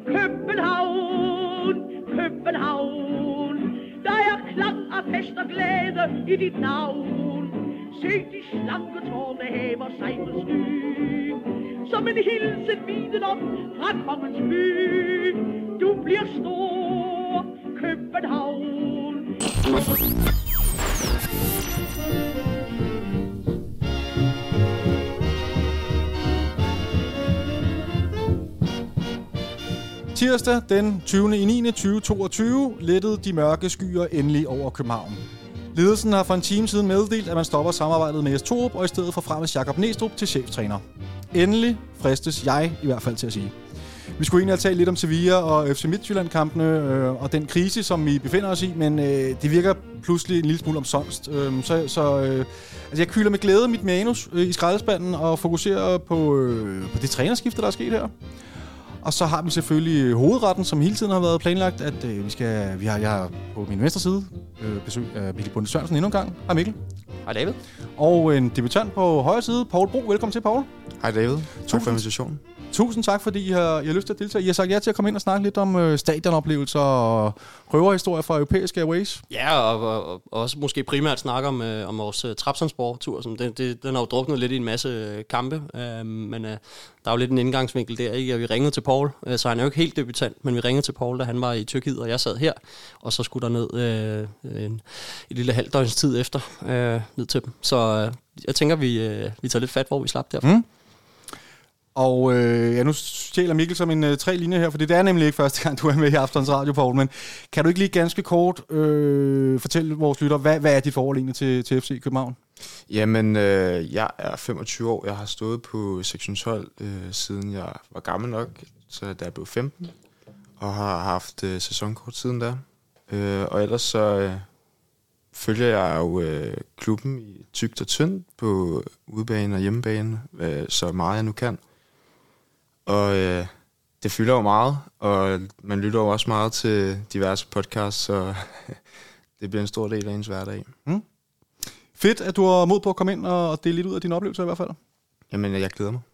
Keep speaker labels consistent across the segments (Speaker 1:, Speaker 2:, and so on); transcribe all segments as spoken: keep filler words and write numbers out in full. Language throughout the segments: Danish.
Speaker 1: København, København, der er klang af fest og glæde i dit navn. Se de slanke tårne hæver sig på sky, som en hilsen viden om fra kongens by. Du bliver stor, København.
Speaker 2: Tirsdag den tyvende niende tyve toogtyve lettede de mørke skyer endelig over København. Ledelsen har for en time siden meddelt, at man stopper samarbejdet med Jes Torup og i stedet forfremmes Jakob Næstrup til cheftræner. Endelig fristes jeg i hvert fald til at sige. Vi skulle egentlig have talt lidt om Sevilla og F C Midtjylland-kampene øh, og den krise, som vi befinder os i, men øh, det virker pludselig en lille smule omsonst. Øh, så så øh, altså jeg kyler med glæde mit manus øh, i skraldespanden og fokuserer på, øh, på det trænerskifte, der er sket her. Og så har vi selvfølgelig hovedretten, som hele tiden har været planlagt, at øh, vi skal, vi har, jeg har på min venstre side øh, besøg af Mikkel Bunde Sørensen endnu en gang. Hej Mikkel.
Speaker 3: Hej David.
Speaker 2: Og en debutant på højre side, Poul Bro. Velkommen til, Poul.
Speaker 4: Hej David. Tak for invitationen.
Speaker 2: Tusind tak, fordi I har, I har lyst til at deltage. I har sagt ja til at komme ind og snakke lidt om øh, stadionoplevelser og røverhistorier fra europæiske Airways.
Speaker 3: Ja, og, og, og også måske primært snakke om, øh, om vores uh, Trabzonspor-tur. Som det, det, den har jo druknet lidt i en masse øh, kampe, øh, men øh, der er jo lidt en indgangsvinkel der, ikke? Og vi ringede til Poul, øh, så han er jo ikke helt debutant, men vi ringede til Poul, da han var i Tyrkiet, og jeg sad her, og så skulle der ned øh, en, et lille halvdøgns tid efter øh, ned til dem. Så øh, jeg tænker, vi, øh, vi tager lidt fat, hvor vi slap derfra. Mm.
Speaker 2: Og øh, ja, nu stjæler Mikkel som en øh, tre linjer her, for det er nemlig ikke første gang, du er med i Aftens Radio, Poul. Men kan du ikke lige ganske kort øh, fortælle vores lytter, hvad, hvad er dit forhold egentlig til, til F C København?
Speaker 4: Jamen, øh, jeg er femogtyve år. Jeg har stået på sektionshold, øh, siden jeg var gammel nok, så da jeg blev femten. Og har haft øh, sæsonkort siden da. Øh, og ellers så øh, følger jeg jo øh, klubben i tykt og tyndt på udebane og hjemmebane, øh, så meget jeg nu kan. Og øh, det fylder jo meget, og man lytter jo også meget til diverse podcasts, så det bliver en stor del af ens hverdag.
Speaker 2: Mm. Fedt, at du har mod på at komme ind og dele lidt ud af dine oplevelser i hvert fald.
Speaker 4: Jamen, jeg glæder mig.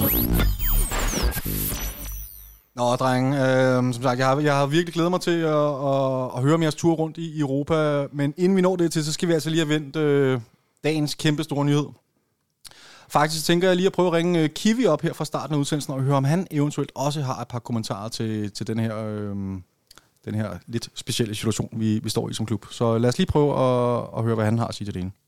Speaker 2: Nå, drenge, øh, som sagt, jeg har, jeg har virkelig glædet mig til at, at, at høre om jeres tur rundt i Europa, men inden vi når det til, så skal vi altså lige have vendt øh, dagens kæmpe store nyhed. Faktisk tænker jeg lige at prøve at ringe Kiwi op her fra starten af udsendelsen og høre, om han eventuelt også har et par kommentarer til, til den, her, øh, den her lidt specielle situation, vi, vi står i som klub. Så lad os lige prøve at, at høre, hvad han har at sige til det ene.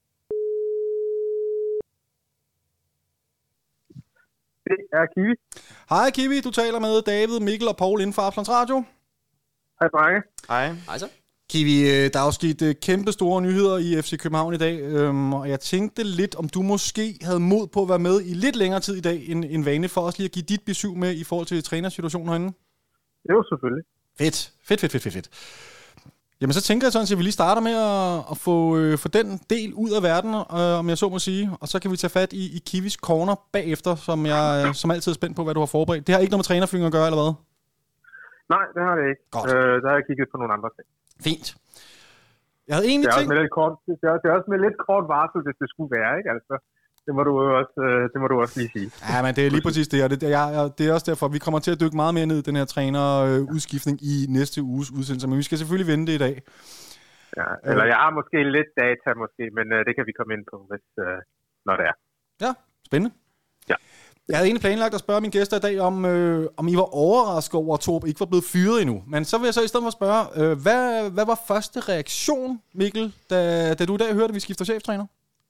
Speaker 5: Det er Kiwi.
Speaker 2: Hej Kiwi, du taler med David, Mikkel og Poul inden for Aftens Radio.
Speaker 5: Hej drenge.
Speaker 4: Hej.
Speaker 3: Hej så.
Speaker 2: Kiwi, der er jo sket kæmpe store nyheder i F C København i dag, øhm, og jeg tænkte lidt, om du måske havde mod på at være med i lidt længere tid i dag end, end vanligt, for os lige at give dit besøg med i forhold til trænersituationen herinde.
Speaker 5: Jo, selvfølgelig.
Speaker 2: Fedt, fedt, fedt, fedt, fedt, fedt. Jamen så tænker jeg sådan, at vi lige starter med at, at få, øh, få den del ud af verden, øh, om jeg så må sige, og så kan vi tage fat i, i Kiwis corner bagefter, som jeg som altid er spændt på, hvad du har forberedt. Det har ikke noget med trænerfyring at gøre, eller hvad?
Speaker 5: Nej, det har det ikke. Øh, der har jeg kigget på nogle andre ting.
Speaker 2: Fint. Jeg havde egentlig
Speaker 5: det er
Speaker 2: tænkt...
Speaker 5: Også med lidt kort, det, er, det er også med lidt kort varsel, hvis det skulle være, ikke? Altså, det må du også, det må du også lige sige.
Speaker 2: Ja, men det er lige præcis det, og det, jeg, det er også derfor, vi kommer til at dykke meget mere ned i den her trænerudskiftning i næste uges udsendelse, men vi skal selvfølgelig vente det i dag.
Speaker 5: Ja, eller jeg har måske lidt data, måske, men uh, det kan vi komme ind på, hvis, uh, når det er.
Speaker 2: Ja, spændende.
Speaker 5: Ja.
Speaker 2: Jeg havde egentlig planlagt at spørge mine gæster i dag, om, øh, om I var overrasket over, at Torup ikke var blevet fyret endnu. Men så vil jeg så i stedet for spørge, øh, hvad, hvad var første reaktion, Mikkel, da, da du i dag hørte, at vi skifter cheftræner?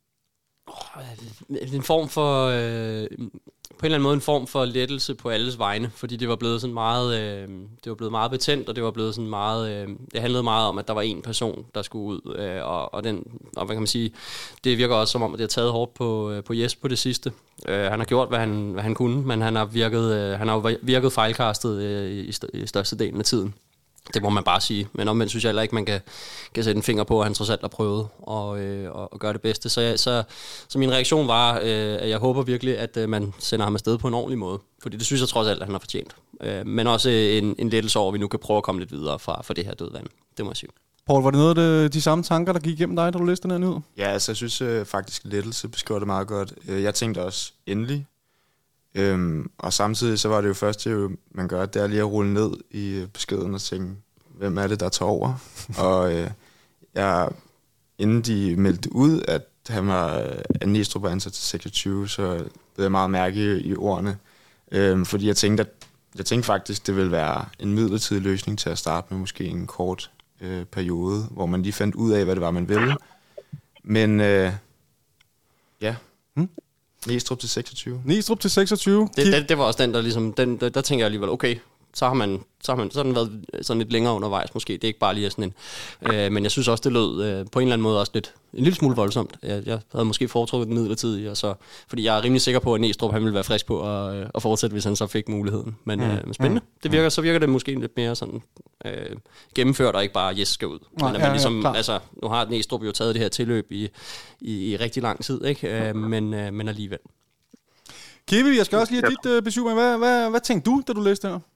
Speaker 3: Oh, en form for... Øh, på en eller anden måde en form for lettelse på alles vegne, fordi det var blevet sådan meget, øh, det var blevet meget betændt, og det var blevet sådan meget, øh, det handlede meget om, at der var en person, der skulle ud, øh, og, og den, og hvad kan man sige, det virker også som om, at det har taget hårdt på, øh, på Jes på det sidste. Øh, han har gjort, hvad han, hvad han kunne, men han har virket, øh, han har virket fejlkastet øh, i, i største delen af tiden. Det må man bare sige. Men omvendt synes jeg heller ikke, man kan, kan sætte en finger på, at han trods alt har prøvet og, øh, og, og gøre det bedste. Så, jeg, så, så min reaktion var, øh, at jeg håber virkelig, at øh, man sender ham afsted på en ordentlig måde. Fordi det synes jeg trods alt, at han har fortjent. Øh, men også en, en lettelse over, at vi nu kan prøve at komme lidt videre fra, fra det her dødvand. Det må jeg sige.
Speaker 2: Poul, var det noget af de, de samme tanker, der gik igennem dig, da du læste den her nyhed?
Speaker 4: Ja, altså jeg synes øh, faktisk, lettelse beskriver det meget godt. Jeg tænkte også endelig. Øhm, og samtidig så var det jo først, det man gør, det er lige at rulle ned i beskeden og tænke, hvem er det, der tager over? og øh, jeg, inden de meldte ud, at han var at Næstrup var ansat til seksogtyve, så blev jeg meget mærke i ordene. Øhm, fordi jeg tænkte, at jeg tænkte faktisk, det ville være en midlertidig løsning til at starte med måske en kort øh, periode, hvor man lige fandt ud af, hvad det var, man ville. Men øh, ja, hmm? Næstrup til seksogtyve.
Speaker 2: Næstrup til seksogtyve.
Speaker 3: Det, det, det var også den, der ligesom, den, der, der tænker jeg alligevel, okay, så har man, så har man så har den været sådan lidt længere undervejs måske. Det er ikke bare lige sådan en. Øh, men jeg synes også, det lød øh, på en eller anden måde også lidt, en lille smule voldsomt. Jeg, jeg havde måske foretrukket den midlertidige, og så, fordi jeg er rimelig sikker på, at Næstrup han ville være frisk på at, øh, at fortsætte, hvis han så fik muligheden. Men øh, spændende. Det virker, så virker det måske lidt mere sådan øh, gennemført, og ikke bare yes skal ud.
Speaker 2: Nej,
Speaker 3: men at
Speaker 2: ja,
Speaker 3: man ligesom,
Speaker 2: ja,
Speaker 3: altså, nu har Næstrup jo taget det her tilløb i, i, i rigtig lang tid, ikke? Øh, men, øh, men alligevel.
Speaker 2: Kiwi, jeg skal også lige have dit øh, besøg, men hvad, hvad, hvad tænkte du, da du læste her?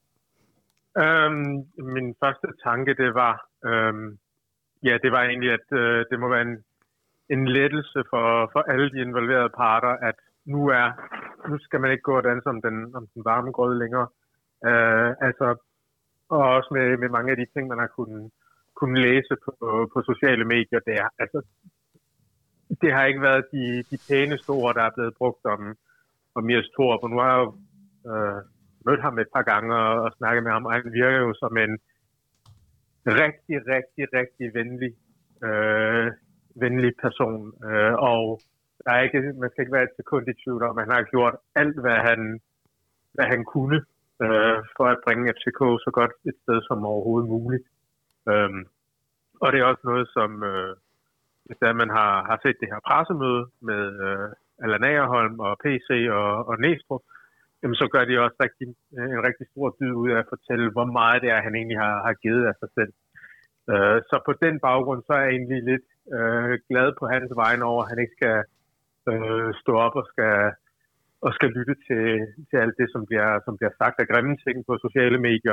Speaker 5: Øhm, min første tanke, det var, øhm, ja, det var egentlig, at øh, det må være en, en lettelse for, for alle de involverede parter, at nu er, nu skal man ikke gå og danse om den, om den varme grød længere. Øh, altså, og også med, med mange af de ting, man har kunnet, kunnet læse på, på sociale medier, det er, altså, det har ikke været de, de pæneste ord, der er blevet brugt om, om Jes Torup, og nu har jeg jo øh, mødt ham et par gange og, og snakket med ham, og han virker jo som en rigtig, rigtig, rigtig venlig, øh, venlig person. Øh, og der er ikke, man skal ikke være et sekund i tvivl om, at han har gjort alt, hvad han, hvad han kunne øh, for at bringe F C K så godt et sted som overhovedet muligt. Øh, og det er også noget, som øh, hvis der man har, har set det her pressemøde med øh, Allan Agerholm og P C og, og Næstrup, jamen, så gør de også rigtig, en rigtig stor dyd ud af at fortælle, hvor meget det er, han egentlig har, har givet af sig selv. Uh, så på den baggrund, så er jeg egentlig lidt uh, glad på hans vegne over, at han ikke skal uh, stå op og skal, og skal lytte til, til alt det, som bliver, som bliver sagt af grimme ting på sociale medier.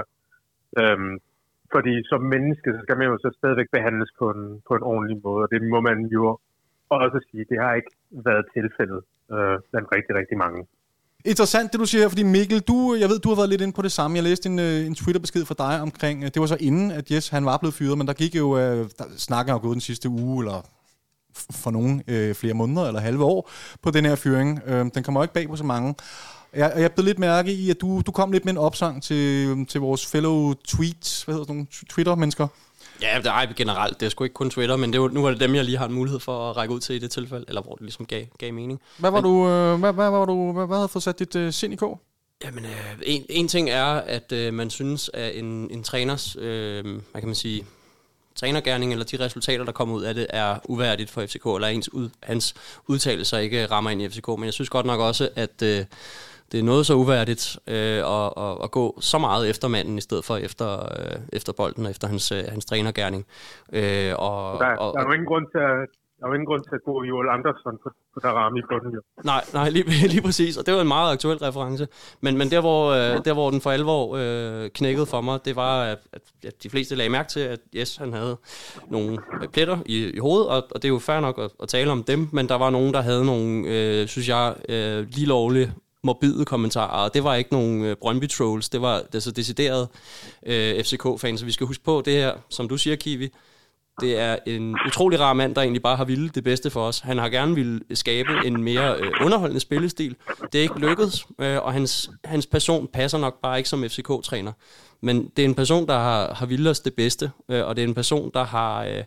Speaker 5: Um, fordi som menneske, så skal man jo så stadigvæk behandles på en, på en ordentlig måde, og det må man jo også sige, det har ikke været tilfældet uh, blandt rigtig, rigtig mange.
Speaker 2: Interessant det du siger her, fordi Mikkel, du, jeg ved, du har været lidt inde på det samme. Jeg læste en, en Twitter-besked fra dig omkring, det var så inden, at Jes, han var blevet fyret, men der gik jo, der, snakken har gået den sidste uge, eller for nogle øh, flere måneder, eller halve år, på den her fyring. Øh, den kommer jo ikke bag på så mange. Jeg, jeg blev lidt mærke i, at du, du kom lidt med en opsang til, til vores fellow tweets, hvad hedder sådan nogle Twitter-mennesker.
Speaker 3: Ja, det er generelt. Det er sgu ikke kun Twitter, men det var, nu var det dem, jeg lige har en mulighed for at række ud til i det tilfælde, eller hvor det ligesom gav, gav mening.
Speaker 2: Hvad var
Speaker 3: men,
Speaker 2: du, øh, hvad, hvad, var du, hvad, hvad havde fået sat dit øh, sind i kog?
Speaker 3: Jamen, øh, en, en ting er, at øh, man synes, at en, en træners, øh, hvad kan man sige, trænergerning, eller de resultater, der kommer ud af det, er uværdigt for F C K, eller ens ud, hans udtalelser ikke rammer ind i F C K. Men jeg synes godt nok også, at øh, det er noget så uværdigt øh, at, at, at gå så meget efter manden, i stedet for efter, øh, efter bolden og efter hans, øh, hans trænergerning. Øh, og,
Speaker 5: der,
Speaker 3: og,
Speaker 5: der er jo ingen grund til at Der er jo ingen grund til at gå Joel Andersson på, på der ramme i bunden, jo.
Speaker 3: Nej, nej lige, lige præcis, og det var en meget aktuel reference. Men, men der, hvor, øh, der, hvor den for alvor øh, knækkede for mig, det var, at, at de fleste lagde mærke til, at yes, han havde nogle pletter i, i hovedet, og, og det er jo fair nok at, at tale om dem, men der var nogen, der havde nogle, øh, synes jeg, øh, lige lovlige, morbide kommentarer, og det var ikke nogen øh, Brøndby-trolls, det var det så decideret øh, F C K-fans, så vi skal huske på det her, som du siger, Kiwi. Det er en utrolig rar mand, der egentlig bare har ville det bedste for os. Han har gerne ville skabe en mere øh, underholdende spillestil. Det er ikke lykkedes, øh, og hans, hans person passer nok bare ikke som F C K-træner. Men det er en person, der har, har ville os det bedste, øh, og det er en person, der har, øh,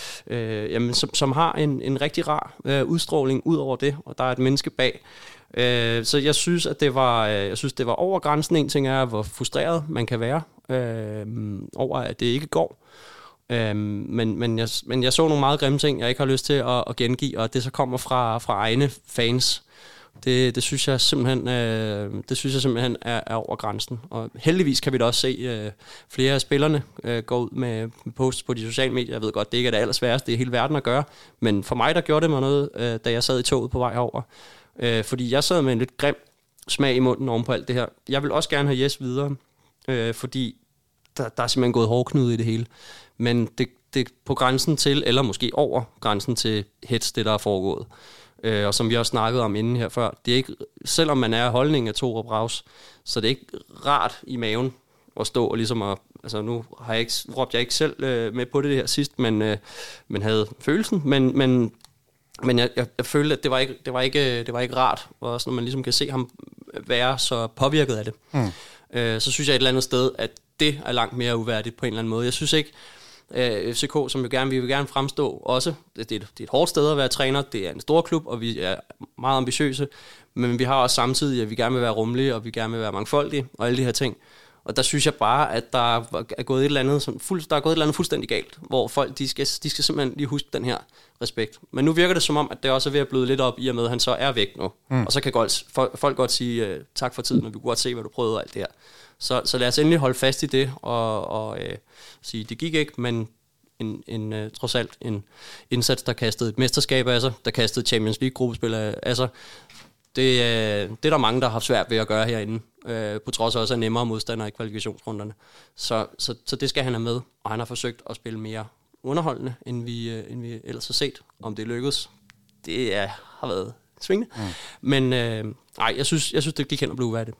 Speaker 3: øh, jamen, som, som har en, en rigtig rar øh, udstråling ud over det, og der er et menneske bag. Øh, så jeg synes, at det var, øh, jeg synes, det var over grænsen. En ting er, hvor frustreret man kan være øh, over, at det ikke går. Øhm, men, men, jeg, men jeg så nogle meget grimme ting, jeg ikke har lyst til at, at gengive, og det så kommer fra, fra egne fans. Det, det synes jeg simpelthen, øh, det synes jeg simpelthen er, er over grænsen. Og heldigvis kan vi da også se øh, flere af spillerne øh, gå ud med posts på de sociale medier. Jeg ved godt, det ikke er det allersværeste i hele verden at gøre, men for mig der gjorde det mig noget, øh, da jeg sad i toget på vej herover. Øh, fordi jeg sad med en lidt grim smag i munden oven på alt det her. Jeg vil også gerne have Jes videre, øh, fordi der, der er simpelthen gået hårdknude i det hele. Men det, det er på grænsen til, eller måske over grænsen til hets, det der er foregået. Øh, og som vi også snakkede om inden her før, det er ikke, selvom man er holdningen af Torup Raus, så det er ikke rart i maven at stå og ligesom at, altså nu har jeg ikke, råbte jeg ikke selv øh, med på det her sidst, men, øh, men havde følelsen, men, men, men jeg, jeg, jeg følte, at det var ikke, det var ikke, det var ikke rart, og også når man ligesom kan se ham være så påvirket af det, mm. øh, så synes jeg et eller andet sted, at det er langt mere uværdigt på en eller anden måde. Jeg synes ikke, F C K, som vi gerne, vi vil gerne fremstå også, det, det, er et, det er et hårdt sted at være træner, det er en stor klub, og vi er meget ambitiøse, men vi har også samtidig, at vi gerne vil være rummelige, og vi gerne vil være mangfoldige, og alle de her ting. Og der synes jeg bare, at der er gået et eller andet, sådan fuld, der er gået et eller andet fuldstændig galt, hvor folk, de skal, de skal simpelthen lige huske den her respekt. Men nu virker det som om, at det også er ved at bløde lidt op, i og med, at han så er væk nu. Mm. Og så kan godt, folk, folk godt sige, uh, tak for tiden, og vi kunne godt se, hvad du prøvede og alt det her. Så, så lad os endelig holde fast i det, og, og øh, sige, det gik ikke, men en, en, uh, trods alt en indsats, der kastede et mesterskab af sig, der kastede Champions League-gruppespil af sig. Det, øh, det er der mange, der har haft svært ved at gøre herinde, øh, på trods af også af nemmere modstandere i kvalifikationsrunderne. Så, så, så det skal han have med, og han har forsøgt at spille mere underholdende, end vi, øh, end vi ellers har set. Om det lykkedes, det er, har været svingende. Mm. Men øh, nej, jeg synes, jeg synes, det gik hen og blev uværdigt.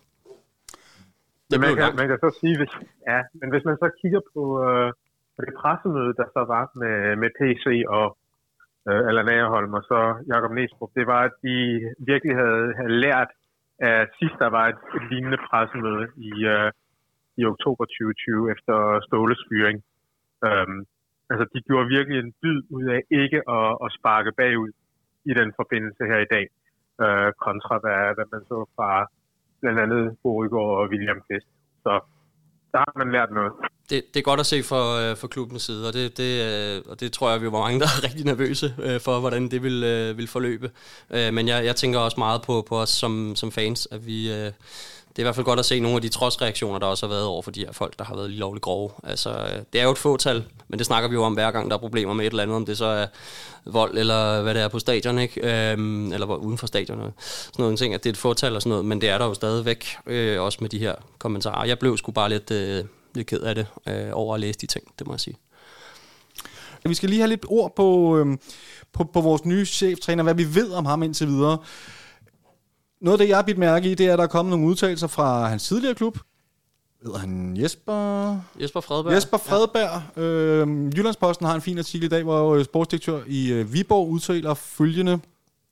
Speaker 5: Man kan, man kan så sige, hvis, ja, men hvis man så kigger på, øh, på det pressemøde, der så var med, med P C og øh, Allan Agerholm og så Jakob Næstrup, det var, at de virkelig havde, havde lært, at sidst der var et, et lignende pressemøde i, øh, i oktober tyve tyve efter Ståles fyring. Um, altså, de gjorde virkelig en dyd ud af ikke at, at sparke bagud i den forbindelse her i dag, øh, kontra hvad, hvad man så fra blandt andet Bo Rygaard og William Kvist. Så der har man lært noget. Det,
Speaker 3: det er godt at se for, for klubbens side, og det, det, og det tror jeg, vi var mange, der er rigtig nervøse for, hvordan det vil, vil forløbe. Men jeg, jeg tænker også meget på, på os som, som fans, at vi... Det er i hvert fald godt at se nogle af de trodsreaktioner, der også har været over for de her folk, der har været lige lovligt grove. Altså, det er jo et fåtal, men det snakker vi jo om hver gang, der er problemer med et eller andet, om det så er vold, eller hvad det er på stadion, ikke? Øhm, eller uden for stadion, og sådan noget ting, at det er et fåtal og sådan noget, men det er der jo stadigvæk, øh, også med de her kommentarer. Jeg blev sgu bare lidt, øh, lidt ked af det, øh, over at læse de ting, det må jeg sige.
Speaker 2: Vi skal lige have lidt ord på, øh, på, på vores nye cheftræner, hvad vi ved om ham indtil videre. Noget af det, jeg har bidt mærke i, det er, at der er kommet nogle udtalelser fra hans tidligere klub. Hedder han Jesper?
Speaker 3: Jesper Fredberg.
Speaker 2: Jesper Fredberg. Ja. Øh, Jyllandsposten har en fin artikel i dag, hvor sportsdirektør i øh, Viborg udtaler følgende.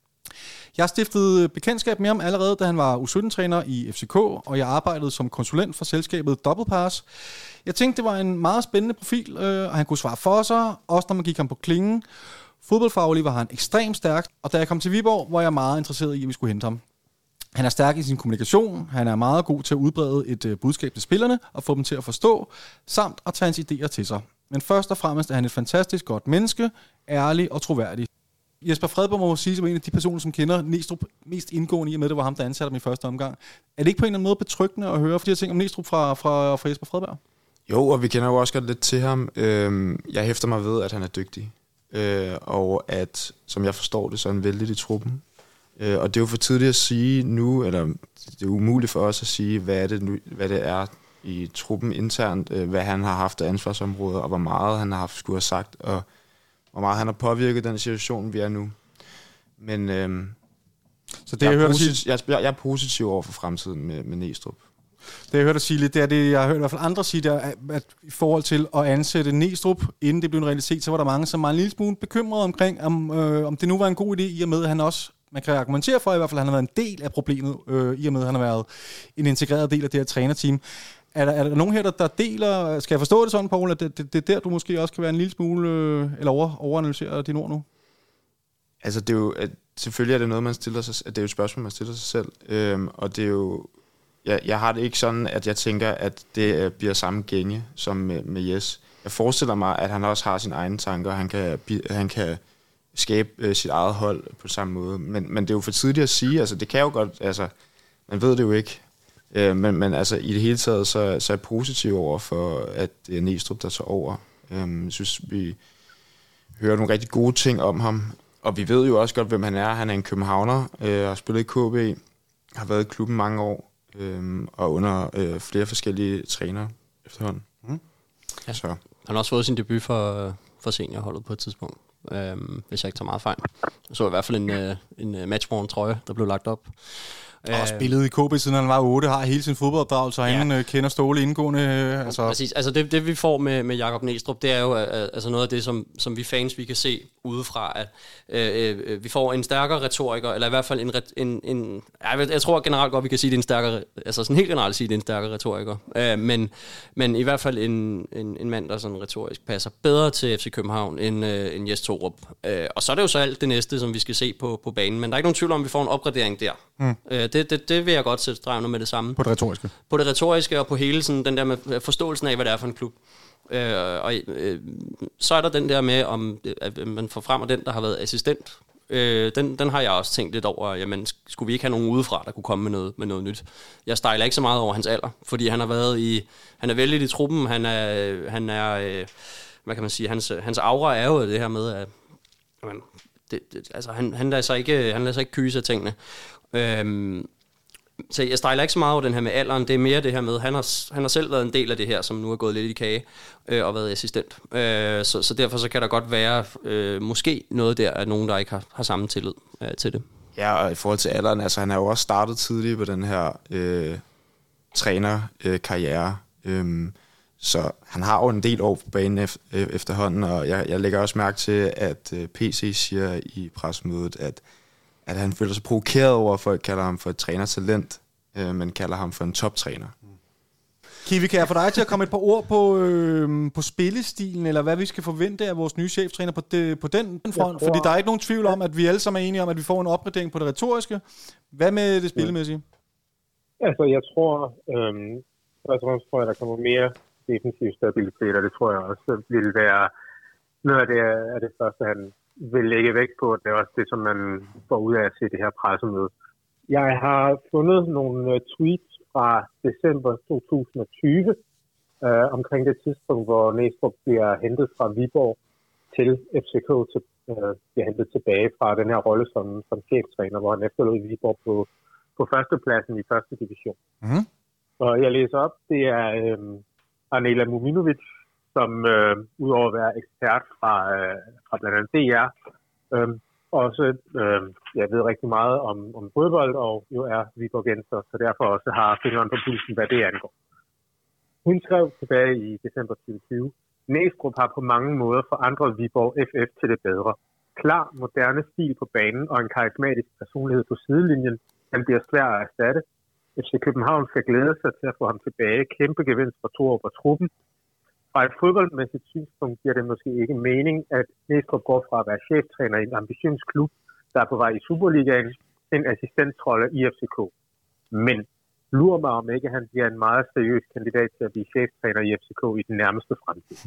Speaker 2: Jeg stiftede bekendtskab med ham allerede, da han var U sytten-træner i F C K, og jeg arbejdede som konsulent for selskabet Double Pass. Jeg tænkte, det var en meget spændende profil, øh, og han kunne svare for sig, også når man gik ham på klingen. Fodboldfaglig var han ekstremt stærk, og da jeg kom til Viborg, var jeg meget interesseret i, at vi skulle hente ham. Han er stærk i sin kommunikation, han er meget god til at udbrede et øh, budskab til spillerne og få dem til at forstå, samt at tage hans idéer til sig. Men først og fremmest er han et fantastisk godt menneske, ærlig og troværdig. Jesper Fredberg må sige som en af de personer, som kender Næstrup mest indgående i og med, det var ham, der ansatte ham i første omgang. Er det ikke på en eller anden måde betryggende at høre for de her ting om Næstrup fra, fra, fra Jesper Fredberg?
Speaker 4: Jo, og vi kender jo også godt lidt til ham. Jeg hæfter mig ved, at han er dygtig, og at, som jeg forstår det, så er han vældig i truppen. Øh, og det er jo for tidligt at sige nu, eller det er umuligt for os at sige, hvad er det, nu, hvad det er i truppen internt, øh, hvad han har haft af ansvarsområder, og hvor meget han har haft skulle have sagt, og hvor meget han har påvirket den situation, vi er nu. Men øh, så det, jeg, jeg, er positiv, jeg, jeg er positiv over for fremtiden med, med Næstrup.
Speaker 2: Det jeg hørte dig sige lidt, det er det, jeg har hørt i hvert fald andre sige, der, at i forhold til at ansætte Næstrup, inden det blev en realitet, så var der mange, som var en lille smule bekymrede omkring, om, øh, om det nu var en god idé, i og med, at han også, man kan argumentere for i hvert fald, at han har været en del af problemet, øh, i og med, at han har været en integreret del af det her trænerteam. Er der, er der nogen her, der, der deler, skal jeg forstå det sådan, Poul, at det, det, det er der, du måske også kan være en lille smule, øh, eller over, overanalysere dine ord nu?
Speaker 4: Altså, det er jo, at selvfølgelig er det noget, man stiller sig, at det er jo et spørgsmål, man stiller sig selv, øhm, og det er jo, jeg, jeg har det ikke sådan, at jeg tænker, at det bliver samme gænge som med, med Jes. Jeg forestiller mig, at han også har sine egne tanker, og han kan, han kan skabe øh, sit eget hold på samme måde. Men, men det er jo for tidligt at sige, altså det kan jo godt, altså man ved det jo ikke. Øh, men, men altså i det hele taget, så, så er jeg positiv over for, at det er Næstrup, der tager over. Øh, jeg synes, vi hører nogle rigtig gode ting om ham. Og vi ved jo også godt, hvem han er. Han er en københavner, øh, har spillet i K B, har været i klubben mange år, øh, og under øh, flere forskellige trænere efterhånden. Mm.
Speaker 3: Ja. Så. Han har også fået sin debut for, for seniorholdet på et tidspunkt. øh, hvis jeg ikke tager meget fejl. Jeg så i hvert fald en, øh, en matchworn trøje, der blev lagt op.
Speaker 2: Og øh, spillet i K B, siden han var otte, har hele sin fodboldopdragelse, og ja. han øh, kender Ståle indgående. Øh, altså.
Speaker 3: Præcis. Altså det, det vi får med, med Jakob Næstrup, det er jo øh, altså noget af det, som, som vi fans vi kan se udefra, at øh, øh, vi får en stærkere retoriker, eller i hvert fald en... en, en jeg, jeg tror generelt godt, vi kan sige, det er en stærkere... Altså sådan helt generelt sige, det er en stærkere retoriker. Øh, men, men i hvert fald en, en, en mand, der sådan retorisk passer bedre til F C København end, øh, end Jes Torup. Øh, og så er det jo så alt det næste, som vi skal se på, på banen. Men der er ikke nogen tvivl om, at vi får en opgradering der. Mm. Øh, det, det, det vil jeg godt sætte streg med det samme.
Speaker 2: På det retoriske.
Speaker 3: På det retoriske og på hele sådan, den der med forståelsen af, hvad det er for en klub. Øh, og øh, så er der den der med, om at man får frem af den, der har været assistent. Øh, den, den har jeg også tænkt lidt over, jamen skulle vi ikke have nogen udefra, der kunne komme med noget, med noget nyt. Jeg stejler ikke så meget over hans alder, fordi han har været i, han er vældig i truppen, han er, han er øh, hvad kan man sige, hans, hans aura er jo det her med, at jamen, det, det, altså, han, han lader sig ikke, han lader sig ikke kyse af tingene. Øh, Så jeg stejler ikke så meget over den her med alderen. Det er mere det her med, han har, han har selv været en del af det her, som nu er gået lidt i kage, øh, og været assistent. Øh, så, så derfor så kan der godt være øh, måske noget der, at nogen, der ikke har, har samme tillid øh, til det.
Speaker 4: Ja, og i forhold til alderen, altså han har jo også startet tidligt på den her øh, trænerkarriere. Øh, øhm, så han har jo en del år på banen ef- efterhånden, og jeg, jeg lægger også mærke til, at øh, P C siger i pressemødet, at at han føler sig provokeret over, at folk kalder ham for et trænertalent, øh, men kalder ham for en toptræner.
Speaker 2: Kiwi, kan jeg få dig til at komme et par ord på, øh, på spillestilen, eller hvad vi skal forvente af vores nye cheftræner på, det, på den front? Tror, fordi der er ikke nogen tvivl om, at vi alle sammen er enige om, at vi får en opgradering på det retoriske. Hvad med det spillemæssige?
Speaker 5: Altså, jeg tror, øh, først og fremmest tror jeg, der kommer mere defensiv stabilitet, og det tror jeg også vil være noget af det, af det første, han vil lægge vægt på. Det er også det, som man får ud af at se det her pressemøde. Jeg har fundet nogle tweets fra december to tusind og tyve øh, omkring det tidspunkt, hvor Næstrup bliver hentet fra Viborg til F C K, til, øh, bliver hentet tilbage fra den her rolle som, som cheftræner, hvor han efterlod Viborg på, på førstepladsen i første division. Mm. Og jeg læser op, det er øh, Arnela Muminovic, som øh, udover at være ekspert fra, øh, fra blandt andet D R, øh, også øh, jeg ved rigtig meget om, om fodbold, og jo er Viborgenser, så derfor også har fingeren på pulsen, hvad det angår. Hun skrev tilbage i december tyve tyve, Næstrup har på mange måder forandret Viborg F F til det bedre. Klar, moderne stil på banen og en karismatisk personlighed på sidelinjen, han bliver svær at erstatte. F C København skal glæde sig til at få ham tilbage. Kæmpe gevinst for Torup og truppen. Fra et fodboldmæssigt synspunkt giver det måske ikke mening, at Næstrup går fra at være cheftræner i en ambitiøs klub, der er på vej i Superligaen, til en assistentrolle i F C K. Men lurer mig om ikke, han bliver en meget seriøs kandidat til at blive cheftræner i F C K i den nærmeste fremtid.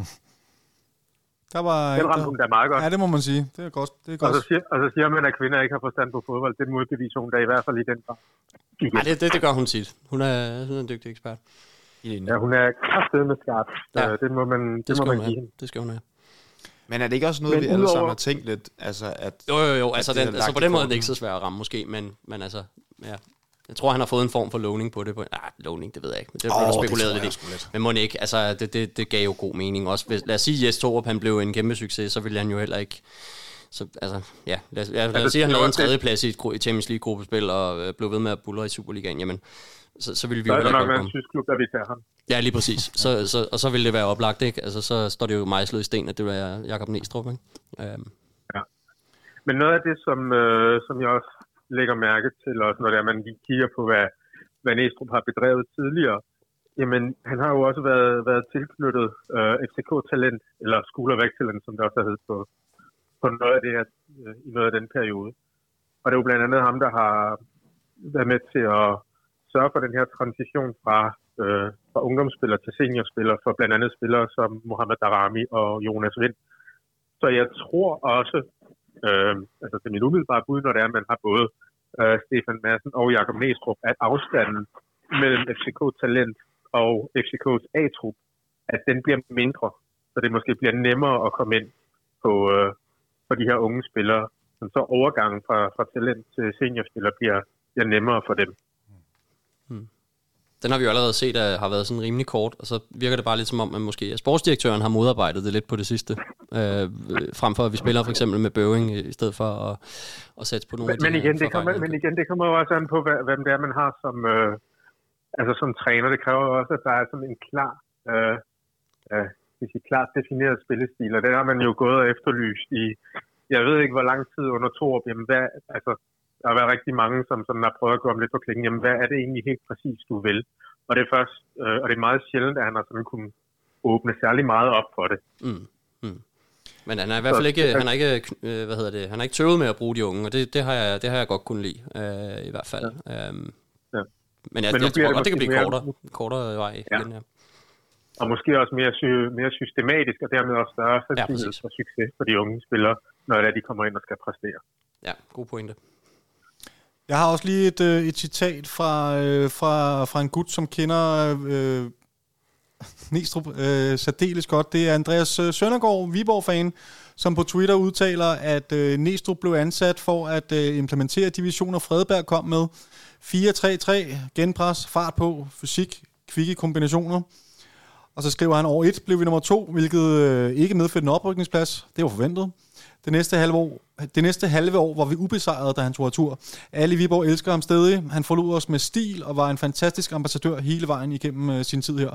Speaker 2: Der var
Speaker 5: den ramte hun da meget godt.
Speaker 2: Ja, det må man sige. Det er godt. Det er godt.
Speaker 5: Og, så siger, og så siger man, at kvinder ikke har forstand på fodbold. Det modbeviser hun da i hvert fald i den grad.
Speaker 3: Nej, det, det, det gør hun tit. Hun er, hun er en dygtig ekspert.
Speaker 5: Ja, hun er kraftedeme skarp. Ja. Det må man, det
Speaker 3: det
Speaker 5: må man
Speaker 3: give hende. Det skal hun have.
Speaker 4: Men er det ikke også noget, men vi alle sammen har tænkt lidt? Altså, at,
Speaker 3: jo, jo, jo. Altså, den, altså på den måde er det ikke så svært at ramme, måske. Men, men altså, ja. Jeg tror, han har fået en form for lovning på det. Nej, ah, lovning, det ved jeg ikke. Men det er oh, spekuleret lidt i. Men må ikke, altså, det, det, det gav jo god mening også. Hvis, lad os sige, at Jes Torup, han blev en kæmpe succes, så ville han jo heller ikke... Så, altså, ja, lad, lad, lad, lad os sige, at han lavede en tredjeplads i et Champions League-gruppespil, og øh, blev ved med at buldre i Superligaen. Jamen, så, så ville vi jo heller ikke
Speaker 5: komme. Så er det nok en tysk klub, der vi tager ham.
Speaker 3: Ja, lige præcis. Så, så, og så ville det være oplagt, ikke? Altså, så står det jo mejslet i sten, at det var Jakob Næstrup, ikke? Um.
Speaker 5: Ja. Men noget af det, som, øh, som jeg også lægger mærke til, også når det er, man lige kigger på, hvad, hvad Næstrup har bedrevet tidligere, jamen, han har jo også været, været tilknyttet øh, F C K-talent, eller School of Excellence, som det også har heddet på, på noget af det her, øh, i noget af den periode. Og det er jo blandt andet ham, der har været med til at sørge for den her transition fra, øh, fra ungdomsspiller til seniorspiller, for blandt andet spillere som Mohamed Darami og Jonas Vind. Så jeg tror også, øh, altså til mit umiddelbare bud, når det er, at man har både øh, Stefan Madsen og Jakob Næstrup, at afstanden mellem F C K-talent og F C K's A-trup, at den bliver mindre, så det måske bliver nemmere at komme ind på, øh, på de her unge spillere, så overgangen fra, fra talent til seniorspiller bliver, bliver nemmere for dem.
Speaker 3: Hmm. den har vi jo allerede set, at har været sådan rimelig kort, og så virker det bare lidt som om, at måske sportsdirektøren har modarbejdet det lidt på det sidste, øh, frem for at vi spiller for eksempel med Bøving, i stedet for at, at sætte på nogle
Speaker 5: men,
Speaker 3: af de
Speaker 5: men igen, det kommer, men igen, det kommer jo også an på, hvem det er, man har som, øh, altså som træner. Det kræver jo også, at der er sådan en klar, øh, øh, sige, klart defineret spillestil, og det har man jo gået og efterlyst i, jeg ved ikke, hvor lang tid under Thorup, jamen hvad, altså, der har været rigtig mange, som sådan har prøvet at komme lidt på klingen. Jamen, hvad er det egentlig helt præcis, du vil? Og det er først, øh, og det er meget sjældent, at han har sådan kunnet åbne særlig meget op for det.
Speaker 3: Mm. Mm. Men han er i hvert fald ikke, han er ikke, øh, hvad hedder det, han er ikke tøvet med at bruge de unge, og det, det har jeg, det har jeg godt kunnet lide, øh, i hvert fald. Ja. Øhm, ja. Men jeg, Men jeg tror godt, det, det kan blive mere, kortere, kortere vej ja. igen, ja.
Speaker 5: Og måske også mere, sy- mere systematisk, og dermed også større sandsynlighed ja, for succes for de unge spillere, når det er, de kommer ind og skal præstere.
Speaker 3: Ja, god pointe.
Speaker 2: Jeg har også lige et, et citat fra, øh, fra, fra en gut, som kender øh, Næstrup øh, særdeles godt. Det er Andreas Søndergaard, Viborg-fan, som på Twitter udtaler, at øh, Næstrup blev ansat for at øh, implementere divisioner Fredberg kom med. fire tre tre, genpres, fart på, fysik, kvikke kombinationer. Og så skriver han, år et blev vi nummer to, hvilket øh, ikke medførte en oprykningsplads. Det var forventet. Det næste halve år, det næste halve år var vi ubesejrede, da han tog tur. Alle i Viborg elsker ham stadig. Han forlod os med stil og var en fantastisk ambassadør hele vejen igennem øh, sin tid her.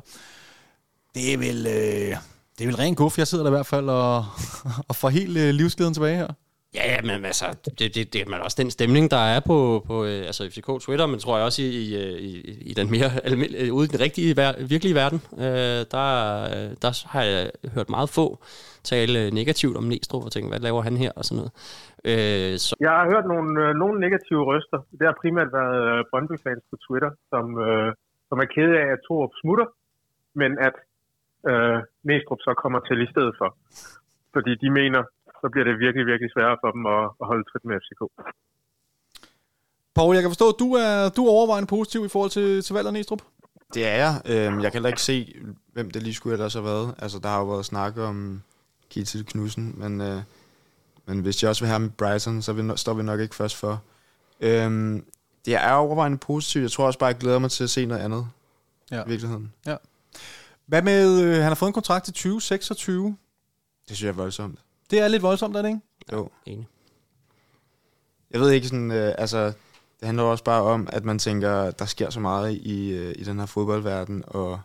Speaker 2: Det er vel, øh, det er vel ren guf. Jeg sidder der i hvert fald og, og får helt øh, livsglæden tilbage her.
Speaker 3: Ja, ja, men altså, det, det, det er også den stemning, der er på, på altså F C K Twitter, men tror jeg også i, i, i den mere almindelige, ude i den rigtige, virkelige verden, øh, der, der har jeg hørt meget få tale negativt om Næstrup og tænke, hvad laver han her og sådan noget. Øh, så.
Speaker 5: Jeg har hørt nogle, øh, nogle negative røster. Det har primært været øh, Brøndby-fans på Twitter, som, øh, som er kede af, at Thorup smutter, men at øh, Næstrup så kommer til i stedet for. Fordi de mener, så bliver det virkelig, virkelig sværere for dem at, at holde trit med F C K.
Speaker 2: Poul, jeg kan forstå, at du er, du er overvejende positiv i forhold til, til valget af Næstrup.
Speaker 4: Det er jeg. Øhm, jeg kan heller ikke se, hvem det lige skulle ellers have været. Altså, der har jo været snak om Kjetil Knudsen, men, øh, men hvis jeg også vil have med Brighton, så vil, står vi nok ikke først for. Øhm, det er overvejende positivt. Jeg tror også bare, jeg glæder mig til at se noget andet ja. i virkeligheden.
Speaker 2: Ja. Hvad med, øh, han har fået en kontrakt til tyve seksogtyve?
Speaker 4: Det synes jeg er voldsomt.
Speaker 2: Det er lidt voldsomt, er det ikke?
Speaker 4: Jo. Enig. Jeg ved ikke sådan, øh, altså, det handler også bare om, at man tænker, der sker så meget i, øh, i den her fodboldverden, og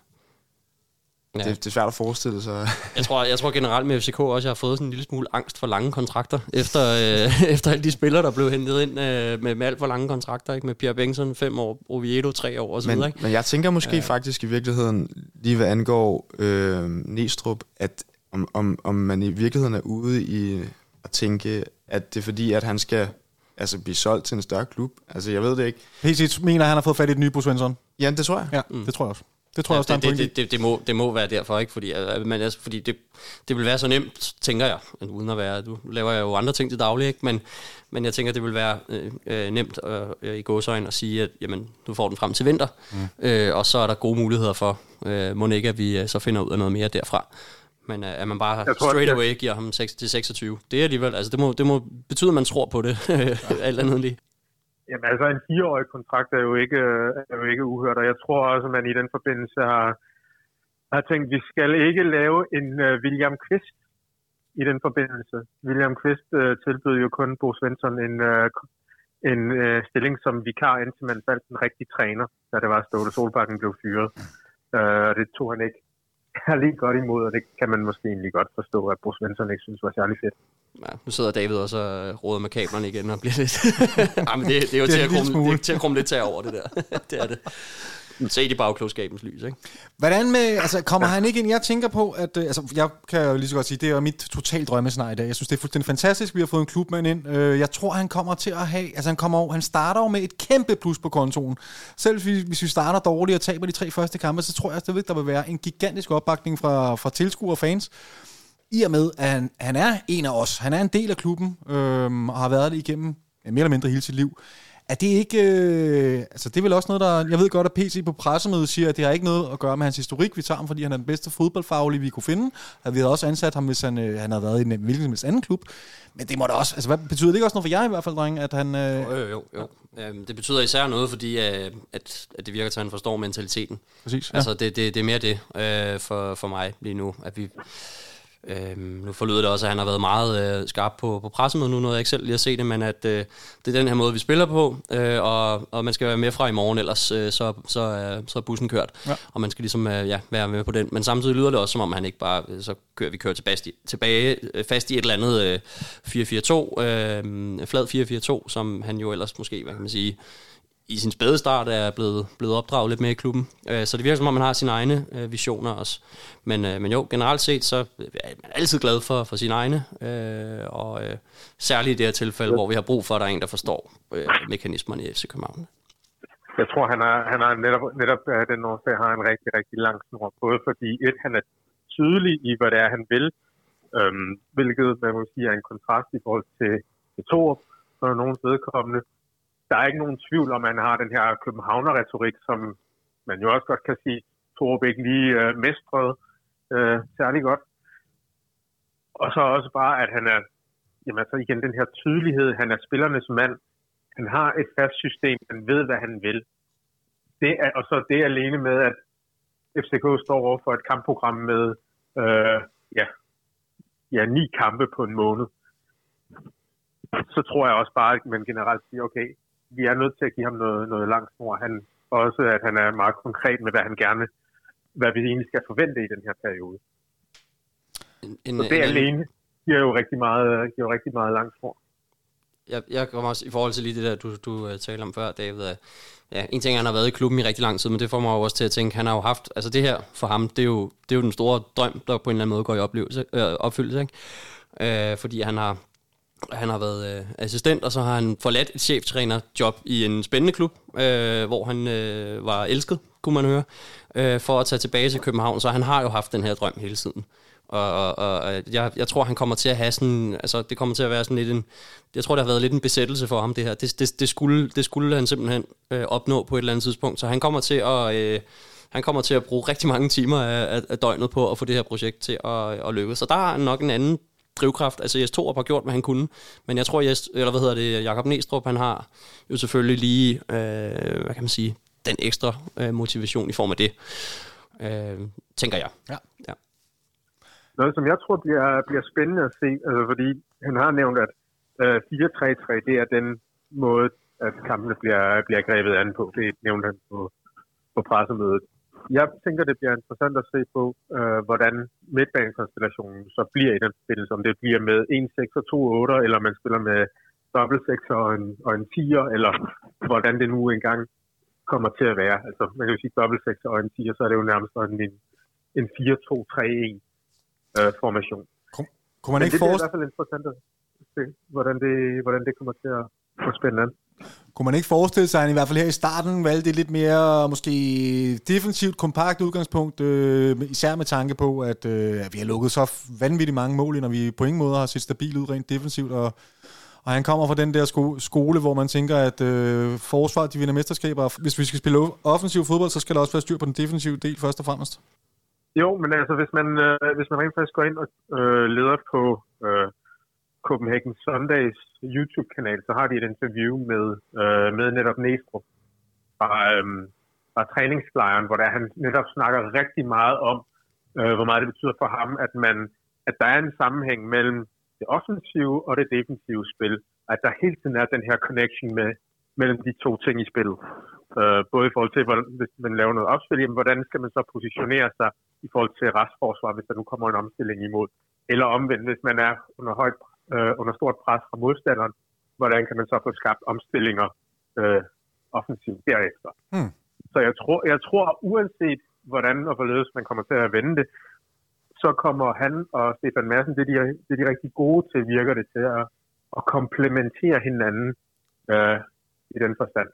Speaker 4: ja. det, det er svært at forestille sig.
Speaker 3: Jeg tror, jeg tror generelt med F C K også, jeg har fået sådan en lille smule angst for lange kontrakter, efter, øh, efter alle de spillere, der blev hentet ind øh, med, med alt for lange kontrakter, ikke? Med Pierre Bengtsson fem år, Oviedo tre år og så
Speaker 4: men,
Speaker 3: videre. Ikke?
Speaker 4: Men jeg tænker måske ja. faktisk i virkeligheden, lige hvad angår øh, Næstrup, at om, om, om man i virkeligheden er ude i at tænke, at det er fordi, at han skal altså blive solgt til en større klub. Altså, jeg ved det ikke.
Speaker 2: P C mener, at han har fået fat i et nye Bo Svensson.
Speaker 4: Ja, det tror jeg.
Speaker 2: Ja, mm. det tror jeg også. Det tror
Speaker 3: ja,
Speaker 2: jeg også,
Speaker 3: det, det, det, det, det, må, det må være derfor, ikke? Fordi, altså, men, altså, fordi det, det vil være så nemt, tænker jeg, uden at være, nu laver jeg jo andre ting til daglig, ikke? Men, men jeg tænker, det vil være øh, nemt øh, i gåseøjne at sige, at jamen, du får den frem til vinter, mm. øh, og så er der gode muligheder for, øh, må ikke, at vi øh, så finder ud af noget mere derfra. Men uh, at man bare tror, straight away giver ham seks til seksogtyve, det er alligevel, altså det må, det må betyde, at man tror på det, alt andet lige.
Speaker 5: Jamen altså en fireårig kontrakt er jo ikke, er jo ikke uhørt, og jeg tror også, at man i den forbindelse har, har tænkt, at vi skal ikke lave en uh, William Kvist i den forbindelse. William Kvist uh, tilbød jo kun Bo Svensson en, uh, en uh, stilling som vikar, indtil man faldt en rigtig træner, da det var Ståle Solbakken blev fyret. Uh, og det tog han ikke er lige godt imod, og det kan man måske egentlig godt forstå, at Bo Svensson ikke synes var særlig fedt.
Speaker 3: Ja, nu sidder David også og råder med kablerne igen og bliver lidt... Jamen, det, det er jo det er til, at krumme, det, til at krumme lidt til over det der. Det er det. Se i bagklogskabens lys, ikke?
Speaker 2: Hvordan med, altså kommer han ikke ind? Jeg tænker på, at, altså jeg kan jo lige så godt sige, det er mit totalt drømmescenarie i dag. Jeg synes, det er fuldstændig fantastisk, vi har fået en klubmand ind. Jeg tror, han kommer til at have, altså han kommer over, han starter jo med et kæmpe plus på kontoen. Selv hvis vi starter dårligt og taber de tre første kampe, så tror jeg stadigvæk, der vil være en gigantisk opbakning fra, fra tilskuere og fans. I og med, at han, han er en af os. Han er en del af klubben, øhm, og har været det igennem ja, mere eller mindre hele sit liv. er det ikke... Øh, altså, det er vel også noget, der... Jeg ved godt, at P C på pressemødet siger, at det har ikke noget at gøre med hans historik. Vi tager ham, fordi han er den bedste fodboldfaglige, vi kunne finde. At vi havde også ansat ham, hvis han, øh, han havde været i en hvilken som helst anden klub. Men det må da også... Altså, hvad, betyder det ikke også noget for jer i hvert fald, dreng, at han... Øh...
Speaker 3: Jo, jo, jo. jo. Øhm, det betyder især noget, fordi øh, at, at det virker til, at han forstår mentaliteten.
Speaker 2: Præcis, ja.
Speaker 3: Altså, det, det, det er mere det øh, for, for mig lige nu, at vi... Øhm, nu forlyder det også, at han har været meget øh, skarp på, på pressemødet nu, noget jeg ikke selv lige har set det, men at øh, det er den her måde, vi spiller på, øh, og, og man skal være med fra i morgen, ellers øh, så, så, øh, så er bussen kørt, ja. Og man skal ligesom øh, ja, være med på den. Men samtidig lyder det også, som om han ikke bare, øh, så kører vi kører tilbage, tilbage øh, fast i et eller andet øh, fire fire to, øh, flad fire fire to, som han jo ellers måske, hvad kan man sige, i sin spæde start er blevet, blevet opdraget lidt med i klubben. Øh, så det virker som om, man har sine egne øh, visioner også. Men, øh, men jo, generelt set, så er man altid glad for, for sine egne. Øh, og øh, særligt i det her tilfælde, hvor vi har brug for, at der er en, der forstår øh, mekanismerne i F C København.
Speaker 5: Jeg tror, han er, han er netop, netop uh, den årsag har en rigtig, rigtig lang snor. Både fordi, et, han er tydelig i, hvad det er, han vil. Øhm, hvilket, man må sige, er en kontrast i forhold til, til Torup, for nogens vedkommende. Der er ikke nogen tvivl om, at han har den her københavner-retorik, som man jo også godt kan sige, Torup ikke lige øh, mestrede øh, særlig godt. Og så også bare, at han er, jamen altså igen, den her tydelighed, han er spillernes mand. Han har et fast system, han ved, hvad han vil. Det er, og så det alene med, at F C K står over for et kampprogram med øh, ja, ja, ni kampe på en måned. Så tror jeg også bare, at man generelt siger, okay, vi er nødt til at give ham noget, noget langt snor. Han også, at han er meget konkret med, hvad han gerne, hvad vi egentlig skal forvente i den her periode. En, en, så det en, alene giver jo rigtig meget, giver jo rigtig meget langt snor.
Speaker 3: Jeg, jeg kommer også i forhold til lige det der, du, du uh, talte om før, David. Uh, ja, en ting er, han har været i klubben i rigtig lang tid, men det får mig jo også til at tænke, han har jo haft, altså det her for ham, det er jo, det er jo den store drøm, der på en eller anden måde går i oplevelse, øh, opfyldelse, ikke? Uh, fordi han har Han har været øh, assistent, og så har han forladt et cheftrænerjob i en spændende klub, øh, hvor han øh, var elsket, kunne man høre, øh, for at tage tilbage til København. Så han har jo haft den her drøm hele tiden. Og, og, og jeg, jeg tror, han kommer til at have sådan, altså det kommer til at være sådan lidt en, jeg tror, det har været lidt en besættelse for ham, det her. Det, det, det, skulle, det skulle han simpelthen øh, opnå på et eller andet tidspunkt. Så han kommer til at, øh, han kommer til at bruge rigtig mange timer af, af, af døgnet på at få det her projekt til at, at lykkes. Så der har han nok en anden drivkraft. Altså Jes Torup har gjort, hvad han kunne, men jeg tror, Jes, eller hvad hedder det, Jakob Næstrup, han har jo selvfølgelig lige, øh, hvad kan man sige, den ekstra øh, motivation i form af det, øh, tænker jeg. Ja. Ja.
Speaker 5: Noget, som jeg tror bliver, bliver spændende at se, altså fordi han har nævnt, at øh, fire tre tre, det er den måde, at kampene bliver, bliver grebet an på. Det nævnte han på, på pressemødet. Jeg tænker, det bliver interessant at se på, øh, hvordan midtbanekonstellationen så bliver i den forbindelse. Om det bliver med en seks og to otte, eller man spiller med dobbelt seks og en, og en tier, eller hvordan det nu engang kommer til at være. Altså, man kan jo sige dobbelt seks og en tier, så er det jo nærmest en, en fire to tre en øh, formation.
Speaker 2: Kunne, kunne man
Speaker 5: Men
Speaker 2: ikke
Speaker 5: det bliver
Speaker 2: forestille...
Speaker 5: i hvert fald interessant at se, hvordan det, hvordan det kommer til at få spændende an.
Speaker 2: Kunne man ikke forestille sig, at han i hvert fald her i starten valgte det lidt mere måske defensivt, kompakt udgangspunkt, øh, især med tanke på, at, øh, at vi har lukket så vanvittigt mange mål, når vi på ingen måde har set stabilt ud rent defensivt, og, og han kommer fra den der sko- skole, hvor man tænker, at øh, forsvaret, de vinder mesterskaber. Hvis vi skal spille offensiv fodbold, så skal der også være styr på den defensive del først og fremmest.
Speaker 5: Jo, men altså, hvis man, øh, hvis man rent faktisk går ind og øh, leder på øh, Copenhagen Sundays YouTube-kanal, så har de et interview med, øh, med netop Næstrup fra, øh, fra træningslejren, hvor der han netop snakker rigtig meget om, øh, hvor meget det betyder for ham, at, man, at der er en sammenhæng mellem det offensive og det defensive spil. At der hele tiden er den her connection med, mellem de to ting i spillet. Øh, både i forhold til, hvordan, hvis man laver noget opspil, jamen, hvordan skal man så positionere sig i forhold til restforsvar, hvis der nu kommer en omstilling imod. Eller omvendt, hvis man er under højt øh, under stort pres fra modstanderen, hvordan kan man så få skabt omstillinger øh, offensivt derefter. Hmm. Så jeg tror, jeg tror, uanset hvordan og hvorledes man kommer til at vende det, så kommer han og Stefan Madsen, det er de, det er de rigtig gode til, virker det til, at, at komplementere hinanden øh, i den forstand.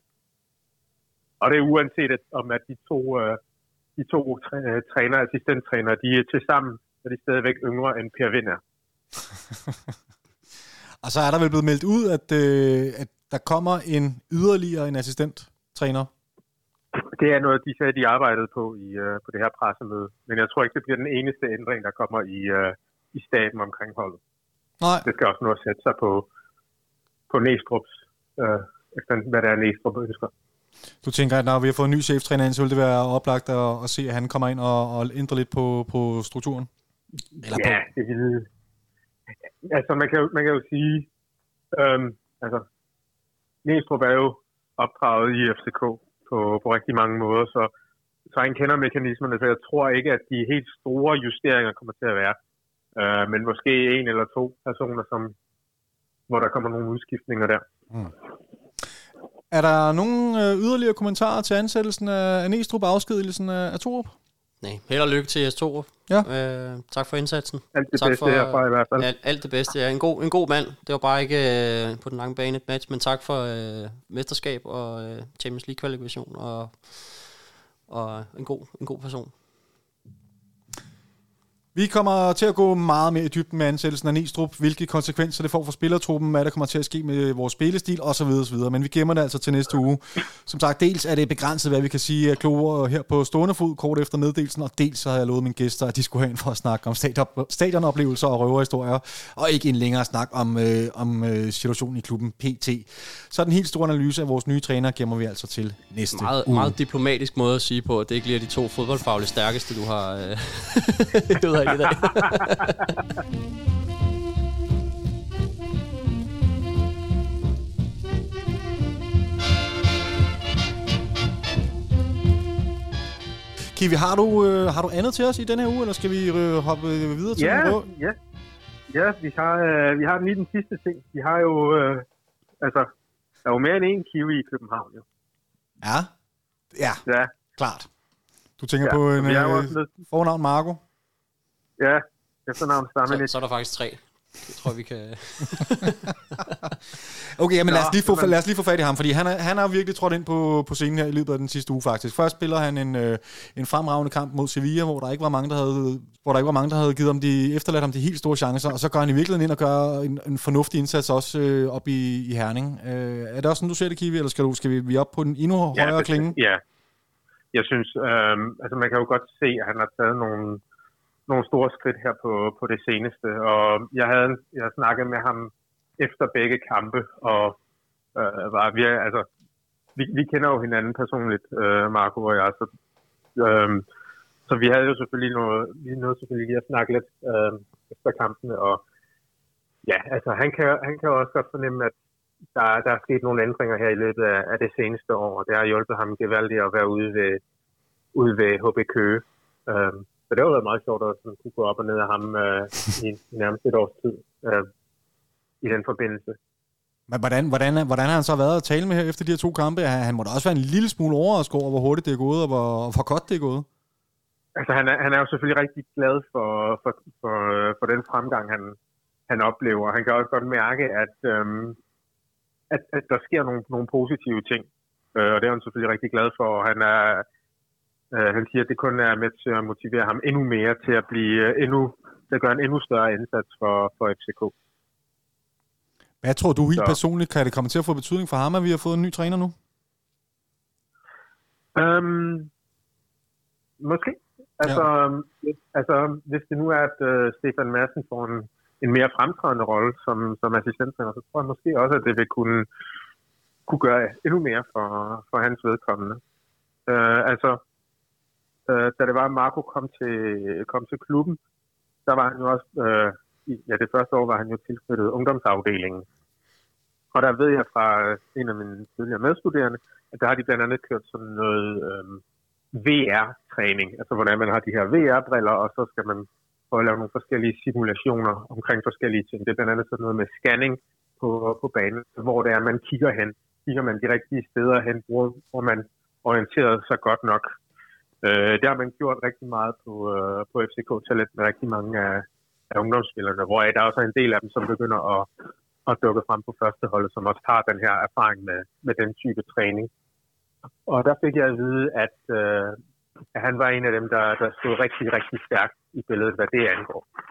Speaker 5: Og det er uanset at, om, at de to, øh, de to træ, træner, assistenttrænere, de er til sammen, så de er stadigvæk yngre end Per Vind er.
Speaker 2: Og så er der vel blevet meldt ud, at, øh, at der kommer en yderligere en assistenttræner?
Speaker 5: Det er noget, de sagde, de arbejdede på i, uh, på det her pressemøde. Men jeg tror ikke, det bliver den eneste ændring, der kommer i, uh, i staben omkring holdet.
Speaker 2: Nej.
Speaker 5: Det skal også nå at sætte sig på, på Næstrup's, uh, efter hvad det er, Næstrup ønsker.
Speaker 2: Du tænker, at når vi har fået en ny cheftræner ind, så vil det være oplagt at, at se, at han kommer ind og, og ændrer lidt på, på strukturen?
Speaker 5: Eller ja, på? Det vil... Altså, man kan, man kan jo sige... Øhm, altså, Næstrup er jo opdraget i F C K på, på rigtig mange måder, så, så han kender mekanismerne, så jeg tror ikke, at de helt store justeringer kommer til at være. Øh, men måske en eller to personer, som, hvor der kommer nogle udskiftninger der.
Speaker 2: Mm. Er der nogle øh, yderligere kommentarer til ansættelsen af, af Næstrup og afskedigelsen af, af Torup?
Speaker 3: Nej, held og lykke til Jes Torup.
Speaker 2: Ja.
Speaker 3: Øh, tak for indsatsen.
Speaker 5: Alt det
Speaker 3: tak
Speaker 5: bedste
Speaker 3: for,
Speaker 5: herfra i hvert fald.
Speaker 3: Alt, alt det bedste, ja. En god, en god mand. Det var bare ikke øh, på den lange bane et match, men tak for øh, mesterskab og øh, Champions League-kvalifikation og, og en, god, en god person.
Speaker 2: Vi kommer til at gå meget mere i dybden med ansættelsen af Næstrup, hvilke konsekvenser det får for spillertruppen, hvad der kommer til at ske med vores spillestil osv. osv. Men vi gemmer det altså til næste uge. Som sagt, dels er det begrænset, hvad vi kan sige af kloge her på stående fod kort efter meddelelsen, og dels så har jeg lovet mine gæster, at de skulle have ind for at snakke om stadionoplevelser og røverhistorier, og ikke en længere snak om, øh, om øh, situationen i klubben P T. Så den helt store analyse af vores nye træner gemmer vi altså til næste
Speaker 3: meget,
Speaker 2: uge.
Speaker 3: Meget diplomatisk måde at sige på, at det ikke lige er de to fodboldfaglige stærkeste, du har øh, ud af i dag.
Speaker 2: Kiwi, har du, øh, har du andet til os i den her uge, eller skal vi øh, hoppe videre til
Speaker 5: ja,
Speaker 2: den rød?
Speaker 5: Ja, ja, vi har, øh, vi har lige den sidste ting. Vi har jo, øh, altså, der er jo mere end en Kiwi i København, jo.
Speaker 2: Ja, ja,
Speaker 5: ja.
Speaker 2: Klart. Du tænker
Speaker 5: ja,
Speaker 2: på en øh,
Speaker 5: med...
Speaker 2: fornavn Marco?
Speaker 5: Ja, efternavn Stammen.
Speaker 3: Så, så er der faktisk tre. Jeg tror, vi kan...
Speaker 2: Okay, men lad os, lige få,
Speaker 5: men...
Speaker 2: lad os lige få fat i ham, fordi han er, han er virkelig trådt ind på, på scenen her i løbet af den sidste uge faktisk. Først spiller han en, øh, en fremragende kamp mod Sevilla, hvor der ikke var mange, der havde, hvor der ikke var mange, der havde givet ham de, efterladt ham de helt store chancer, og så går han i virkeligheden ind og gør en, en fornuftig indsats også øh, op i, i Herning. Øh, er det også sådan, du ser det, Kiwi, eller skal, du, skal vi, vi op på den endnu
Speaker 5: ja,
Speaker 2: højere
Speaker 5: det,
Speaker 2: klinge?
Speaker 5: Ja, jeg synes, øh, altså man kan jo godt se, at han har taget nogle... nogle store skridt her på, på det seneste, og jeg havde jeg havde snakket med ham efter begge kampe, og øh, var, vi, altså, vi, vi kender jo hinanden personligt, øh, Marco og jeg, så, øh, så vi havde jo selvfølgelig noget, vi nåede selvfølgelig lige at snakke lidt øh, efter kampene, og ja, altså han kan, han kan også godt fornemme, at der, der er sket nogle ændringer her i løbet af, af det seneste år, og det har hjulpet ham gevaldigt at være ude ved, ude ved H B Køge. Øh, Så det har været meget sjovt at sådan, kunne gå op og ned af ham øh, i, i nærmest et års tid øh, i den forbindelse.
Speaker 2: Men hvordan, hvordan, hvordan har han så været at tale med her efter de her to kampe? Han må da også være en lille smule overrasket over, hvor hurtigt det er gået, og hvor, hvor godt det er gået.
Speaker 5: Altså, han er, han er jo selvfølgelig rigtig glad for, for, for, for den fremgang, han, han oplever. Han kan også godt mærke, at, øhm, at, at der sker nogle, nogle positive ting. Øh, og det er han selvfølgelig rigtig glad for. Han er... Uh, han siger, at det kun er med til at motivere ham endnu mere til at blive uh, endnu, til at gøre en endnu større indsats for, for F C K.
Speaker 2: Hvad tror du helt
Speaker 5: Så.
Speaker 2: personligt, kan det komme til at få betydning for ham, at vi har fået en ny træner nu?
Speaker 5: Um, måske. Altså, ja. altså, hvis det nu er, at uh, Stefan Madsen får en, en mere fremtrædende rolle som, som assistenttræner, så tror jeg måske også, at det vil kunne, kunne gøre endnu mere for, for hans vedkommende. Uh, altså, Uh, da det var, at Marco kom til, kom til klubben, der var han jo også, uh, i, ja det første år var han jo tilknyttet ungdomsafdelingen. Og der ved jeg fra en af mine tidligere medstuderende, at der har de blandt andet kørt sådan noget um, V R-træning, altså hvordan man har de her V R-briller, og så skal man prøve at lave nogle forskellige simulationer omkring forskellige ting. Det er blandt andet sådan noget med scanning på, på banen, hvor det er, man kigger hen. Kigger man de rigtige steder hen, hvor, hvor man orienterer sig godt nok. Uh, det har man gjort rigtig meget på, uh, på F C K Talent med rigtig mange af, af ungdomsspillerne, hvor der er også en del af dem, som begynder at, at dukke frem på førsteholdet, som også har den her erfaring med, med den type træning. Og der fik jeg at vide, at, uh, at han var en af dem, der, der stod rigtig, rigtig stærkt i billedet, hvad det angår.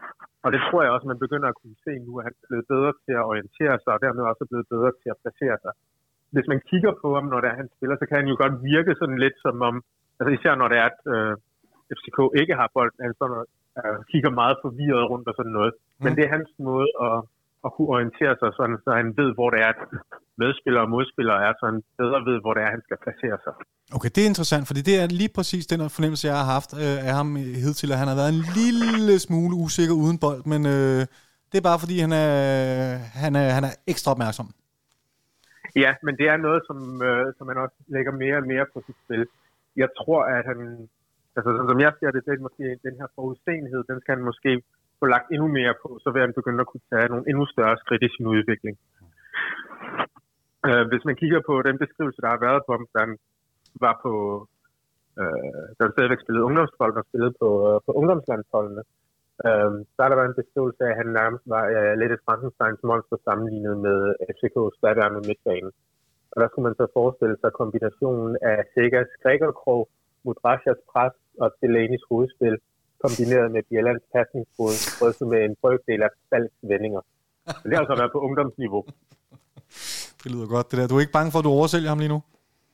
Speaker 5: Og det tror jeg også, man begynder at kunne se nu, at han er blevet bedre til at orientere sig, og dermed også er blevet bedre til at placere sig. Hvis man kigger på ham, når det er, han spiller, så kan han jo godt virke sådan lidt som om, altså især når det er, at øh, F C K ikke har bolden, han sådan, øh, kigger meget forvirret rundt og sådan noget. Mm. Men det er hans måde at, at kunne orientere sig sådan, så han ved, hvor det er, at medspillere og modspillere er, så han bedre ved, hvor det er, han skal placere sig.
Speaker 2: Okay, det er interessant, fordi det er lige præcis den fornemmelse, jeg har haft øh, af ham hidtil, at han har været en lille smule usikker uden bold, men øh, det er bare fordi, han er, han er, han er ekstra opmærksom.
Speaker 5: Ja, men det er noget, som, øh, som man også lægger mere og mere på sit spil. Jeg tror, at han, altså sådan som jeg ser det, det er måske den her forudsenhed, den skal han måske få lagt endnu mere på, så vil han begynde at kunne tage nogle endnu større skridt i sin udvikling. Uh, hvis man kigger på den beskrivelse, der har været på ham, da han var på, uh, da han stadigvæk spillede ungdomsbold og spillede på, uh, på ungdomslandsholdene, uh, så har der været en beskrivelse af, at han nærmest var uh, lidt et Frankensteins monster sammenlignet med F C K's daværende midtbane. Og der skulle man så forestille sig kombinationen af Segas grækkerkrog, Mudrasjas pres og Delaney's hovedspil, kombineret med Bjellands pasningsfod, brystet med en brøkdel af Falks vendinger. Men det har altså været på ungdomsniveau.
Speaker 2: Det lyder godt, det der. Du er ikke bange for, at du oversælger ham lige nu?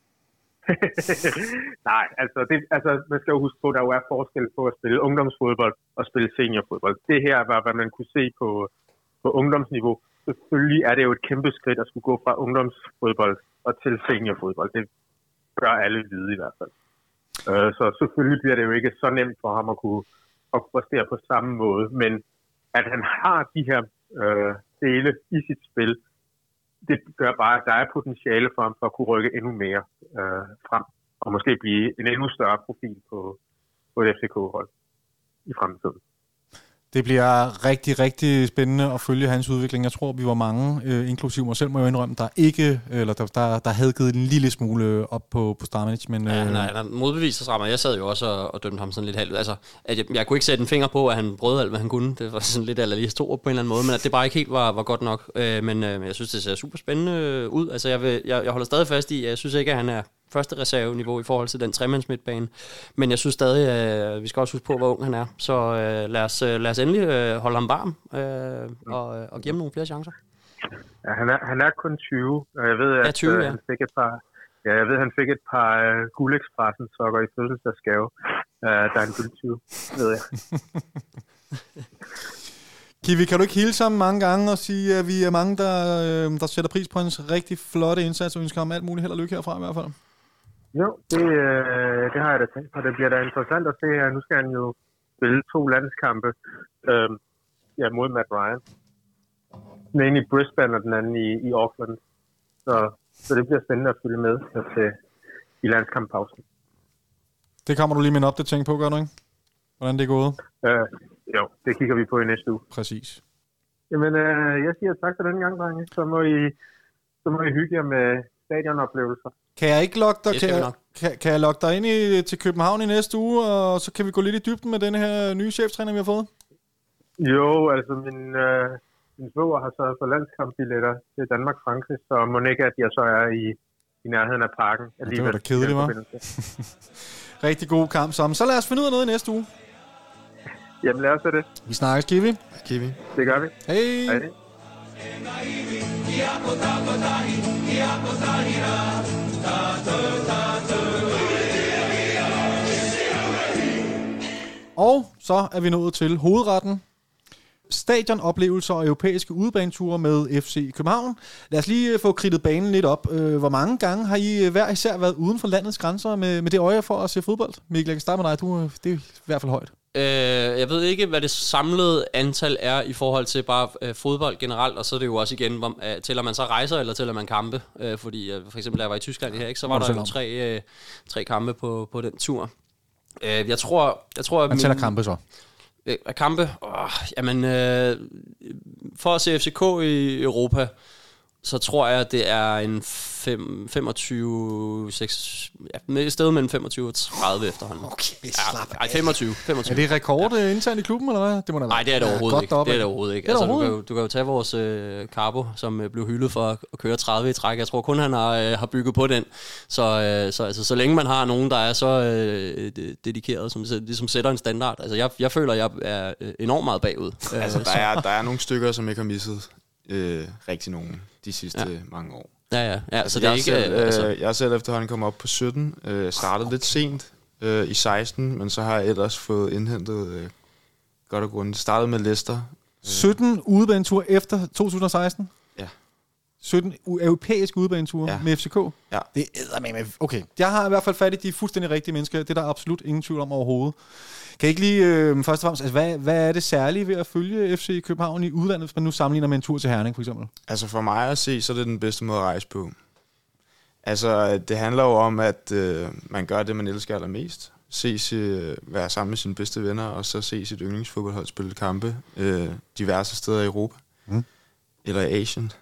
Speaker 5: Nej, altså, det, altså man skal jo huske på, at der jo er forskel på at spille ungdomsfodbold og spille seniorfodbold. Det her var, hvad man kunne se på, på ungdomsniveau. Selvfølgelig er det jo et kæmpe skridt at skulle gå fra ungdomsfodbold og til seniorfodbold. Det gør alle vide i hvert fald. Uh, så selvfølgelig bliver det jo ikke så nemt for ham at kunne, at kunne præstere på samme måde, men at han har de her uh, dele i sit spil, det gør bare, at der er potentiale for ham for at kunne rykke endnu mere uh, frem, og måske blive en endnu større profil på, på et F C K-hold i fremtiden.
Speaker 2: Det bliver rigtig, rigtig spændende at følge hans udvikling. Jeg tror, vi var mange, øh, inklusive mig selv, må jeg indrømme, der ikke, eller der, der, der havde givet en lille smule op på, på Stramanic, men... Øh...
Speaker 3: Ja, nej, han har modbevist sig. Jeg sad jo også og, og dømte ham sådan lidt halvt. Altså, at jeg, jeg kunne ikke sætte en finger på, at han brød alt, hvad han kunne. Det var sådan lidt allerede stor på en eller anden måde, men at det bare ikke helt var, var godt nok. Øh, men øh, jeg synes, det ser super spændende ud. Altså, jeg, vil, jeg, jeg holder stadig fast i, jeg synes ikke, at han er første reserveniveau i forhold til den tremandsmidtbane. Men jeg synes stadig, at øh, vi skal også huske på, hvor ung han er. Så øh, lad, os, øh, lad os endelig øh, holde ham varm øh, og, og give ham nogle flere chancer.
Speaker 5: Ja, han er, han er kun tyve, og jeg ved, at ja, tyve, ja. han fik et par, ja, jeg ved, han fik et par uh, Gullekspressen sokker i fødselsdagsgave, uh, da han fyldte tyve, ved jeg.
Speaker 2: Kiwi, kan du ikke hilse ham mange gange og sige, at vi er mange, der, øh, der sætter pris på hans rigtig flotte indsats, og ønsker ham alt muligt held og lykke herfra i hvert fald?
Speaker 5: Jo, det, øh, det har jeg da tænkt på. Det bliver da interessant at se her. Nu skal han jo spille to landskampe øh, ja, mod Matt Ryan. Den ene i Brisbane og den anden i, i Auckland. Så, så det bliver spændende at følge med til, i landskamppausen.
Speaker 2: Det kommer du lige med en opdatering på, gør du ikke? Hvordan det er gået?
Speaker 5: Øh, jo, det kigger vi på i næste uge.
Speaker 2: Præcis.
Speaker 5: Jamen, øh, jeg siger tak for den gang, drenge. Så må I, så må I hygge jer med stadionoplevelser.
Speaker 2: Kan jeg ikke logge dig, kan jeg, kan, kan jeg logge dig ind i, til København i næste uge, og så kan vi gå lidt i dybden med den her nye cheftræner, vi har fået?
Speaker 5: Jo, altså min, øh, min svoger har sørget for landskampbilletter til Danmark-Frankrig, så må ikke, at jeg så er i, i nærheden af parken.
Speaker 2: Ja, det var da kedeligt, hva'? Rigtig god kamp sammen. Så lad os finde ud af noget i næste uge.
Speaker 5: Jamen lad os det.
Speaker 2: Vi snakkes, Kiwi.
Speaker 4: Kiwi.
Speaker 5: Det gør vi.
Speaker 2: Hej.
Speaker 5: Hej.
Speaker 2: Og så er vi nået til hovedretten. Stadionoplevelser og europæiske udebaneture med F C København. Lad os lige få kridtet banen lidt op. Hvor mange gange har I hver især været uden for landets grænser med, med det øje for at se fodbold? Mikkel, jeg kan starte med dig. Du, det er i hvert fald højt.
Speaker 3: Øh, jeg ved ikke, hvad det samlede antal er i forhold til bare øh, fodbold generelt, og så er det jo også igen, hvor, øh, tæller man så rejser, eller tæller man kampe? Øh, fordi øh, for eksempel, da jeg var i Tyskland her, ikke, så var der jo tre, øh, tre kampe på, på den tur. Øh, jeg tror... Jeg tror
Speaker 2: man tæller kampe så?
Speaker 3: Øh, kampe? Oh, jamen, øh, for at se F C K i Europa, så tror jeg, det er en fem, femogtyve, seks, ja, et sted mellem femogtyve og tredive efterhånden.
Speaker 2: Okay,
Speaker 3: slap ja, ej, femogtyve, femogtyve.
Speaker 2: Er det rekord ja. internt i klubben, eller hvad? Det må da være.
Speaker 3: Nej, det er det overhovedet
Speaker 2: ja,
Speaker 3: ikke. Det er det overhovedet ikke.
Speaker 2: Det
Speaker 3: Altså,
Speaker 2: overhovedet?
Speaker 3: Du, kan jo, du kan jo tage vores øh, Carbo, som øh, blev hyldet for at, at køre tredive i træk. Jeg tror kun, han har, øh, har bygget på den. Så, øh, så, altså, så længe man har nogen, der er så øh, dedikeret, som ligesom sætter en standard. Altså, jeg, jeg føler, jeg er enormt meget bagud.
Speaker 4: Altså, der er, der er nogle stykker, som ikke har misset øh, rigtig nogen de sidste
Speaker 3: ja.
Speaker 4: mange år.
Speaker 3: Ja, ja. ja
Speaker 4: altså,
Speaker 3: så det er
Speaker 4: jeg,
Speaker 3: ikke,
Speaker 4: selv, øh,
Speaker 3: altså...
Speaker 4: jeg er selv efterhånden kommet op på sytten. Øh, startede lidt sent øh, i seksten, men så har jeg ellers fået indhentet øh, godt og grundigt. Startede med Leicester.
Speaker 2: sytten udebaneture efter to tusind og seksten?
Speaker 4: Ja.
Speaker 2: sytten europæiske udebaneture ja. med F C K?
Speaker 4: Ja.
Speaker 2: Det er med. Okay. Jeg har i hvert fald fat i de fuldstændig rigtige mennesker. Det er der absolut ingen tvivl om overhovedet. Kan jeg ikke lige øh, først og fremmest, altså, hvad, hvad er det særlige ved at følge F C København i udlandet, hvis man nu sammenligner med en tur til Herning, for eksempel?
Speaker 4: Altså for mig at se, så er det den bedste måde at rejse på. Altså, det handler jo om, at øh, man gør det, man elsker allermest. Se sig, være sammen med sine bedste venner, og så se sit yndlingsfodboldhold spille kampe øh, diverse steder i Europa. Mm. Eller i Asien.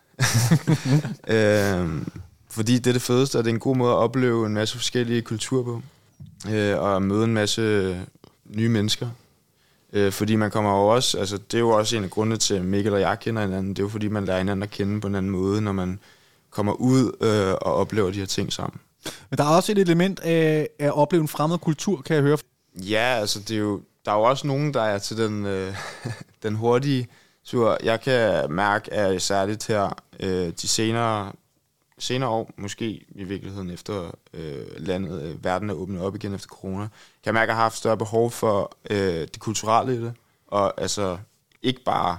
Speaker 4: øh, fordi det er det fedeste, og det er en god måde at opleve en masse forskellige kulturer på. Øh, og møde en masse nye mennesker. Øh, fordi man kommer jo også, altså det er jo også en af grundene til, at Mikkel og jeg kender hinanden. Det er jo fordi, man lærer hinanden at kende på en anden måde, når man kommer ud øh, og oplever de her ting sammen.
Speaker 2: Men der er også et element af at opleve en fremmed kultur, kan jeg høre.
Speaker 4: Ja, altså det er jo, der er jo også nogen, der er til den, øh, den hurtige tur. Jeg kan mærke, at særligt her øh, de senere, senere år, måske i virkeligheden efter øh, landet, øh, verden er åbnet op igen efter corona, kan jeg mærke, at jeg har haft større behov for øh, det kulturelle i det. Og altså ikke bare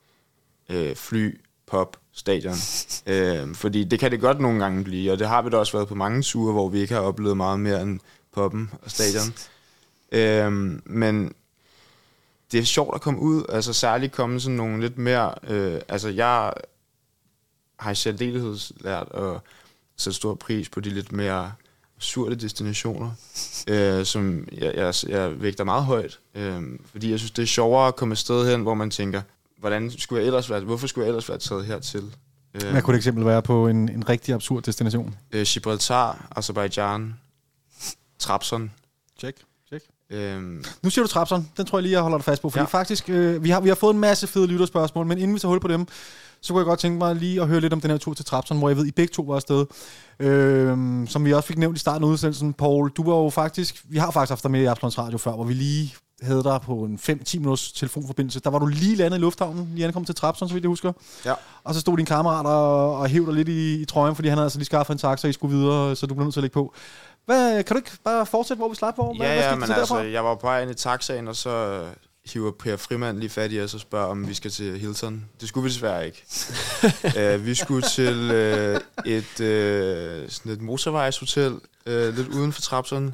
Speaker 4: øh, fly, pop, stadion. øh, fordi det kan det godt nogle gange blive, og det har vi da også været på mange ture, hvor vi ikke har oplevet meget mere end poppen og stadion. øh, men det er sjovt at komme ud, altså særligt komme sådan nogle lidt mere, øh, altså jeg har i særdelighed lært at sætte stor pris på de lidt mere absurde destinationer, øh, som jeg, jeg, jeg vægter meget højt, øh, fordi jeg synes, det er sjovere at komme et sted hen, hvor man tænker, hvordan skulle jeg ellers være, hvorfor skulle jeg ellers være taget hertil? Øh,
Speaker 2: Hvad kunne det eksempel være på en, en rigtig absurd destination?
Speaker 4: Øh, Gibraltar, Azerbaijan, Trabzon.
Speaker 2: Check.
Speaker 4: Øhm.
Speaker 2: Nu siger du Trabzon, den tror jeg lige, jeg holder dig fast på, fordi ja. faktisk, øh, vi, har, vi har fået en masse fede lytterspørgsmål, men inden vi tager hul på dem, så kunne jeg godt tænke mig lige at høre lidt om den her tur til Trabzon, hvor jeg ved, I begge to var afsted. Øh, som vi også fik nævnt i starten af udsendelsen, Paul, du var jo faktisk, vi har faktisk haft dig med i Absalons Radio før, hvor vi lige havde dig på en fem til ti minutters telefonforbindelse. Der var du lige landet i lufthavnen, lige ankom til Trabzon, så vidt jeg husker. Ja. Og så stod din kammerat og, og hævde dig lidt i, i trøjen, fordi han havde altså lige skaffet en taxa, og I skulle videre, så du blev nødt til at lægge på. Hvad, kan du ikke bare fortsætte, hvor vi slap? Hvor? Hvad,
Speaker 4: ja,
Speaker 2: hvad
Speaker 4: ja, men altså,
Speaker 2: derfra?
Speaker 4: jeg var på vej ind i taxaen, og så hiver Per Frimand lige fat i os og spørger, om vi skal til Hilton. Det skulle vi desværre ikke. uh, vi skulle til uh, et, uh, sådan et motorvejshotel, uh, lidt uden for Trabzon.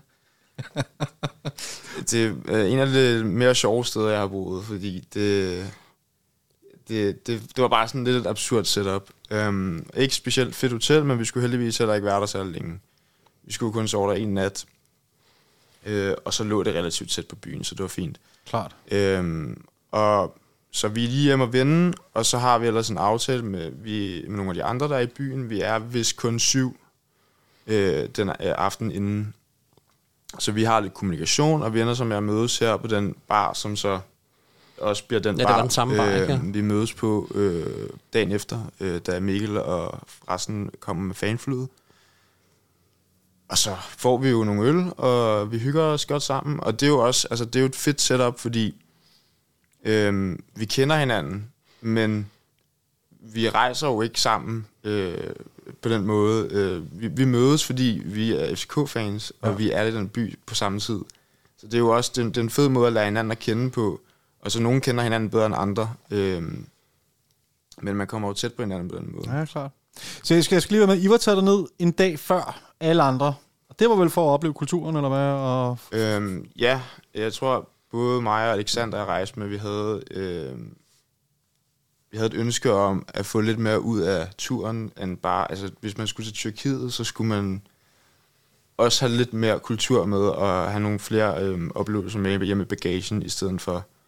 Speaker 4: Det er uh, en af de mere sjove steder, jeg har boet, fordi det, det, det, det var bare sådan lidt et absurd setup. Um, ikke specielt fedt hotel, men vi skulle heldigvis heller ikke være der så længe. Vi skulle kun sove der en nat, øh, og så lå det relativt tæt på byen, så det var fint.
Speaker 2: Klart.
Speaker 4: Øhm, og så vi er lige hjemme og vende, og så har vi ellers en aftale med, vi, med nogle af de andre, der er i byen. Vi er vist kun syv øh, den øh, aften inden. Så vi har lidt kommunikation, og vi ender som jeg mødes her på den bar, som så også bliver den
Speaker 3: ja,
Speaker 4: bar,
Speaker 3: det var den samme bar,
Speaker 4: øh,
Speaker 3: ikke?
Speaker 4: vi mødes på øh, dagen efter, øh, da Mikkel og resten kommer med fanflyet. Og så får vi jo nogle øl, og vi hygger os godt sammen. Og det er jo også, altså det er jo et fedt setup, fordi øhm, vi kender hinanden, men vi rejser jo ikke sammen øh, på den måde. Øh, vi, vi mødes, fordi vi er F C K-fans, og ja. vi er i den by på samme tid. Så det er jo også den, den fede måde at lære hinanden at kende på. Og så nogen kender hinanden bedre end andre. Øh, men man kommer jo tæt på hinanden på den måde.
Speaker 2: Ja, klart. Så jeg skal, jeg skal lige være med, I var taget ned en dag før alle andre. Og det var vel for at opleve kulturen, eller hvad? Og...
Speaker 4: Øhm, ja, jeg tror, både mig og Alexander, jeg rejste med, vi havde, øh, vi havde et ønske om at få lidt mere ud af turen, end bare, altså hvis man skulle til Tyrkiet, så skulle man også have lidt mere kultur med, og have nogle flere øh, oplevelser med hjemme i bagagen, i stedet for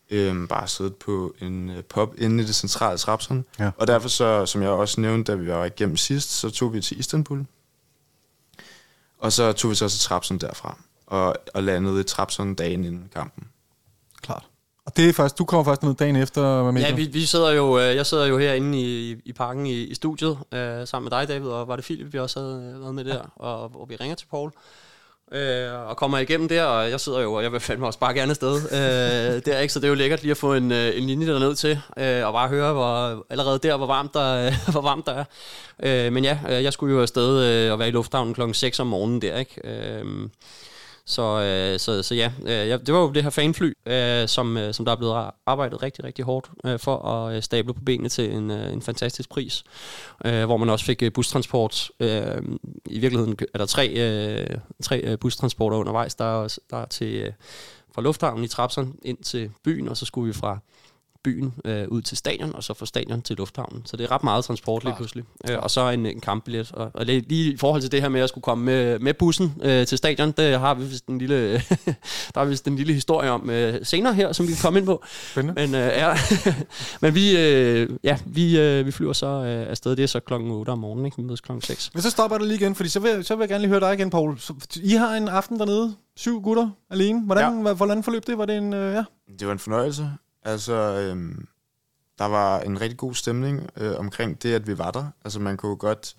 Speaker 4: øh, bare siddet på en øh, pub inde i det centrale Trabzon.
Speaker 2: Ja.
Speaker 4: Og derfor så, som jeg også nævnte, da vi var igennem sidst, så tog vi til Istanbul. Og så tog vi så til Trabzon derfra, og, og landede i Trabzon dagen inden kampen.
Speaker 2: Klart. Og det er først, du kommer først ned dagen efter med
Speaker 3: Ja, vi, vi sidder jo, jeg sidder jo herinde i, i parken i, i studiet, øh, sammen med dig, David, og var det Philip, vi også havde været med der, og, og vi ringer til Paul, øh, og kommer igennem der, og jeg sidder jo, og jeg vil fandme også bare gerne afsted, øh, der, ikke? Så det er jo lækkert lige at få en, en linje derned til, øh, og bare høre, hvor, allerede der, hvor varmt der, hvor varmt der er. Øh, men ja, jeg skulle jo afsted øh, og være i lufthavnen klokken seks om morgenen der, ikke? Øh, Så, øh, så, så ja, øh, det var jo det her fanfly, øh, som, øh, som der er blevet arbejdet rigtig, rigtig hårdt øh, for at øh, stable på benene til en, øh, en fantastisk pris, øh, hvor man også fik øh, bustransport. Øh, I virkeligheden er der tre, øh, tre øh, bustransporter undervejs, der er, der er til, øh, fra lufthavnen i Trabzon ind til byen, og så skulle vi fra byen øh, ud til stadion, og så fra stadion til lufthavnen. Så det er ret meget transport lige pludselig. Øh, og så en, en kampbillet. Og, og lige i forhold til det her med at skulle komme med, med bussen øh, til stadion, det har vi vist en lille, der har vi vist en lille historie om øh, senere her, som vi kan komme ind på.
Speaker 2: Spændende.
Speaker 3: Men, øh, ja, men vi, øh, ja, vi, øh, vi flyver så øh, afsted. Det er så klokken otte om morgenen, ikke? Vi mødes klokken seks.
Speaker 2: Men så stopper det lige igen, fordi så vil, så vil jeg gerne lige høre dig igen, Paul. Så, I har en aften dernede, syv gutter alene. Hvordan, ja. hvordan forløb det? Var det en, øh, ja?
Speaker 4: Det var en fornøjelse. Altså, øhm, der var en rigtig god stemning øh, omkring det, at vi var der. Altså, man kunne godt...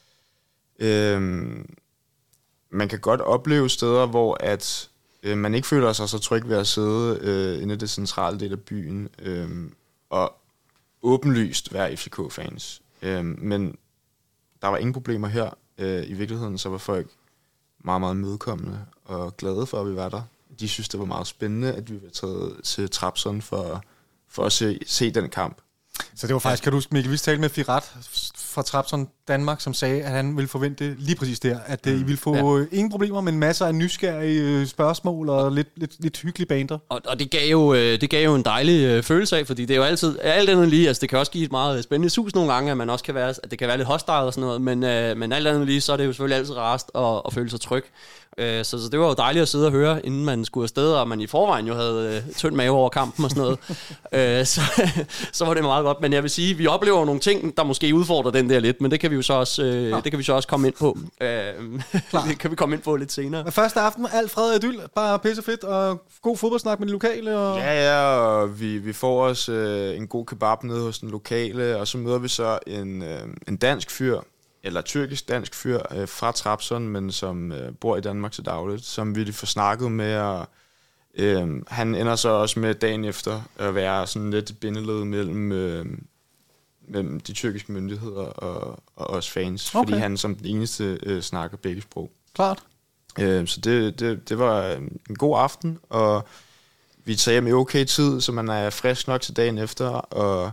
Speaker 4: Øhm, man kan godt opleve steder, hvor at øh, man ikke føler sig så tryg ved at sidde øh, inde i det centrale del af byen øh, og åbenlyst være F C K-fans. Øh, men der var ingen problemer her. Øh, I virkeligheden så var folk meget, meget medkommende og glade for, at vi var der. De synes, det var meget spændende, at vi var taget til Trabzon for, for at se, se den kamp.
Speaker 2: Så det var faktisk, kan du huske, Mikkel, vi talte med Firat fra Trabzon Danmark, som sagde, at han ville forvente lige præcis der, at mm. I ville få ja. ingen problemer, men masser af nysgerrige spørgsmål og lidt, lidt, lidt hyggelige bander. Og,
Speaker 3: og det, gav jo, det gav jo en dejlig øh, følelse af, fordi det er jo altid, alt andet lige, altså det kan også give et meget spændende sus nogle gange, at man også kan være, at det kan være lidt hostile og sådan noget, men, øh, men alt andet lige, så er det jo selvfølgelig altid rarest at, at føle sig tryg. Så, så det var jo dejligt at sidde og høre, inden man skulle afsted, og man i forvejen jo havde øh, tynd mave over kampen og sådan noget. øh, så, så var det meget godt. Men jeg vil sige, vi oplever nogle ting, der måske udfordrer den der lidt, men det kan vi jo så også, øh, det kan vi så også komme ind på. Øh, det kan vi komme ind på lidt senere.
Speaker 2: Men første aften, alt fred og idyll, bare pisse fedt, og god fodboldsnak med de lokale. Og...
Speaker 4: Ja, ja, og vi, vi får også øh, en god kebab nede hos den lokale, og så møder vi så en, øh, en dansk fyr, eller tyrkisk-dansk fyr øh, fra Trabzon, men som øh, bor i Danmark til dagligt, som vi får snakket med, og øh, han ender så også med dagen efter at være sådan lidt et bindeled mellem, øh, mellem de tyrkiske myndigheder og, og os fans, okay. Fordi han som den eneste øh, snakker begge sprog.
Speaker 2: Klart.
Speaker 4: Øh, så det, det, det var en god aften, og vi tager hjem i okay tid, så man er frisk nok til dagen efter, og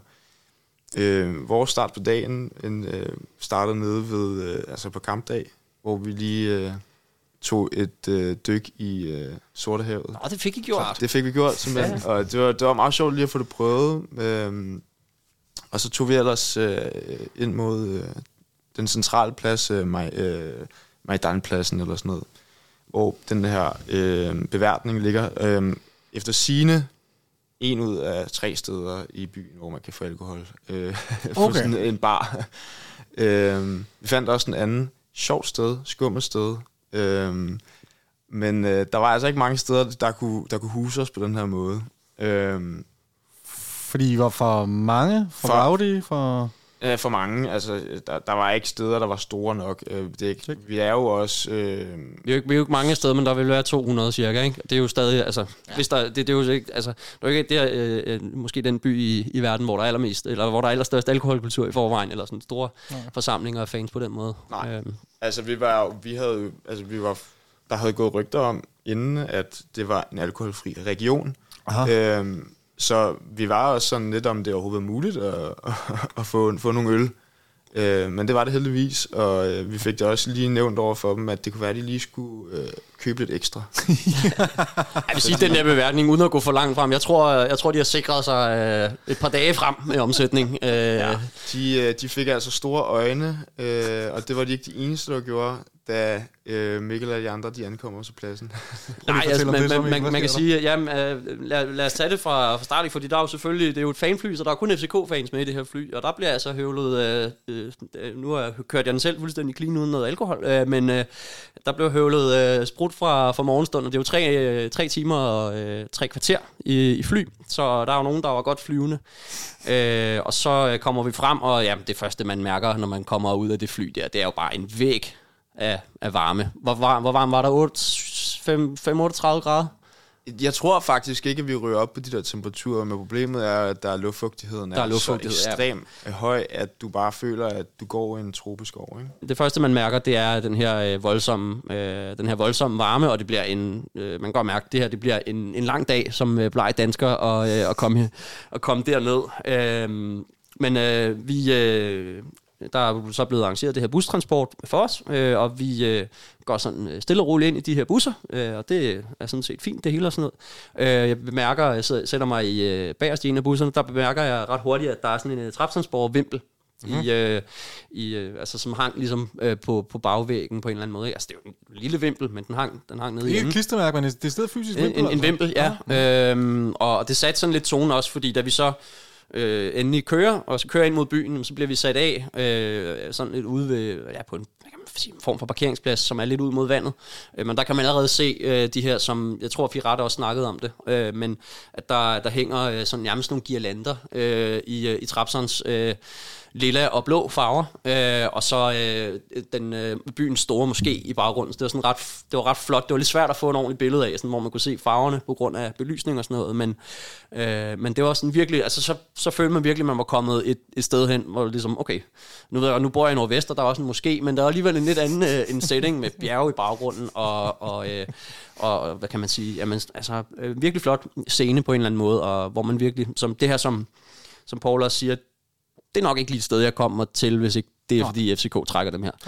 Speaker 4: Øh, vores start på dagen en, øh, startede nede ved, øh, altså på kampdag, hvor vi lige øh, tog et øh, dyk i øh, Sortehavet.
Speaker 3: Nå, det fik I gjort.
Speaker 4: Det fik vi gjort, simpelthen. Ja. Og det var, det var meget sjovt lige at få det prøvet. Øh, og så tog vi ellers øh, ind mod øh, den centrale plads, øh, Maj, øh, Majdanpladsen eller sådan noget, hvor den her øh, beværtning ligger. Øh, efter sigende en ud af tre steder i byen, hvor man kan få alkohol. Øh, på okay. Sådan en bar. øh, vi fandt også en anden sjovt sted, skummelt sted. Øh, men øh, der var altså ikke mange steder, der kunne, der kunne huse os på den her måde. Øh,
Speaker 2: Fordi I var for mange? For, for rowdy? For...
Speaker 4: Øh, for mange. Altså, der, der var ikke steder, der var store nok. Øh, det, vi er jo også... Øh...
Speaker 3: Vi, er jo, vi er jo ikke mange steder, men der vil være to hundrede cirka, ikke? Det er jo stadig... Altså, ja. hvis der, det, det er jo ikke... Altså, det er jo ikke det er, øh, måske den by i, i verden, hvor der er allermest... Eller hvor der er allerstørst alkoholkultur i forvejen, eller sådan store ja. forsamlinger af fans på den måde.
Speaker 4: Nej.
Speaker 3: Øhm.
Speaker 4: Altså, vi var vi havde... Altså, vi var... Der havde gået rygter om, inden at det var en alkoholfri region. Øhm, Så vi var også sådan lidt om det overhovedet var muligt at, at, at få, få nogle øl. Øh, men det var det heldigvis, og øh, vi fik det også lige nævnt over for dem, at det kunne være, at de lige skulle øh, købe lidt ekstra.
Speaker 3: Jeg vil sige, den der beværtning, uden at gå for langt frem, jeg tror, jeg tror de har sikret sig øh, et par dage frem med omsætning. Øh.
Speaker 4: Ja, de, de fik altså store øjne, øh, og det var de ikke de eneste, der gjorde. da øh, Mikkel og de andre, de ankommer til pladsen.
Speaker 3: Nej, altså, man, man, man, man kan sige, jamen, øh, lad, lad os tage det fra, fra start, fordi der er jo selvfølgelig, det er jo et fanfly, så der er kun F C K-fans med i det her fly, og der bliver altså høvlet, øh, øh, nu har jeg kørt jeg den selv fuldstændig clean uden noget alkohol, øh, men øh, der blev høvlet øh, sprut fra, fra morgenstunden, og det er jo tre, øh, tre timer og øh, tre kvarter i, i fly, så der er jo nogen, der var godt flyvende. Øh, og så kommer vi frem, og ja, det første, man mærker, når man kommer ud af det fly der, det er jo bare en væg af, af varme. Hvor, var, hvor varm var der? fem otteogtredive grader?
Speaker 4: Jeg tror faktisk ikke, at vi ryger op på de der temperaturer, men problemet er, at der er luftfugtigheden
Speaker 3: der er,
Speaker 4: er
Speaker 3: luftfugtighed,
Speaker 4: så ekstremt ja. høj, at du bare føler, at du går i en tropiskov. Ikke?
Speaker 3: Det første, man mærker, det er den her øh, voldsomme, øh, den her voldsomme varme, og det bliver en, øh, man kan godt mærke, det her det bliver en, en lang dag som øh, bleg dansker og øh, at komme at komme derned. Øh, men øh, vi øh, der er så blevet arrangeret det her bustransport for os, øh, og vi øh, går sådan stille og roligt ind i de her busser, øh, og det er sådan set fint, det hele og sådan noget. Øh, jeg bemærker, jeg sætter mig i øh, bagerst i en af busserne, der bemærker jeg ret hurtigt, at der er sådan en uh, traptransport-vimpel, mm-hmm. i, øh, i, øh, altså, som hang ligesom øh, på, på bagvæggen på en eller anden måde. Altså, det er jo en lille vimpel, men den hang, den hang nede i.
Speaker 2: Det er ikke et klistermærke, men det er stadig fysisk vimpel.
Speaker 3: En, en, en vimpel, ja. ja. Øhm, og det satte sådan lidt tone også, fordi da vi så øh, endelig kører, og så kører ind mod byen, så bliver vi sat af øh, sådan lidt ude ved, ja, på en, hvad kan man sige, en form for parkeringsplads, som er lidt ud mod vandet. Øh, men der kan man allerede se øh, de her, som jeg tror, Firat også snakkede om det, øh, men at der, der hænger øh, sådan nærmest nogle girlander øh, i, i Trabzons øh, lilla og blå farver, øh, og så øh, den øh, byens store moské i baggrunden. Så det var sådan ret, det var ret flot. Det var lidt svært at få et ordentligt billede af, sådan, hvor man kunne se farverne på grund af belysning og sådan noget, men, øh, men det var sådan virkelig, altså så, så følte man virkelig, at man var kommet et, et sted hen, hvor det ligesom, okay, nu, ved jeg, nu bor jeg i Nordvest, og der er også en moské, men der er alligevel en lidt anden øh, en setting med bjerge i baggrunden, og, og, øh, og hvad kan man sige, jamen, altså øh, virkelig flot scene på en eller anden måde, og hvor man virkelig, som det her, som, som Paul også siger, det er nok ikke lige et sted, jeg kommer til, hvis ikke det er, Nå. fordi F C K trækker dem her.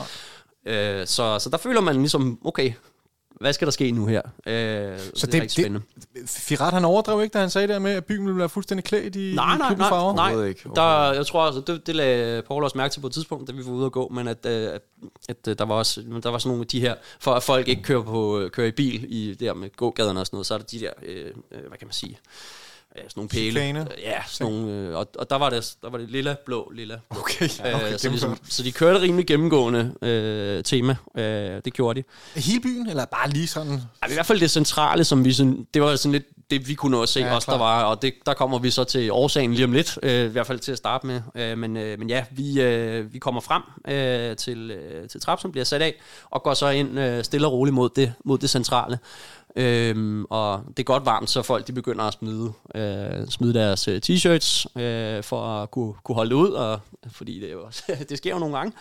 Speaker 3: Øh, så, så der føler man ligesom, okay, hvad skal der ske nu her? Øh,
Speaker 2: så
Speaker 3: det,
Speaker 2: det
Speaker 3: er rigtig spændende.
Speaker 2: Det, Firat, han overdrev ikke, da han sagde der med, at byen ville være fuldstændig klædt i,
Speaker 3: nej,
Speaker 2: i
Speaker 3: nej,
Speaker 2: klubbens farver?
Speaker 3: Nej, nej. Ikke. Der, jeg tror også, det, det lagde Paul også mærke til på et tidspunkt, da vi var ude at gå, men at, at, at der var også der var sådan nogle af de her, for at folk ikke kører, på, kører i bil i, der med gågaderne og sådan noget, så er der de der, øh, hvad kan man sige, ja, sådan nogle pæle. Chikane. Ja, sådan nogle, øh, og, og der var det, der var det lilla, blå, lilla.
Speaker 2: Okay, ja, okay.
Speaker 3: Øh, så, ligesom, så de kørte rimelig gennemgående øh, tema. Øh, det gjorde de.
Speaker 2: Hele byen, eller bare lige sådan?
Speaker 3: Ja, i hvert fald det centrale, som vi sådan, det var sådan lidt det, vi kunne også se, ja, også der var, og det, der kommer vi så til årsagen lige om lidt, øh, i hvert fald til at starte med. Øh, men, øh, men ja, vi, øh, vi kommer frem øh, til, øh, til Trabzon, bliver sat af, og går så ind øh, stille og roligt mod det, mod det centrale. Øhm, og det er godt varmt, så folk de begynder at smide, øh, smide deres øh, t-shirts øh, for at kunne, kunne holde det ud, og, fordi det, er jo også, det sker jo nogle gange.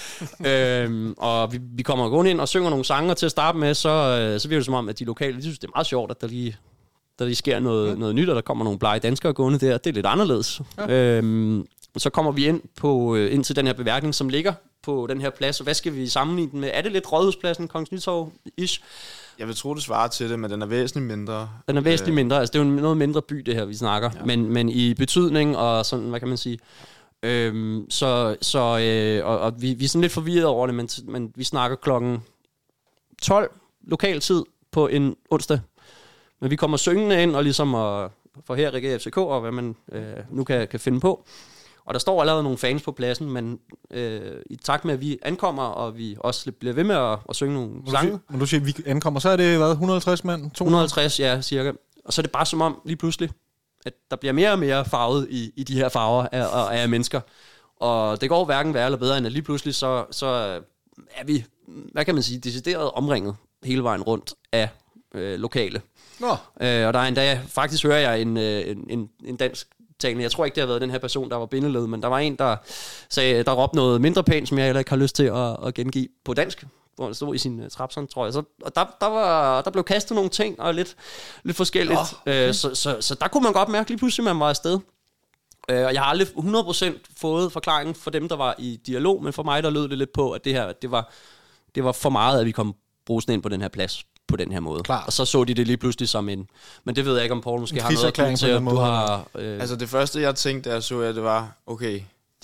Speaker 3: øhm, og vi, vi kommer gående ind og synger nogle sange, og til at starte med, så, øh, så virker det som om, at de lokale, de synes, det er meget sjovt, at der lige, der lige sker noget, ja. noget nyt, og der kommer nogle blege danskere gående der. Det er lidt anderledes. Ja. Øhm, så kommer vi ind, på, ind til den her beværkning, som ligger på den her plads, og hvad skal vi sammenligne den med? Er det lidt Rådhuspladsen, Kongens Nytorv-ish?
Speaker 4: Jeg vil tro, det svarer til det, men den er væsentligt mindre.
Speaker 3: Den er væsentligt øh. mindre. Altså, det er jo en noget mindre by, det her, vi snakker. Ja. Men, men i betydning og sådan, hvad kan man sige. Øhm, så så øh, og, og vi, vi er sådan lidt forvirret over det, men, men vi snakker klokken tolv lokal tid på en onsdag. Men vi kommer syngende ind og ligesom at forherige F C K og hvad man øh, nu kan, kan finde på. Og der står allerede nogle fans på pladsen, men øh, i takt med, at vi ankommer, og vi også bliver ved med at, at synge nogle sange.
Speaker 2: Når du siger, at vi ankommer, så er det hvad, et hundrede og halvtreds mand? to hundrede?
Speaker 3: et hundrede og halvtreds, ja, cirka. Og så er det bare som om, lige pludselig, at der bliver mere og mere farvet i, i de her farver af, af mennesker. Og det går hverken værre eller bedre, end at lige pludselig, så, så er vi, hvad kan man sige, decideret omringet hele vejen rundt af øh, lokale. Nå. Øh, og der er endda, faktisk hører jeg en, en, en, en dansk talende. Jeg tror ikke, det har været den her person, der var bindeled, men der var en, der sagde, der råbte noget mindre pænt, som jeg heller ikke har lyst til at, at gengive på dansk, hvor det stod i sin uh, Trabzon, tror jeg. Så, og der, der, var, der blev kastet nogle ting, og lidt, lidt forskelligt. Oh, okay. øh, så, så, så der kunne man godt mærke lige pludselig, man var afsted. Øh, og jeg har aldrig hundrede procent fået forklaringen for dem, der var i dialog, men for mig, der lød det lidt på, at det her, det var, det var for meget, at vi kom brusende ind på den her plads på den her måde. Klar. Og så så de det lige pludselig som en... Men det ved jeg ikke, om Paul måske har noget at til, at du har...
Speaker 4: Øh... Altså det første, jeg tænkte, da jeg så, at det var, okay,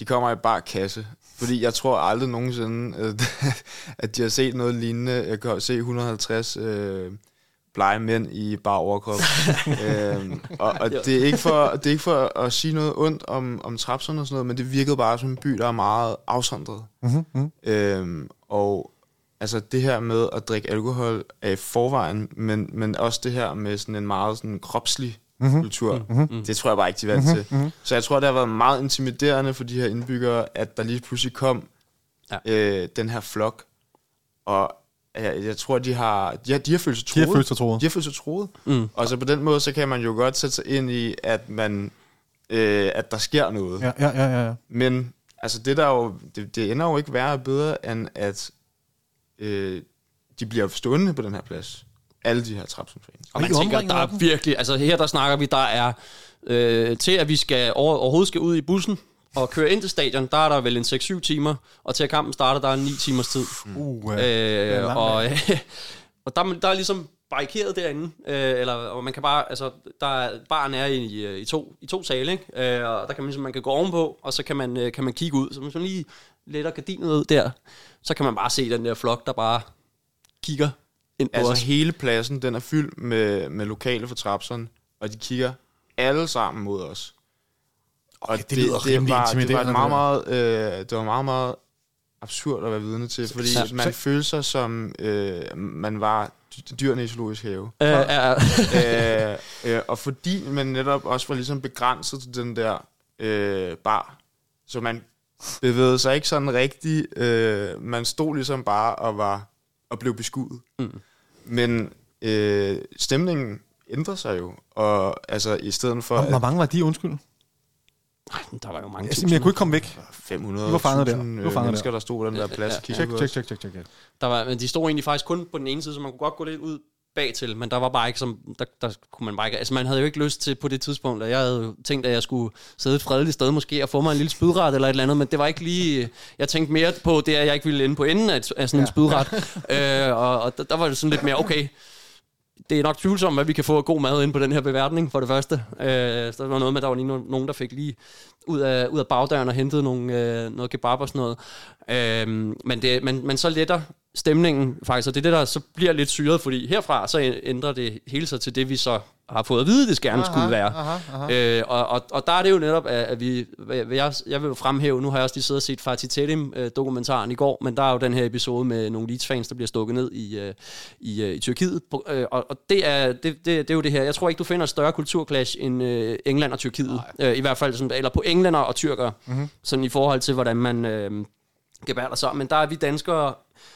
Speaker 4: De kommer i bare kasse. Fordi jeg tror aldrig nogensinde, at de har set noget lignende. Jeg kan se et hundrede og halvtreds øh, blege mænd i bare overkrop. øhm, og og det, er ikke for, det er ikke for at sige noget ondt om, om Trabzon og sådan noget, men det virkede bare som en by, der er meget afsondret. Mm-hmm. Øhm, og altså det her med at drikke alkohol er i forvejen, men, men også det her med sådan en meget sådan kropslig mm-hmm. kultur, mm-hmm. det tror jeg bare ikke, de er vant mm-hmm. til. Mm-hmm. Så jeg tror, det har været meget intimiderende for de her indbyggere, at der lige pludselig kom ja. øh, den her flok, og jeg, jeg tror, de har, de har, de har følt sig troet.
Speaker 2: De har følt sig troet.
Speaker 4: De har følt sig troet. Mm. Og så på den måde, så kan man jo godt sætte sig ind i, at man, øh, at der sker noget.
Speaker 2: Ja, ja, ja, ja.
Speaker 4: Men altså det der jo, det, det ender jo ikke værre bedre, end at øh, de bliver stående på den her plads. Alle de her Trabzon-fans.
Speaker 3: Og man tænker, der er virkelig, altså her der snakker vi, der er øh, til at vi skal over, overhovedet skal ud i bussen og køre ind til stadion, der er der vel en seks syv timer, og til at kampen starter, der er ni timers tid.
Speaker 2: Uh,
Speaker 3: øh, og og der, der er ligesom barrikeret derinde, øh, eller og man kan bare, altså der er, baren er i, i, to, i to sale, ikke? Øh, og der kan man ligesom, man kan gå ovenpå, og så kan man, øh, kan man kigge ud, så man sådan lige letter gardinet ud der, så kan man bare se den der flok, der bare kigger ind på
Speaker 4: altså
Speaker 3: os.
Speaker 4: Hele pladsen, den er fyldt med, med lokale fra Trabzon, og de kigger alle sammen mod os. Og okay, det, det, det, var, det var meget, meget, øh, det var meget, meget absurd at være vidne til, fordi ja, man så... følte sig som, øh, man var dyrene i zoologisk have.
Speaker 3: Øh, ja.
Speaker 4: øh, øh, og fordi man netop også var ligesom begrænset til den der øh, bar, så man bevægede sig ikke sådan rigtigt, øh, man stod ligesom bare og var og blev beskudt. Mm. Men øh, stemningen ændrer sig jo, og altså i stedet for...
Speaker 2: Hvor mange var de, undskyld?
Speaker 3: Der var jo mange
Speaker 2: tusinder. Jeg kunne ikke komme væk.
Speaker 4: fem hundrede mennesker, der, der stod på den der plads.
Speaker 3: Ja, ja,
Speaker 2: ja. Check, check, check, check, check.
Speaker 3: Der var, men de stod egentlig faktisk kun på den ene side, så man kunne godt gå lidt ud bag til, men der var bare ikke som, der, der kunne man bare ikke, altså man havde jo ikke lyst til på det tidspunkt, og jeg havde jo tænkt, at jeg skulle sidde et fredeligt sted måske og få mig en lille spydret eller et eller andet, men det var ikke lige, jeg tænkte mere på det, at jeg ikke ville ende på enden af, af sådan ja. en spydret, øh, og, og der, der var det sådan lidt mere, okay, det er nok tvivlsomt, at vi kan få god mad ind på den her beværtning, for det første. Øh, så der var noget med, der var lige nogen, der fik lige ud af, ud af bagdøren og hentede nogle, øh, noget kebab og sådan noget. Øh, men, det, men, men så letter stemningen faktisk, og det er det, der så bliver lidt syret, fordi herfra så ændrer det hele sig til det, vi så har fået at vide, det gerne aha, skulle være. Aha, aha. Øh, og, og, og der er det jo netop, at vi, jeg, jeg vil jo fremhæve, nu har jeg også lige siddet og set Fatih Terim-dokumentaren i går, men der er jo den her episode med nogle Leeds-fans, der bliver stukket ned i, i, i Tyrkiet, og, og det, er, det, det, det er jo det her. Jeg tror ikke, du finder et større kulturklash end øh, England og Tyrkiet, øh, i hvert fald sådan, eller på englænder og tyrkere, mm-hmm. sådan i forhold til, hvordan man øh, gebærder sig. Men der er vi danskere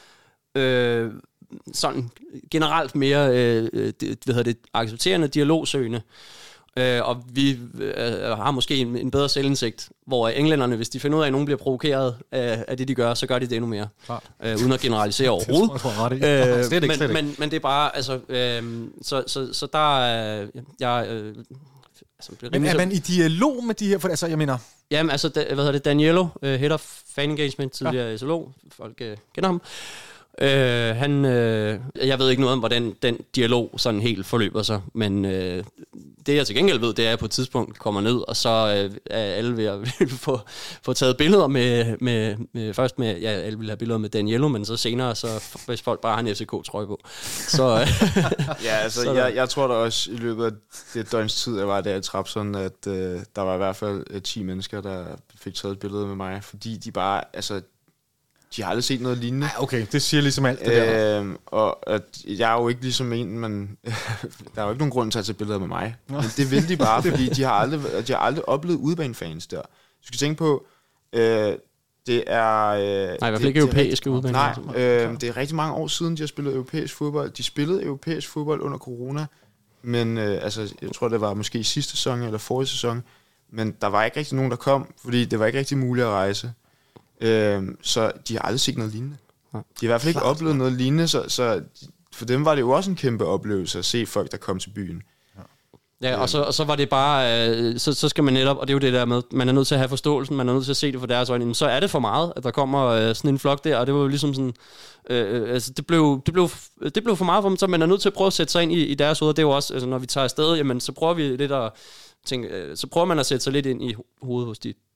Speaker 3: øh, sådan generelt mere øh, det, hvad hedder det, accepterende, dialogsøgende, øh, og vi øh, har måske en, en bedre selvindsigt, hvor englænderne, hvis de finder ud af, at nogen bliver provokeret af, af det, de gør, så gør de det endnu mere, øh, uden at generalisere overhovedet. Det tror jeg, ret i. Øh, slet ikke, slet ikke. Men, men, men det er bare, altså, øh, så, så, så der er, jeg... Øh, altså,
Speaker 2: men er man i dialog med de her, for altså, jeg mener...
Speaker 3: Jamen, altså, da, hvad hedder det, Daniello, uh, Head of Fan Engagement, tidligere ja. S L O, folk uh, kender ham. Uh, han, uh, jeg ved ikke noget om, hvordan den dialog sådan helt forløber sig, men uh, det jeg til gengæld ved, det er, at på et tidspunkt kommer ned, og så uh, er alle ved at få, få taget billeder med, med, med, først med, ja, alle vil have billeder med Daniello, men så senere, så hvis folk bare har en F C K-trøje på. Så, uh,
Speaker 4: ja, altså, så jeg, jeg tror da også, i løbet af det døgns tid, jeg var der i Trabzon, at uh, der var i hvert fald ti mennesker, der fik taget et billede med mig, fordi de bare, altså, de har aldrig set noget lignende.
Speaker 2: Ej, okay, det siger ligesom alt det der.
Speaker 4: Øhm, og at jeg er jo ikke ligesom en, men der er jo ikke nogen grund til at tage billeder med mig. Men det vil de bare, fordi de har aldrig, de har aldrig oplevet udebanefans der. Du skal tænke på, øh, det er... Øh,
Speaker 3: nej, i hvert fald ikke europæiske udebanefans.
Speaker 4: Nej, øh, det er rigtig mange år siden, de har spillet europæisk fodbold. De spillede europæisk fodbold under corona, men øh, altså, jeg tror, det var måske sidste sæson eller forrige sæson, men der var ikke rigtig nogen, der kom, fordi det var ikke rigtig muligt at rejse. Øhm, så de har aldrig set noget lignende. De har i hvert fald ikke Klart. oplevet noget lignende, så, så for dem var det jo også en kæmpe oplevelse at se folk, der kom til byen.
Speaker 3: Ja, og så, og så var det bare, øh, så, så skal man netop, og det er jo det der med, man er nødt til at have forståelsen, man er nødt til at se det for deres øjne, så er det for meget, at der kommer øh, sådan en flok der, og det var jo ligesom sådan, øh, altså det blev, det, blev, det blev for meget for dem, så man er nødt til at prøve at sætte sig ind i, i deres hoved, det er jo også, altså når vi tager afsted, jamen så prøver vi lidt at tænke, øh, så prøver man at sætte sig lidt ind i hovedet hos de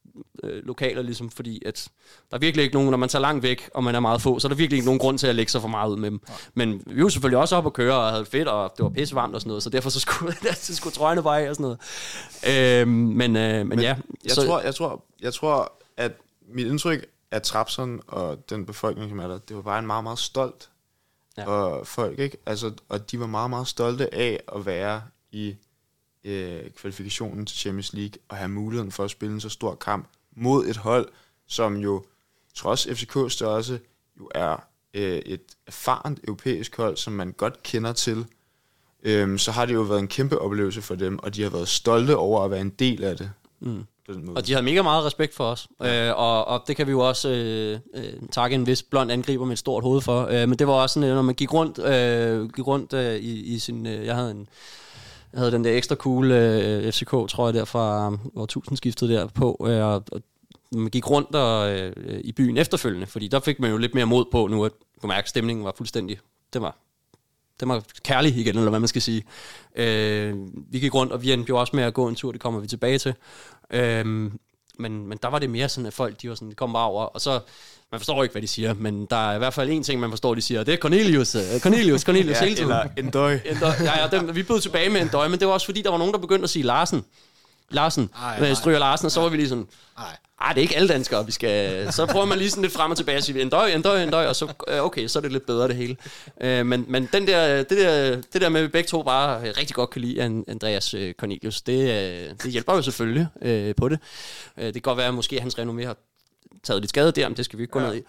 Speaker 3: øh, lokaler, ligesom, fordi at der er virkelig ikke nogen, når man tager langt væk, og man er meget få, så er der virkelig ikke nogen grund til at lægge sig for meget ud med dem. Ja. Men vi var selvfølgelig også op at køre, og havde fedt, og det var pissevarmt og sådan noget, så derfor så skulle, så skulle trøjene bare af og sådan noget. Øh, men, øh, men, men ja.
Speaker 4: Jeg, så, tror, jeg, tror, jeg tror, at mit indtryk af Trabzon og den befolkning, som er der, det var bare en meget, meget stolt ja. og folk, ikke? Altså, og de var meget, meget stolte af at være i øh, kvalifikationen til Champions League og have muligheden for at spille en så stor kamp mod et hold, som jo trods F C K's størrelse jo er øh, et erfarent europæisk hold, som man godt kender til. Øhm, så har det jo været en kæmpe oplevelse for dem, og de har været stolte over at være en del af det.
Speaker 3: Mm. Og de har mega meget respekt for os, ja. øh, og, og det kan vi jo også øh, øh, takke en vis blond angriber med et stort hoved for. Øh, men det var også sådan, når man gik rundt, øh, gik rundt øh, i, i sin... Øh, jeg havde en... Jeg havde den der ekstra cool øh, F C K, tror jeg, der fra årtusindskiftet der på, øh, og, og man gik rundt og, øh, i byen efterfølgende, fordi der fik man jo lidt mere mod på nu, at man kunne mærke, at stemningen var fuldstændig... Det var... Den var kærlig igen, eller hvad man skal sige. Øh, vi gik rundt, og vi endte jo også med at gå en tur, det kommer vi tilbage til. Øh, men, men der var det mere sådan, at folk, de var sådan, de kom bare over, og så, man forstår ikke, hvad de siger, men der er i hvert fald en ting, man forstår, de siger, det er Cornelius, Cornelius, Cornelius,
Speaker 4: ja,
Speaker 3: hele tiden.
Speaker 4: Eller Endøj.
Speaker 3: Ja, ja, dem, vi blev tilbage med Endøj, men det var også fordi, der var nogen, der begyndte at sige Larsen. Larsen, ej, Stryger Larsen, og så var vi lige sådan, ej, det er ikke alle danskere, vi skal... Så prøver man lige sådan lidt frem og tilbage og sige, en døj, en døj, en døj, og så, okay, så er det lidt bedre det hele. Men, men den der, det, der, det der med, at vi begge to bare rigtig godt kan lide Andreas Cornelius, det, det hjælper jo selvfølgelig øh, på det. Det kan godt være, at måske hans renommé har taget lidt skade der, men det skal vi ikke gå ja. ned i.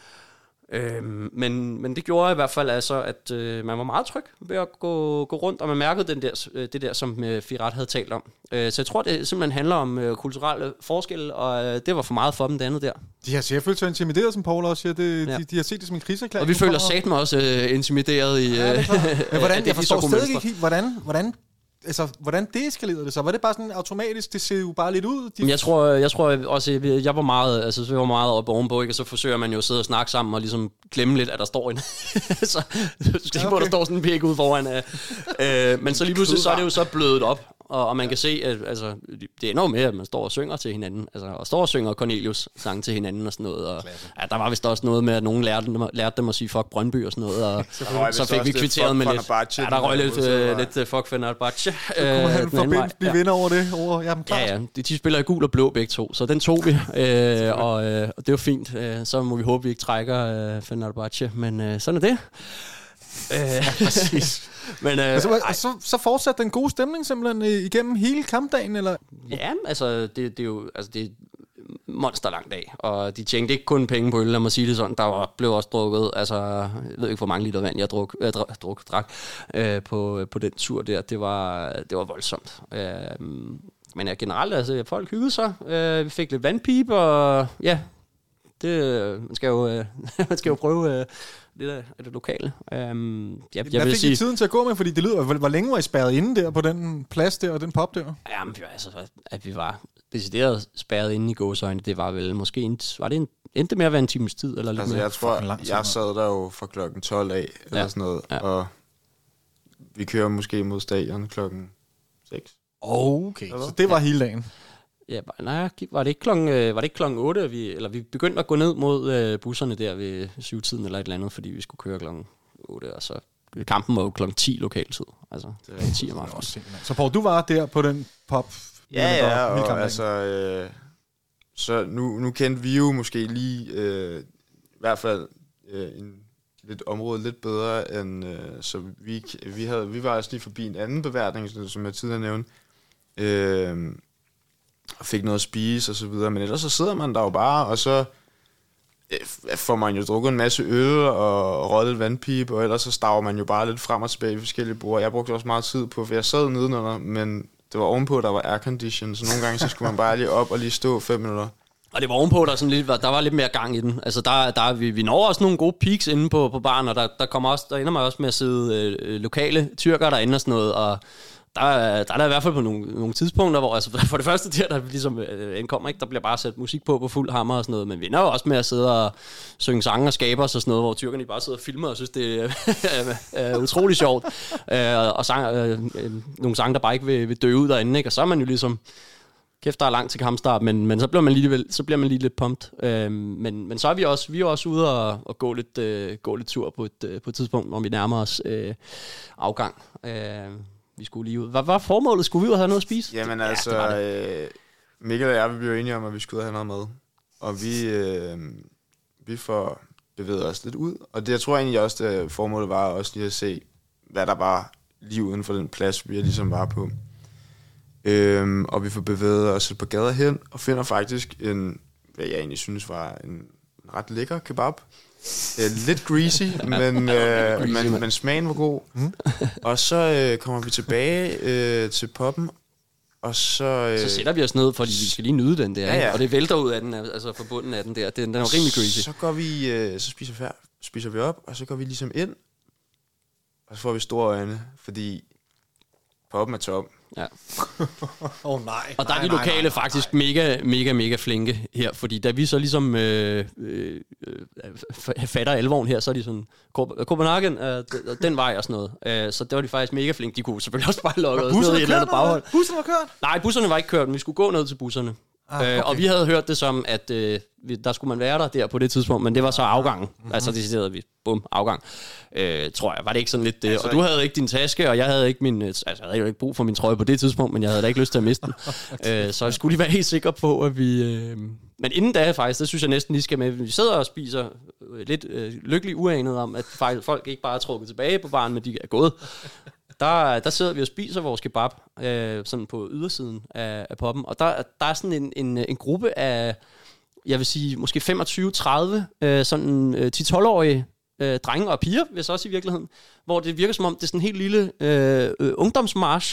Speaker 3: Øhm, men, men det gjorde i hvert fald altså, at øh, man var meget tryg ved at gå, gå rundt, og man mærkede den der, det der, som øh, Firat havde talt om. Øh, så jeg tror, det simpelthen handler om øh, kulturelle forskelle, og øh, det var for meget for dem, det andet der.
Speaker 2: De har sikkert følt sig intimideret, som Paul også siger. Det,
Speaker 3: ja.
Speaker 2: de, de har set det som en kriserklæring.
Speaker 3: Og vi føler satme også øh, intimideret i... Øh,
Speaker 2: ja, men hvordan, jeg forstår stadig
Speaker 3: ikke
Speaker 2: helt, hvordan... hvordan Altså, hvordan deeskalerede det så? Var det bare sådan automatisk? Det ser jo bare lidt ud. De...
Speaker 3: Jeg tror, jeg tror også, jeg var meget, altså, så jeg var meget oppe ovenpå, ikke? Og så forsøger man jo at sidde og snakke sammen og ligesom glemme lidt, at der står en. så du skal ikke, hvor der står sådan en pæk ud foran. Øh, men så lige pludselig, så er det jo så blødet op. Og, og man kan se, at altså, det ender jo med, at man står og synger til hinanden. Altså, og står og synger Cornelius sang til hinanden og sådan noget. Og, ja, der var vist også noget med, at nogen lærte dem, lærte dem at sige fuck Brøndby og sådan noget. Og så fik vi kvitteret med lidt. Ja, der røg lidt, øh, lidt fuck Fenerbahce.
Speaker 2: Så kunne man øh, forbinde, blive vinder over det. Over, ja,
Speaker 3: ja, ja. De, de spiller i gul og blå begge to, så den tog vi. øh, og, øh, og det var fint. Øh, så må vi håbe, vi ikke trækker øh, Fenerbahce. Men øh, sådan er det.
Speaker 2: Ja, præcis.
Speaker 3: Men, øh,
Speaker 2: altså, så, så fortsatte den gode stemning simpelthen igennem hele kampdagen, eller?
Speaker 3: Ja, altså det, det er jo altså det er monster lang dag, og de tjente ikke kun penge på øl, lad mig sige det sådan. Der var, blev også drukket, altså jeg ved ikke hvor mange liter vand jeg druk, øh, druk, druk drak øh, på på den tur der. Det var det var voldsomt. Øh, men ja, generelt altså folk hyggede sig. Øh, vi fik lidt vandpip, og ja, det man skal jo øh, man skal jo prøve øh, lidt af det lokale. Um, ja,
Speaker 2: jeg
Speaker 3: vil
Speaker 2: fik
Speaker 3: sige,
Speaker 2: I tiden til at gå med, fordi det lyder, hvor, hvor længe var I spærret inde der på den plads der og den pop der?
Speaker 3: Jamen, altså, at vi var decideret spærret inde i gåseøjne, det var vel måske en, var det en, endte med at være en times tid, eller lidt
Speaker 4: altså,
Speaker 3: mere?
Speaker 4: Jeg tror, jeg sad der jo fra klokken tolv af, eller ja. sådan noget, ja. Og vi kører måske mod stadion klokken seks.
Speaker 2: Okay, så det var ja. hele dagen.
Speaker 3: Ja, nej, var det ikke klokken, var det ikke klokken otte, vi, eller vi begyndte at gå ned mod øh, busserne der ved syvtiden eller et eller andet, fordi vi skulle køre klokken otte, og så kampen var jo klokken ti lokaltid, altså det er ti om aftenen.
Speaker 2: Så Paul, du var der på den pop?
Speaker 4: Ja, ja, og altså, øh, så nu, nu kendte vi jo måske lige, øh, i hvert fald øh, en lidt område lidt bedre, end, øh, så vi, vi, havde, vi var også lige forbi en anden beværtning, som jeg tidligere nævnte, øh, og fik noget at spise og så videre, men ellers så sidder man der jo bare, og så øh, får man jo drukket en masse øl og røget lidt vandpip, og ellers så staver man jo bare lidt frem og tilbage i forskellige borde. Jeg brugte også meget tid på, for jeg sad nedenunder, men det var ovenpå, der var aircondition, så nogle gange så skulle man bare lige op og lige stå fem minutter.
Speaker 3: Og det var ovenpå, der, sådan lidt, der var lidt mere gang i den. Altså der, der vi, vi når også nogle gode peaks inde på, på baren, og der, der, kommer også, der ender man også med at sidde øh, lokale tyrker derinde og sådan noget, og der, der er der i hvert fald på nogle, nogle tidspunkter, hvor altså, for det første der, der ligesom øh, indkommer, ikke? Der bliver bare sat musik på på fuld hammer og sådan noget, men vi ender jo også med at sidde og synge sange og skaber og sådan noget, hvor tyrkerne bare sidder og filmer og synes, det er øh, øh, utrolig sjovt. Øh, og sang, øh, øh, nogle sange, der bare ikke vil, vil dø ud derinde, ikke? Og så er man jo ligesom kæft, der er langt til kampstart, men, men så bliver man lige, så bliver man lige lidt pumped. Øhm, men, men så er vi også, vi er også ude og, og gå, lidt, øh, gå lidt tur på et, øh, på et tidspunkt, hvor vi nærmer os øh, afgang. Øh, vi skulle lige ud. Hvad var formålet? Skulle vi ud og have noget at spise?
Speaker 4: Jamen altså, ja, det det. Øh, Mikkel og jeg, vi blev enige om, at vi skulle ud og have noget mad. Og vi, øh, vi får bevæget os lidt ud. Og det, jeg tror egentlig også, det formålet var også lige at se, hvad der var lige uden for den plads, vi ligesom var på. Øhm, og vi får bevæget os på gader hen, og finder faktisk en, hvad jeg egentlig synes var en ret lækker kebab. Øh, lidt greasy, men, øh, men, men smagen var god. Mm. Og så øh, kommer vi tilbage øh, til poppen, og så... Øh,
Speaker 3: så sætter vi os ned, fordi vi skal lige nyde den der,
Speaker 4: ja, ja.
Speaker 3: Og det vælter ud af den, altså fra bunden af den der. Den, den er jo rimelig greasy.
Speaker 4: Så går vi, øh, så spiser vi, spiser vi op, og så går vi ligesom ind, og så får vi store øjne, fordi poppen er tom.
Speaker 3: Ja.
Speaker 2: Åh oh, nej.
Speaker 3: Og der
Speaker 2: nej,
Speaker 3: er de lokale
Speaker 2: nej, nej,
Speaker 3: faktisk nej. mega, mega, mega flinke her, fordi da vi så ligesom øh, øh, fatter alvoren her, så er de sådan, Copenhagen, øh, den vej og sådan noget. Øh, så det var de faktisk mega flinke. De kunne selvfølgelig også bare lokke os ned i et eller andet baghold.
Speaker 2: Busserne var kørt?
Speaker 3: Nej, busserne var ikke kørt, men vi skulle gå ned til busserne. Ah, okay. øh, og vi havde hørt det som, at øh, der skulle man være der, der på det tidspunkt, men det var så afgangen. Mm-hmm. Altså deciderede vi, bum, afgang. Øh, tror jeg, var det ikke sådan lidt det? Altså, og du havde ikke din taske, og jeg havde ikke min, altså jeg havde jo ikke brug for min trøje på det tidspunkt, men jeg havde da ikke lyst til at miste den. øh, så jeg skulle lige være helt sikker på, at vi... Øh, men inden da faktisk, det synes jeg næsten lige skal med, vi sidder og spiser øh, lidt øh, lykkelig uanet om, at faktisk folk ikke bare er trukket tilbage på baren, men de er gået. Der, der sidder vi og spiser vores kebab, øh, sådan på ydersiden af, af poppen, og der, der er sådan en, en, en gruppe af, jeg vil sige, måske femogtyve tredive, øh, sådan øh, ti tolv-årige øh, drenge og piger, hvis også i virkeligheden, hvor det virker som om, det er sådan en helt lille øh, øh, ungdomsmarch,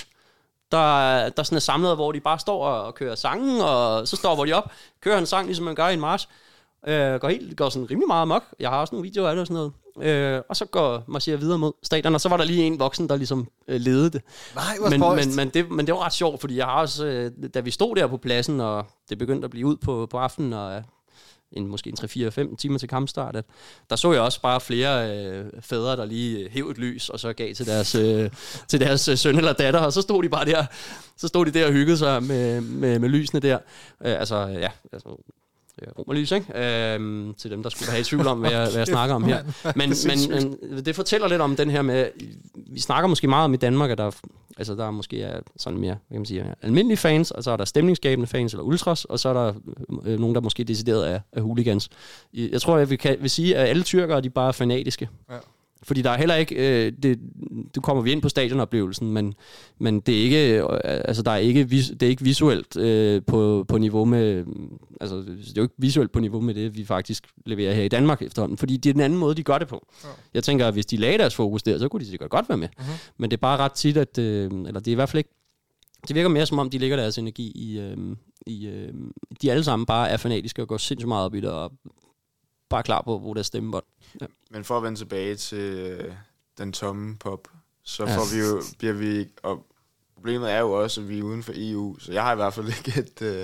Speaker 3: der, der sådan er samlet, hvor de bare står og, og kører sangen, og så står hvor de op, kører en sang, ligesom man gør i en march, øh, går, helt, går sådan rimelig meget amok. Jeg har også nogle videoer af det og sådan noget. Øh, og så går marcherer videre mod stadion, og så var der lige en voksen, der ligesom øh, ledede det.
Speaker 2: Nej, hvor
Speaker 3: men,
Speaker 2: spøjst.
Speaker 3: men, men, det, men det var ret sjovt, fordi jeg har også, øh, da vi stod der på pladsen, og det begyndte at blive ud på, på aftenen, og en, måske en tre fire fem timer til kampstart, at der så jeg også bare flere øh, fædre, der lige hæv et lys, og så gav til deres, øh, til deres øh, søn eller datter, og så stod de bare der, så stod de der og hyggede sig med, med, med lysene der. Øh, altså, ja, altså... romerlys, ikke? Øhm, til dem, der skulle have i tvivl om, hvad jeg, hvad jeg snakker om her. Men, men, men det fortæller lidt om den her med, vi snakker måske meget om i Danmark, at der, altså der måske er sådan mere, hvad kan man sige, almindelige fans, og så er der stemningsskabende fans, eller ultras, og så er der øh, nogen, der måske er decideret af, af hooligans. Jeg tror, jeg vil, kan, vil sige, at alle tyrkere, de bare er fanatiske. Ja. Fordi der er heller ikke, øh, det, du kommer vi ind på stadionoplevelsen, men, men det er ikke, øh, altså der er ikke, det er ikke visuelt øh, på, på niveau med, altså det er jo ikke visuelt på niveau med det, vi faktisk leverer her i Danmark efterhånden, fordi det er den anden måde, de gør det på. Ja. Jeg tænker, at hvis de lagde deres fokus der, så kunne de sikkert godt være med. Uh-huh. Men det er bare ret tit, at, øh, eller det er i hvert fald ikke, det virker mere som om, de lægger deres energi i, øh, i øh, de alle sammen bare er fanatiske og går sindssygt meget op i det, og bare klar på at bruge deres stemmebånd. Ja.
Speaker 4: Men for at vende tilbage til øh, den tomme pop, så får ja. vi jo, bliver vi, og problemet er jo også, at vi er uden for E U, så jeg har i hvert fald ikke et, øh,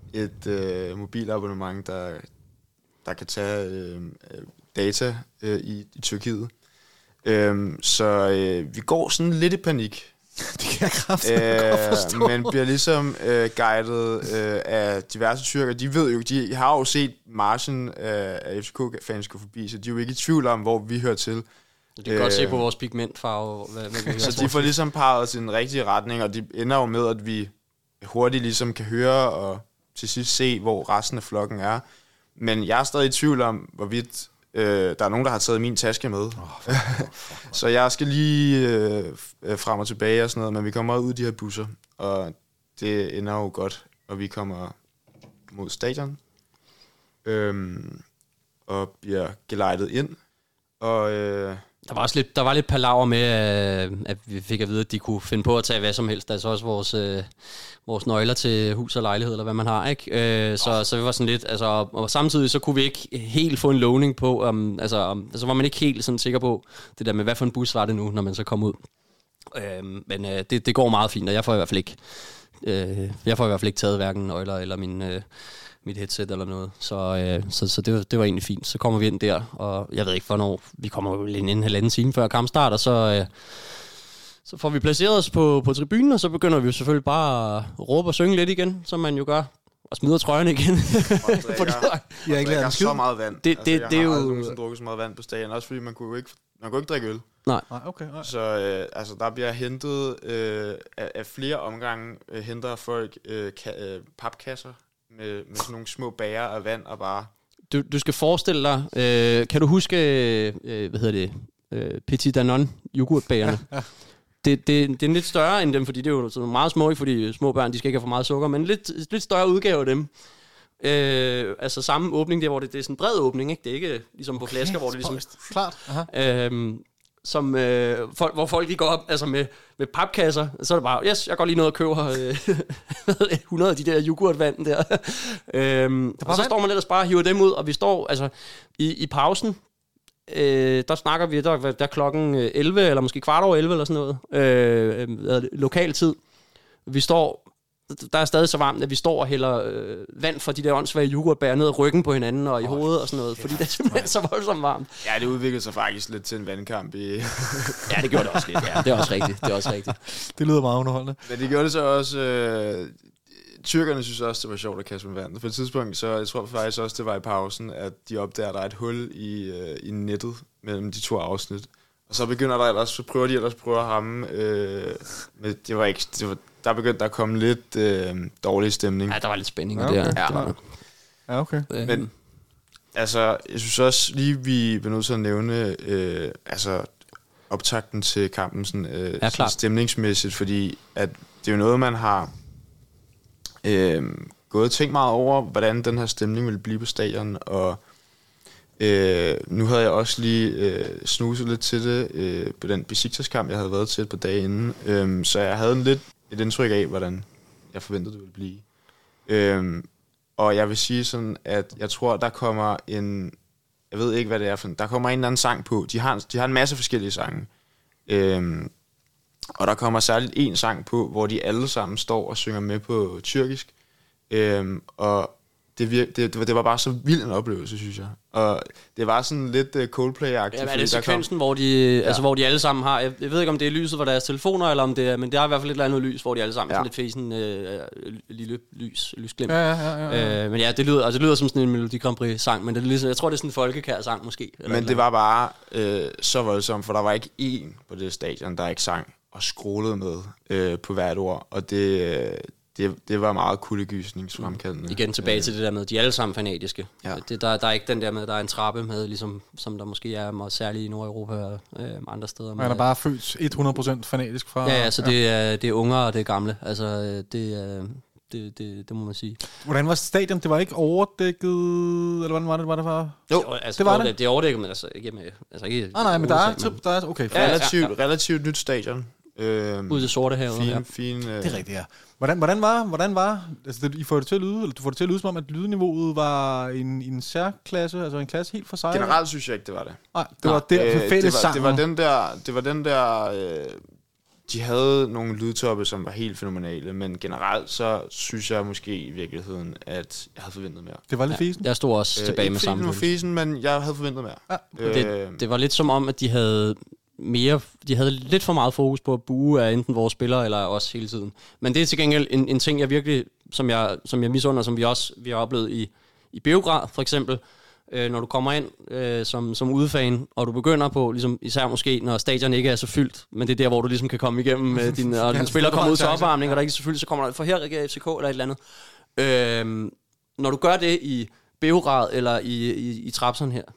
Speaker 4: et øh, mobilabonnement, der, der kan tage øh, data øh, i, i Tyrkiet. Øhm, så øh, vi går sådan lidt i panik.
Speaker 2: Det kan jeg kraftigt øh, godt forstå.
Speaker 4: Men bliver ligesom øh, guidet øh, af diverse tyrker. De ved jo, de har jo set marchen øh, af F C K-fans gå forbi, så de er jo ikke i tvivl om, hvor vi hører til.
Speaker 3: De kan øh, godt se på vores pigmentfarve. Hvad, hvad vi
Speaker 4: så de får ligesom parret os i den rigtige retning, og de ender jo med, at vi hurtigt ligesom kan høre og til sidst se, hvor resten af flokken er. Men jeg er stadig i tvivl om, hvorvidt Øh, der er nogen, der har taget min taske med. Oh, for, for, for. Så jeg skal lige øh, frem og tilbage og sådan noget, men vi kommer ud i de her busser, og det ender jo godt, og vi kommer mod stadion, øhm, og bliver gelejtet ind, og... Øh,
Speaker 3: Der var også lidt, der var lidt palaver med, at vi fik at vide, at de kunne finde på at tage hvad som helst. Altså også vores, øh, vores nøgler til hus og lejlighed, eller hvad man har, ikke? Øh, så, oh. så vi var sådan lidt, altså, og samtidig så kunne vi ikke helt få en lovning på, um, altså, um, altså var man ikke helt sådan sikker på det der med, hvad for en bus var det nu, når man så kom ud. Øh, men øh, det, det går meget fint, og jeg får i hvert fald ikke, øh, jeg får i hvert fald ikke taget hverken nøgler eller min... Øh, mit headset eller noget, så, øh, så, så det, var, det var egentlig fint. Så kommer vi ind der, og jeg ved ikke hvornår, vi kommer jo ind en halvanden time før kampstart, og så, øh, Så får vi placeret os på, på tribunen, og så begynder vi jo selvfølgelig bare at råbe og synge lidt igen, som man jo gør. Og smider trøjen igen.
Speaker 4: Og drikker,
Speaker 2: jeg har ikke lært
Speaker 4: så meget vand.
Speaker 3: Det,
Speaker 4: altså,
Speaker 3: det,
Speaker 4: jeg
Speaker 3: det er
Speaker 4: har
Speaker 3: jo...
Speaker 4: aldrig nogensinde drukket så meget vand på stadion. Også fordi man kunne jo ikke, man kunne ikke drikke øl.
Speaker 3: Nej.
Speaker 2: Nej, okay. Nej.
Speaker 4: Så øh, altså, der bliver hentet øh, af, af flere omgange, øh, henter folk øh, ka- øh, papkasser med, med sådan nogle små bager af vand og bare...
Speaker 3: Du, du skal forestille dig, øh, kan du huske, øh, hvad hedder det, øh, Petit Danone yoghurtbagerne? Ja, ja. Det, det, det er lidt større end dem, fordi det er jo sådan meget små, fordi små børn, de skal ikke have for meget sukker, men lidt, lidt større udgave af dem. Øh, altså samme åbning der, hvor det, det er sådan en bred åbning, ikke? Det er ikke ligesom på okay, flasker, hvor det ligesom...
Speaker 2: Klart.
Speaker 3: Øh, som, øh, folk, hvor folk lige går op altså med, med papkasser, så er det bare, yes, jeg går lige ned og køber øh, hundrede af de der yoghurtvand der. øh, og så står man ellers bare og hiver dem ud, og vi står altså i, i pausen, øh, der snakker vi, der, der er klokken elleve, eller måske kvart over elleve, eller sådan noget, øh, øh, lokal tid. Vi står... Der er stadig så varmt, at vi står og hælder øh, vand fra de der åndssvage yoghurtbær ned ad ryggen på hinanden og i oh, hovedet og sådan noget, fordi det er simpelthen så voldsomt varmt.
Speaker 4: Ja, det udviklede sig faktisk lidt til en vandkamp i...
Speaker 3: Ja, det gjorde det også lidt, ja. Det er også rigtigt, det er også rigtigt.
Speaker 2: Det lyder meget underholdende.
Speaker 4: Men det gjorde det så også... Øh, tyrkerne synes også, det var sjovt at kaste med vand. På et tidspunkt, så jeg tror faktisk også, det var i pausen, at de opdager, at der er et hul i, øh, i nettet mellem de to afsnit. Og så begynder der ellers, så prøver de ellers at prøve at ramme... Øh, med, det var ikke... Det var, der begyndte der at komme lidt øh, dårlig stemning.
Speaker 3: Ja, der var lidt spænding.
Speaker 2: Ja, okay.
Speaker 3: Der.
Speaker 4: Ja.
Speaker 3: Ja.
Speaker 2: Ja, okay.
Speaker 4: Men altså, jeg synes også lige, vi er nødt til at nævne øh, altså, optakten til kampen sådan, øh,
Speaker 3: ja,
Speaker 4: sådan stemningsmæssigt, fordi at det er jo noget, man har øh, gået og tænkt meget over, hvordan den her stemning ville blive på stadion, og øh, nu havde jeg også lige øh, snuset lidt til det øh, på den Besiktas-kamp, jeg havde været til et par dage inden, øh, så jeg havde en lidt et indtryk af, hvordan jeg forventede, det ville blive. Øhm, og jeg vil sige sådan, at jeg tror, der kommer en... Jeg ved ikke, hvad det er for en... Der kommer en eller anden sang på. De har, de har en masse forskellige sange. Øhm, og der kommer særligt en sang på, hvor de alle sammen står og synger med på tyrkisk. Øhm, og det, vir- det, det, var, det var bare så vild en oplevelse, synes jeg. Og det var sådan lidt uh, Coldplay-agtigt.
Speaker 3: Ja, er det sekvensen, kom... hvor, de, ja. altså, hvor de alle sammen har... Jeg, jeg ved ikke, om det er lyset for deres telefoner, eller om det er... Men det er i hvert fald et eller andet lys, hvor de alle sammen ja. sådan lidt fæsen øh, lille lys, lysglimt.
Speaker 2: Ja, ja, ja, ja.
Speaker 3: Øh, men ja, det lyder, altså, det lyder som sådan en Melodi Grand Prix-sang, men det er ligesom, jeg tror, det er sådan en folkekær-sang måske. Eller
Speaker 4: men
Speaker 3: eller
Speaker 4: det var bare øh, så voldsomt, for der var ikke én på det stadion, der ikke sang og skrålede med øh, på hvert ord. Og det... Øh, Det, det var meget kuldegysningsfremkaldende.
Speaker 3: Igen tilbage til det der med, de er alle sammen fanatiske.
Speaker 4: Ja.
Speaker 3: Det, der, der er ikke den der med, der er en trappe med, ligesom, som der måske er meget særligt i Nordeuropa og øh, andre steder.
Speaker 2: Man er bare født hundrede procent fanatisk fra...
Speaker 3: Ja, altså ja. Det, er, det er unger og det er gamle. Altså det er... Det, det, det må man sige.
Speaker 2: Hvordan var stadion? Det var ikke overdækket, eller hvordan var det, var det var?
Speaker 3: Jo, altså,
Speaker 2: det var
Speaker 3: det.
Speaker 2: det.
Speaker 3: Det er overdækket, men altså ikke med... Altså, ikke
Speaker 2: ah, nej, men der er, der er... Okay.
Speaker 4: Ja, relativt, ja, ja. relativt nyt stadion.
Speaker 3: Øhm, Ude til Sortehavet.
Speaker 4: Fin,
Speaker 3: ja.
Speaker 4: fin, øh.
Speaker 2: Det er rigtigt, ja. Hvordan, hvordan var, hvordan var altså det, I får det til at lyde, eller du får det til at lyde som om, at lydniveauet var en, en særklasse, altså en klasse helt for sig?
Speaker 4: Generelt eller? Synes jeg ikke, det var det.
Speaker 2: Nej, det var der øh, fælles
Speaker 4: det var, det var den der, det var den der, øh, de havde nogle lydtoppe, som var helt fænomenale, men generelt så synes jeg måske i virkeligheden, at jeg havde forventet mere.
Speaker 2: Det var lidt
Speaker 3: ja,
Speaker 2: fesen?
Speaker 3: Jeg stod også øh, tilbage med samme.
Speaker 4: Ikke fesen, men jeg havde forventet mere.
Speaker 2: Ja.
Speaker 3: Øh, det, det var lidt som om, at de havde... mere, de havde lidt for meget fokus på at buge af enten vores spillere eller os hele tiden. Men det er til gengæld en, en ting, jeg virkelig, som jeg, som jeg misunder, som vi også vi har oplevet i, i Beograd, for eksempel. Øh, når du kommer ind øh, som, som udefan, og du begynder på, ligesom, især måske, når stadion ikke er så fyldt, men det er der, hvor du ligesom kan komme igennem, øh, din, og din spiller kommer ud til opvarmning, og der ikke er så fyldt, så kommer der for her F C K eller et eller andet. Øh, når du gør det i Beograd eller i, i, i Trabzon her,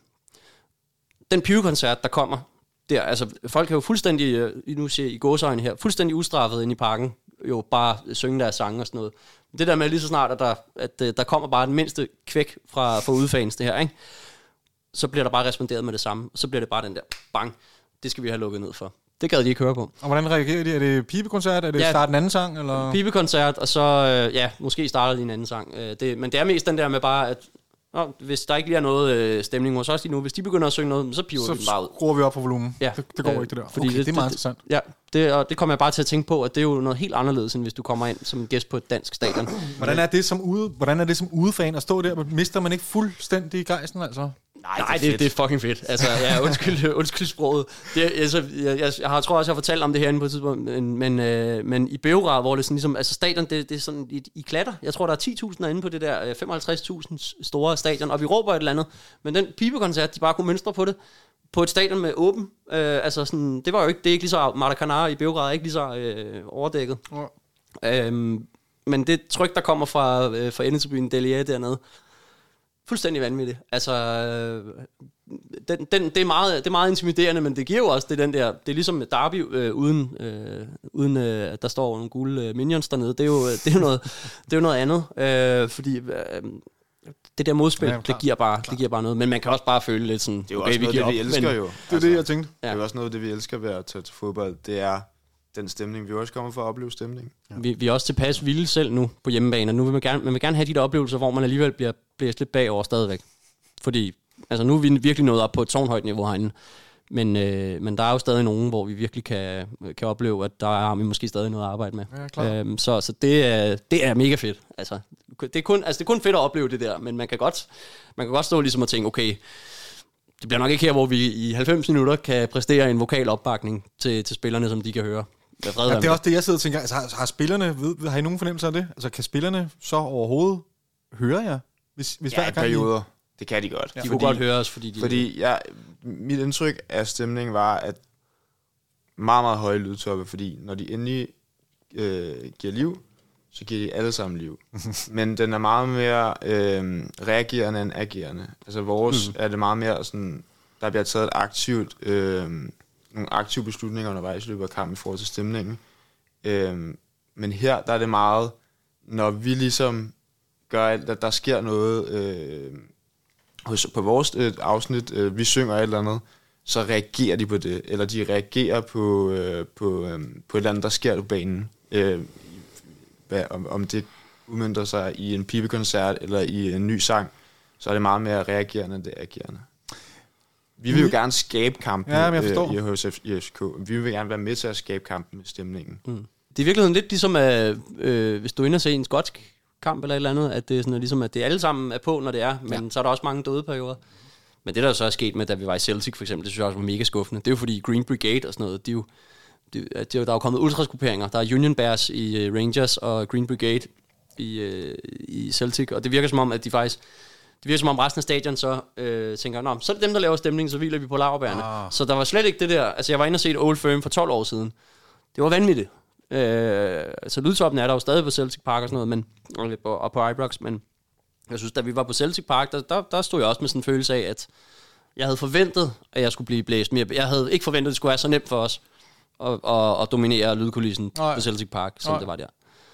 Speaker 3: den pivekoncert, der kommer, der, altså, folk er jo fuldstændig, nu siger I gåseøjne her, fuldstændig ustraffet ind i parken, jo bare synge deres sange og sådan noget. Det der med lige så snart, at der, at der kommer bare den mindste kvæk fra, fra udefans, det her, ikke? Så bliver der bare responderet med det samme. Så bliver det bare den der, bang, det skal vi have lukket ned for. Det gad de ikke høre på.
Speaker 2: Og hvordan reagerer de? Er det pibekoncert? Er det ja, start en anden sang? Eller?
Speaker 3: Pibekoncert, og så, øh, ja, måske starter de en anden sang. Øh, det, men det er mest den der med bare, at Nå, hvis der ikke lige er noget øh, stemning hos os lige nu, hvis de begynder at synge noget, så piver
Speaker 2: så
Speaker 3: vi dem bare ud.
Speaker 2: Så skruer vi op for volumen.
Speaker 3: Ja.
Speaker 2: Det, det går øh, ikke, det der.
Speaker 3: Fordi
Speaker 2: okay,
Speaker 3: det,
Speaker 2: det er meget
Speaker 3: det,
Speaker 2: interessant.
Speaker 3: Ja, det, og det kommer jeg bare til at tænke på, at det er jo noget helt anderledes, end hvis du kommer ind som gæst på et dansk stadion.
Speaker 2: Hvordan er det som ude, hvordan er det som udefan at stå der? Mister man ikke fuldstændig gejsten, altså?
Speaker 3: Nej, Nej det, det er fucking fedt. Altså, ja, undskyld, undskyld sproget. Det, altså, jeg, jeg, jeg har, tror også, jeg har fortalt om det herinde på et tidspunkt, men, men, øh, men i Beograd, hvor det sådan ligesom, altså stadion, det, det er sådan i, i klatter. Jeg tror, der er ti tusind inde på det der femoghalvtreds tusind store stadion, og vi råber et eller andet. Men den pibekoncert, de bare kunne mønstre på det, på et stadion med åben, øh, altså sådan, det var jo ikke, det er ikke lige så, Maracanã i Beograd er ikke lige så øh, overdækket. Ja. Øhm, men det tryk, der kommer fra, øh, fra endetribunen Delia dernede, fuldstændig vanvittigt. Altså, øh, den, den, det, er meget, det er meget intimiderende, men det giver jo også det den der, det er ligesom Derby, øh, uden, øh, uden øh, der står nogle gule øh, minions dernede. Det er jo, det er jo, noget, det er jo noget andet, øh, fordi øh, det der modspil, ja, det, giver bare, det giver bare noget. Men man kan også bare føle lidt sådan,
Speaker 4: det er jo okay, også noget, vi, det, vi elsker men, jo.
Speaker 2: Det er altså, det, jeg tænkte.
Speaker 4: Ja. Det er jo også noget, det vi elsker ved at tage til fodbold. Det er den stemning, vi også kommer for at opleve stemning.
Speaker 3: Ja. Vi, vi er også tilpas vilde selv nu på hjemmebane, og nu vil man gerne, man vil gerne have de der oplevelser, hvor man alligevel bliver blæst lidt bagover stadigvæk. Fordi altså, nu er vi virkelig nået op på et tårnhøjt niveau herinde. Men, øh, men der er jo stadig nogen, hvor vi virkelig kan, kan opleve, at der har vi måske stadig noget at arbejde med. Ja, øhm, så så det, er, det er mega fedt. Altså, det, er kun, altså, det er kun fedt at opleve det der, men man kan godt, man kan godt stå ligesom og tænke, okay, det bliver nok ikke her, hvor vi i halvfems minutter kan præstere en vokal opbakning til, til spillerne, som de kan høre.
Speaker 2: Ja, det er også det, jeg sidder og tænker. Altså, har, har spillerne, ved, har I nogen fornemmelse af det? Altså, kan spillerne så overhovedet høre jer? Hvis, hvis
Speaker 4: ja, i perioder. Det kan de godt.
Speaker 3: Ja. De kunne godt høre os, fordi de...
Speaker 4: Fordi jeg, mit indtryk af stemningen var, at meget, meget høje lydtoppe, fordi når de endelig øh, giver liv, så giver de alle sammen liv. Men den er meget mere øh, reagerende end agerende. Altså vores mm. er det meget mere sådan, der bliver taget et aktivt, øh, nogle aktive beslutninger undervejs i løbet af kampen i forhold til stemningen. Øh, men her, der er det meget, når vi ligesom gør alt, at der sker noget øh, hos, på vores øh, afsnit, øh, vi synger et eller andet, så reagerer de på det, eller de reagerer på, øh, på, øh, på et eller andet, der sker på banen. Øh, hvad, om, om det udmønter sig i en pibekoncert eller i en ny sang, så er det meget mere reagerende end det agerende. Vi vil jo gerne skabe kampen
Speaker 2: ja,
Speaker 4: øh, i H F K. Vi vil gerne være med til at skabe kampen med stemningen.
Speaker 3: Mm. Det er i virkeligheden lidt ligesom, at øh, hvis du er inde og ser en skotsk kamp eller et eller andet, at det er sådan, ligesom, at det alle sammen er på, når det er, men ja. Så er der også mange døde perioder. Men det, der så er sket med, da vi var i Celtic for eksempel, det synes jeg også var mega skuffende. Det er jo fordi Green Brigade og sådan noget, de er jo, de, de, der er jo kommet ultraskrupperinger. Der er Union Bears i uh, Rangers og Green Brigade i, uh, i Celtic, og det virker som om, at de faktisk, det virker som om resten af stadion så øh, tænker, nå, så er det dem, der laver stemningen, så hviler vi på laurbærrene. Ah. Så der var slet ikke det der, altså jeg var inde og se et Old Firm for tolv år siden. Det var vanvittigt. Øh, så lydtoppen er der jo stadig på Celtic Park og sådan noget, men, og, og på Ibrox, men jeg synes, da vi var på Celtic Park, der, der, der stod jeg også med sådan en følelse af, at jeg havde forventet, at jeg skulle blive blæst mere. Jeg havde ikke forventet, at det skulle være så nemt for os at, at, at dominere lydkulissen Nej. på Celtic Park, som Nej. det var der.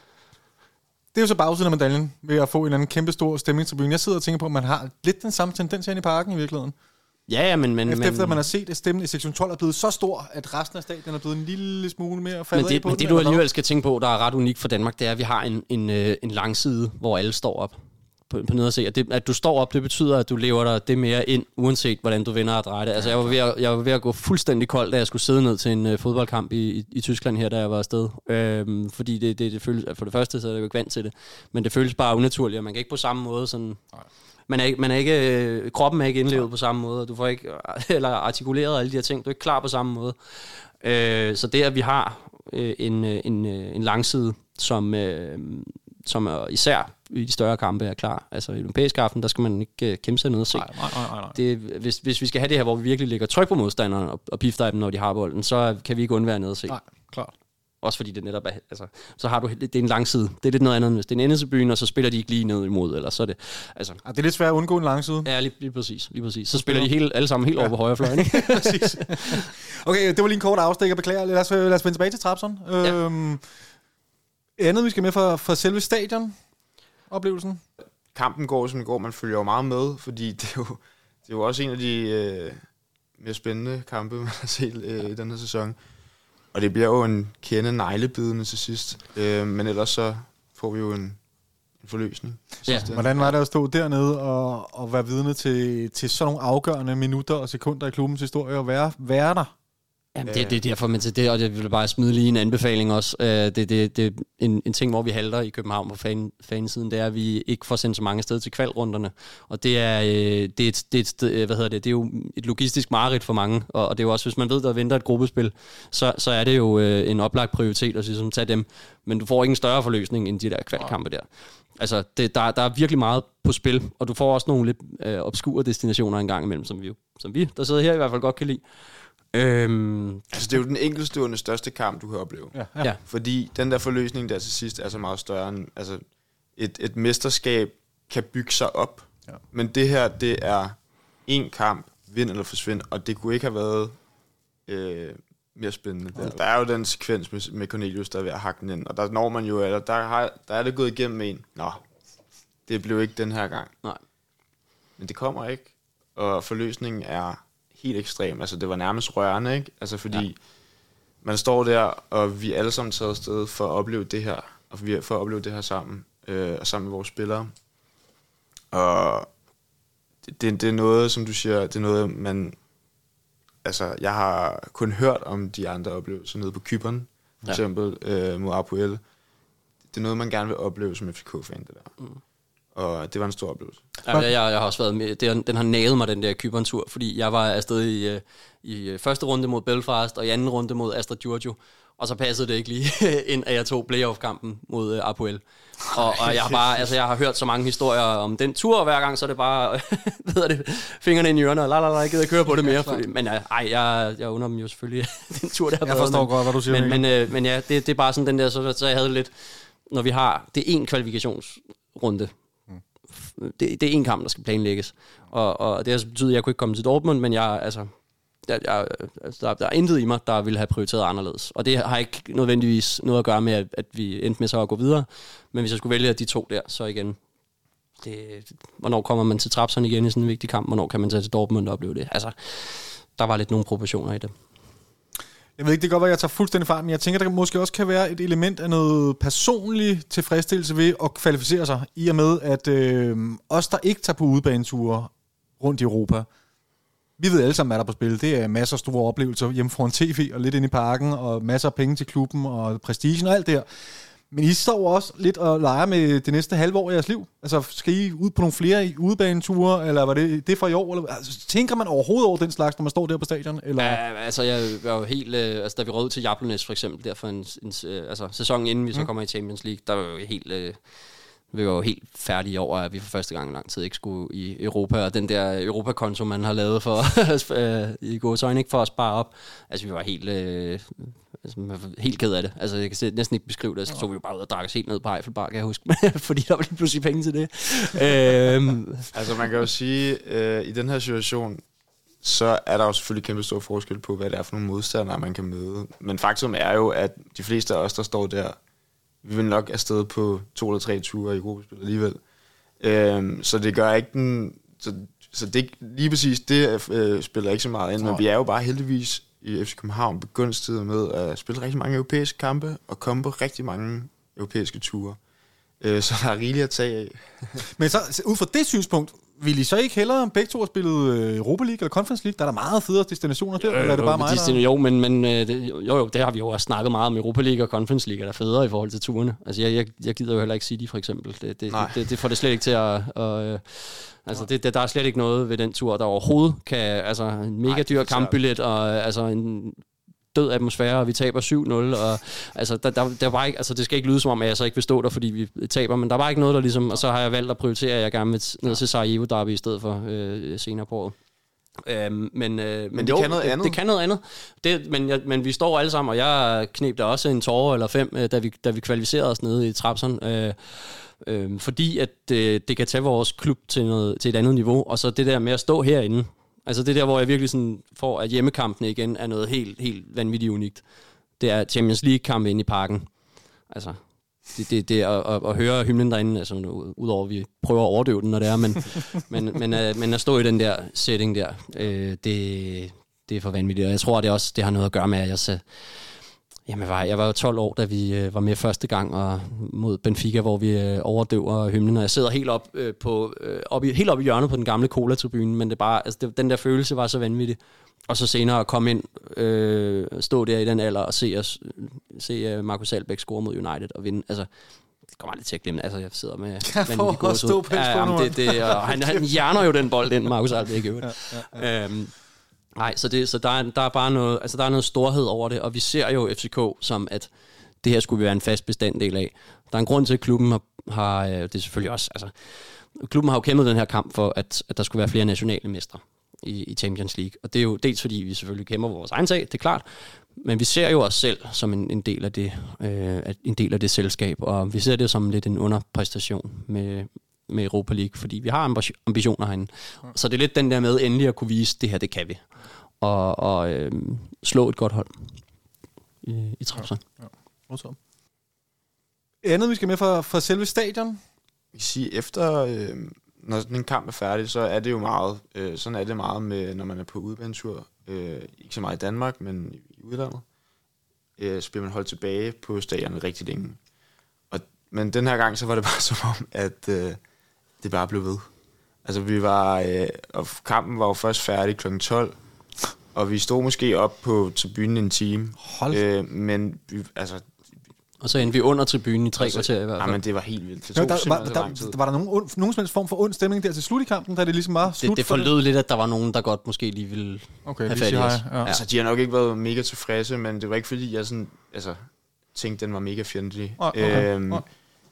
Speaker 2: Det er jo så bagsiden af medaljen ved at få en eller anden kæmpe stor stemningstribune. Jeg sidder og tænker på, at man har lidt den samme tendens her i parken i virkeligheden.
Speaker 3: Ja, ja, men... men
Speaker 2: efter,
Speaker 3: men,
Speaker 2: efter at man har set, at stemmen i sektion tolv er blevet så stor, at resten af stadion er blevet en lille smule mere faldet
Speaker 3: men det,
Speaker 2: af på
Speaker 3: men
Speaker 2: den.
Speaker 3: det, du alligevel skal tænke på, der er ret unikt for Danmark, det er, at vi har en, en, en langside, hvor alle står op på, på nede at se. At, det, at du står op, det betyder, at du lever dig det mere ind, uanset hvordan du vender og drejer det. Altså, jeg var, ved at, jeg var ved at gå fuldstændig kold, da jeg skulle sidde ned til en uh, fodboldkamp i, i, i Tyskland her, da jeg var afsted. Øhm, fordi det, det, det føles, for det første, så er jeg jo ikke vant til det. Men det føles bare unaturligt, og man kan ikke på samme måde sådan... Man er ikke, man er ikke, øh, kroppen er ikke indlevet på samme måde, og du får ikke eller artikuleret alle de her ting, du er ikke klar på samme måde. Øh, så det, at vi har øh, en, en, en langside, som, øh, som er, især i de større kampe er klar, altså i europæisk aften, der skal man ikke øh, kæmpe sig ned og se.
Speaker 2: Nej, nej, nej, nej.
Speaker 3: Det, hvis, hvis vi skal have det her, hvor vi virkelig lægger tryk på modstanderne og, og pifter dem, når de har bolden, så kan vi ikke undvære ned og se.
Speaker 2: Nej, klart.
Speaker 3: Også fordi det netop er, altså, så har du, det er en lang side. Det er lidt noget andet, hvis det er en endetribune, og så spiller de ikke lige ned imod, eller så er det, altså.
Speaker 2: Ja, det er lidt svært at undgå en lang side.
Speaker 3: Ja, lige, lige præcis, lige præcis. Så spiller de hele, alle sammen helt ja. over på højre fløjen, ikke?
Speaker 2: Præcis. Okay, det var lige en kort afstik, jeg beklager. Lad os, lad os vende tilbage til Trabzon. Ja. Øhm, andet, vi skal med fra, fra selve stadion-oplevelsen?
Speaker 4: Kampen går, som det går. Man følger jo meget med, fordi det er jo, det er jo også en af de øh, mere spændende kampe, man har set øh, i den her sæson. Og det bliver jo en kende neglebidende til sidst. Øh, men ellers så får vi jo en, en forløsning.
Speaker 3: Ja.
Speaker 2: Hvordan var det at stå dernede og, og være vidne til, til sådan nogle afgørende minutter og sekunder i klubbens historie og være, være der?
Speaker 3: Jamen, det, det er derfor, men til det, og det vil bare smide lige en anbefaling også. Uh, det, det, det er en, en ting, hvor vi halter i København på fan, fansiden, det er, at vi ikke får sendt så mange steder til kvalrunderne. Og det er, uh, det er, et, det er et sted, hvad hedder det, det er jo et logistisk mareridt for mange, og, og det er jo også, hvis man ved, der venter et gruppespil, så, så er det jo uh, en oplagt prioritet at ligesom, tage dem. Men du får ikke en større forløsning end de der kvalkampe der. Altså, det, der, der er virkelig meget på spil, og du får også nogle lidt uh, obskure destinationer en gang imellem, som vi, som vi, der sidder her, i hvert fald godt kan lide. Øhm,
Speaker 4: altså det er jo den enkeltstående største kamp, du kan opleve.
Speaker 2: Ja, ja.
Speaker 4: Fordi den der forløsning der til sidst er så meget større end, altså et, et mesterskab kan bygge sig op. Ja. Men det her, det er en kamp, vind eller forsvind, og det kunne ikke have været øh, mere spændende. Der. der er jo den sekvens med, med Cornelius, der er ved at hakke den ind, og der når man jo, eller der, har, der er det gået igennem en. Nå, det blev ikke den her gang.
Speaker 3: Nej.
Speaker 4: Men det kommer ikke, og forløsningen er helt ekstrem. Altså, det var nærmest rørende, ikke? Altså, fordi ja. man står der, og vi er alle sammen taget afsted for at opleve det her, og vi for at opleve det her sammen, øh, og sammen med vores spillere. Og det, det, det er noget, som du siger, det er noget, man... Altså, jeg har kun hørt om de andre oplevelser nede på Cypern, for ja. eksempel øh, mod Apoel. Det er noget, man gerne vil opleve som F C K-fan, det der. Mm. Og det var en stor oplevelse.
Speaker 3: Ja, jeg, jeg har også været med. Det, den har naget mig, den der Cypern-tur, fordi jeg var afsted i, i første runde mod Belfast, og i anden runde mod Astra Giorgio, og så passede det ikke lige ind, at jeg tog playoff-kampen mod Apoel. Og, og jeg har bare, altså jeg har hørt så mange historier om den tur, og hver gang så er det bare, ved det, fingrene ind i ørerne, og la la la, jeg gider køre på det mere. Fordi, men ej, jeg, jeg under dem jo selvfølgelig den tur, der har
Speaker 2: været. Jeg forstår men, godt, hvad du siger.
Speaker 3: Men, men, øh, men ja, det, det er bare sådan den der, så, så jeg havde lidt, når vi har, det er en kvalifikationsrunde, Det, det er en kamp, der skal planlægges. Og, og det har betydet, at jeg kunne ikke komme til Dortmund, men jeg, altså, jeg, jeg, altså der, der er intet i mig, der ville have prioriteret anderledes. Og det har ikke nødvendigvis noget at gøre med, at, at vi endte med så at gå videre. Men hvis jeg skulle vælge de to der, så igen, det, hvornår kommer man til Trabzon igen i sådan en vigtig kamp? Hvornår kan man tage til Dortmund og opleve det? Altså, der var lidt nogle proportioner i det.
Speaker 2: Jeg ved ikke, det kan godt være, at jeg tager fuldstændig fejl, men jeg tænker, der måske også kan være et element af noget personlig tilfredsstillelse ved at kvalificere sig, i og med, at øh, os, der ikke tager på udebaneture rundt i Europa, vi ved alle sammen, hvad der er på spil. Det er masser af store oplevelser hjemme foran tv og lidt inde i parken, og masser af penge til klubben og prestigen og alt det her. Men I står også lidt og leger med det næste halve år i jeres liv. Altså, skal I ud på nogle flere udebaneture, eller var det det for i år? Eller, altså, tænker man overhovedet over den slags, når man står der på stadion? Eller?
Speaker 3: Ja, altså, jeg var jo helt... Øh, altså, da vi rød til Jablonec for eksempel, der for en, en øh, altså, sæson inden vi så kommer i Champions League, der var jo helt... Øh, vi var jo helt færdige over, at vi for første gang i lang tid ikke skulle i Europa, og den der Europakonto, man har lavet for i gåseøjne, ikke for at spare op. Altså, vi var helt... Øh, altså, helt ked af det. Altså, jeg kan næsten ikke beskrive det. Så tog vi jo bare ud og drak os helt ned på Eiffelbar, kan jeg huske. Fordi der var lige pludselig penge til det. øhm.
Speaker 4: Altså, man kan jo sige, øh, i den her situation, så er der jo selvfølgelig kæmpe stor forskel på, hvad det er for nogle modstandere, man kan møde. Men faktum er jo, at de fleste af os, der står der, vi vil nok afsted på to eller tre ture i gruppespil alligevel. Øhm, så det gør ikke den... Så, så det, lige præcis det øh, spiller ikke så meget ind, men vi er jo bare heldigvis i F C København begunstiget med at spille rigtig mange europæiske kampe og komme på rigtig mange europæiske ture. Øh, så der er rigeligt at tage af.
Speaker 2: Men så ud fra det synspunkt, vil I så ikke hellere begge to have spillet Europa League eller Conference League? Der er der meget federe destinationer der, øh, eller er det bare mig,
Speaker 3: der... Jo, men, men det, jo, jo, det har vi jo også snakket meget om. Europa League og Conference League er der federe i forhold til turene. Altså, jeg, jeg, jeg gider jo heller ikke City, for eksempel. Det, det, det, det får det slet ikke til at... at altså, det, det, der er slet ikke noget ved den tur, der overhovedet kan... Altså, en mega dyr kampbillet og altså en død atmosfære, og vi taber syv nul, og altså, der, der, der var ikke, altså, det skal ikke lyde som om, at jeg så ikke vil stå der, fordi vi taber, men der var ikke noget, der ligesom, og så har jeg valgt at prioritere, at jeg gerne vil ned til Sarajevo Derby i stedet for øh, senere på året. Øhm, men, øh, men,
Speaker 4: men det
Speaker 3: jo,
Speaker 4: kan noget andet.
Speaker 3: Det, det kan noget andet. Det, men, jeg, men vi står alle sammen, og jeg kneb der også en tårer eller fem, øh, da, vi, da vi kvalificerede os nede i Trabzon. Øh, øh, fordi at øh, det kan tage vores klub til, noget, til et andet niveau, og så det der med at stå herinde. Altså det der, hvor jeg virkelig sådan får, at hjemmekampene igen er noget helt, helt vanvittigt unikt. Det er Champions League-kampe inde i parken. Altså, det, det, det er at, at, at høre hymnen derinde, altså udover at vi prøver at overdøve den, når det er, men, men, men, uh, men at stå i den der setting der, øh, det, det er for vanvittigt. Og jeg tror, det også det har noget at gøre med, at jeg, så, Jamen, jeg var, jeg var jo tolv år, da vi øh, var med første gang og mod Benfica, hvor vi øh, overdøver hymnen, og jeg sidder helt op, øh, på, øh, op i, helt op i hjørnet på den gamle Cola-tribune, men det bare, altså, det, den der følelse var så vanvittig. Og så senere at komme ind, øh, stå der i den alder og se, os, se uh, Marcus Albeck score mod United og vinde. Altså, det kommer aldrig til at glemme. Altså, jeg sidder med...
Speaker 2: Jeg får også stå på
Speaker 3: ja, jamen, det, det, og han, han hjerner jo den bold ind, Marcus Albeck. Ja, ja, ja. Øhm, nej, så, det, så der, er, der er bare noget, altså, der er noget storhed over det, og vi ser jo F C K som, at det her skulle være en fast bestanddel af. Der er en grund til, at klubben har... har det er selvfølgelig også... Altså, klubben har jo kæmpet den her kamp for, at, at der skulle være flere nationale mestre i, i Champions League. Og det er jo dels fordi, vi selvfølgelig kæmper vores egen sag, det er klart, men vi ser jo os selv som en, en, del af det, øh, en del af det selskab, og vi ser det som lidt en underpræstation med, med Europa League, fordi vi har ambitioner herinde. Så det er lidt den der med endelig at kunne vise, det her, det kan vi. Og, og øh, slå et godt hold i, i Trabzon. Ja,
Speaker 2: ja. Andet, vi skal med fra, fra selve stadion?
Speaker 4: Jeg kan sige, efter... Øh når sådan en kamp er færdig, så er det jo meget, øh, sådan er det meget med, når man er på udebanetur. Øh, ikke så meget i Danmark, men i udlandet. Øh, så bliver man holdt tilbage på stadionet rigtig længe. Og, men den her gang, så var det bare som om, at øh, det bare blev ved. Altså vi var, øh, og kampen var jo først færdig klokken tolv, og vi stod måske op på tribunen en time.
Speaker 2: Hold.
Speaker 4: Øh, men vi, altså...
Speaker 3: Og så endte vi under tribunen i tre kvarter i hvert fald.
Speaker 4: Ja, men det var helt vildt. Det
Speaker 2: tog der, var, der, var der nogen, ond, nogen som helst form for ond stemning der til slut i kampen, da det ligesom var slut?
Speaker 3: Det, det forlød lidt, at der var nogen, der godt måske lige ville
Speaker 2: okay,
Speaker 3: have fat i os.
Speaker 2: Ja.
Speaker 4: Altså, de har nok ikke været mega tilfredse, men det var ikke fordi, jeg sådan, altså, tænkte, den var mega fjendtlig.
Speaker 2: Oh, okay.
Speaker 4: øhm, oh.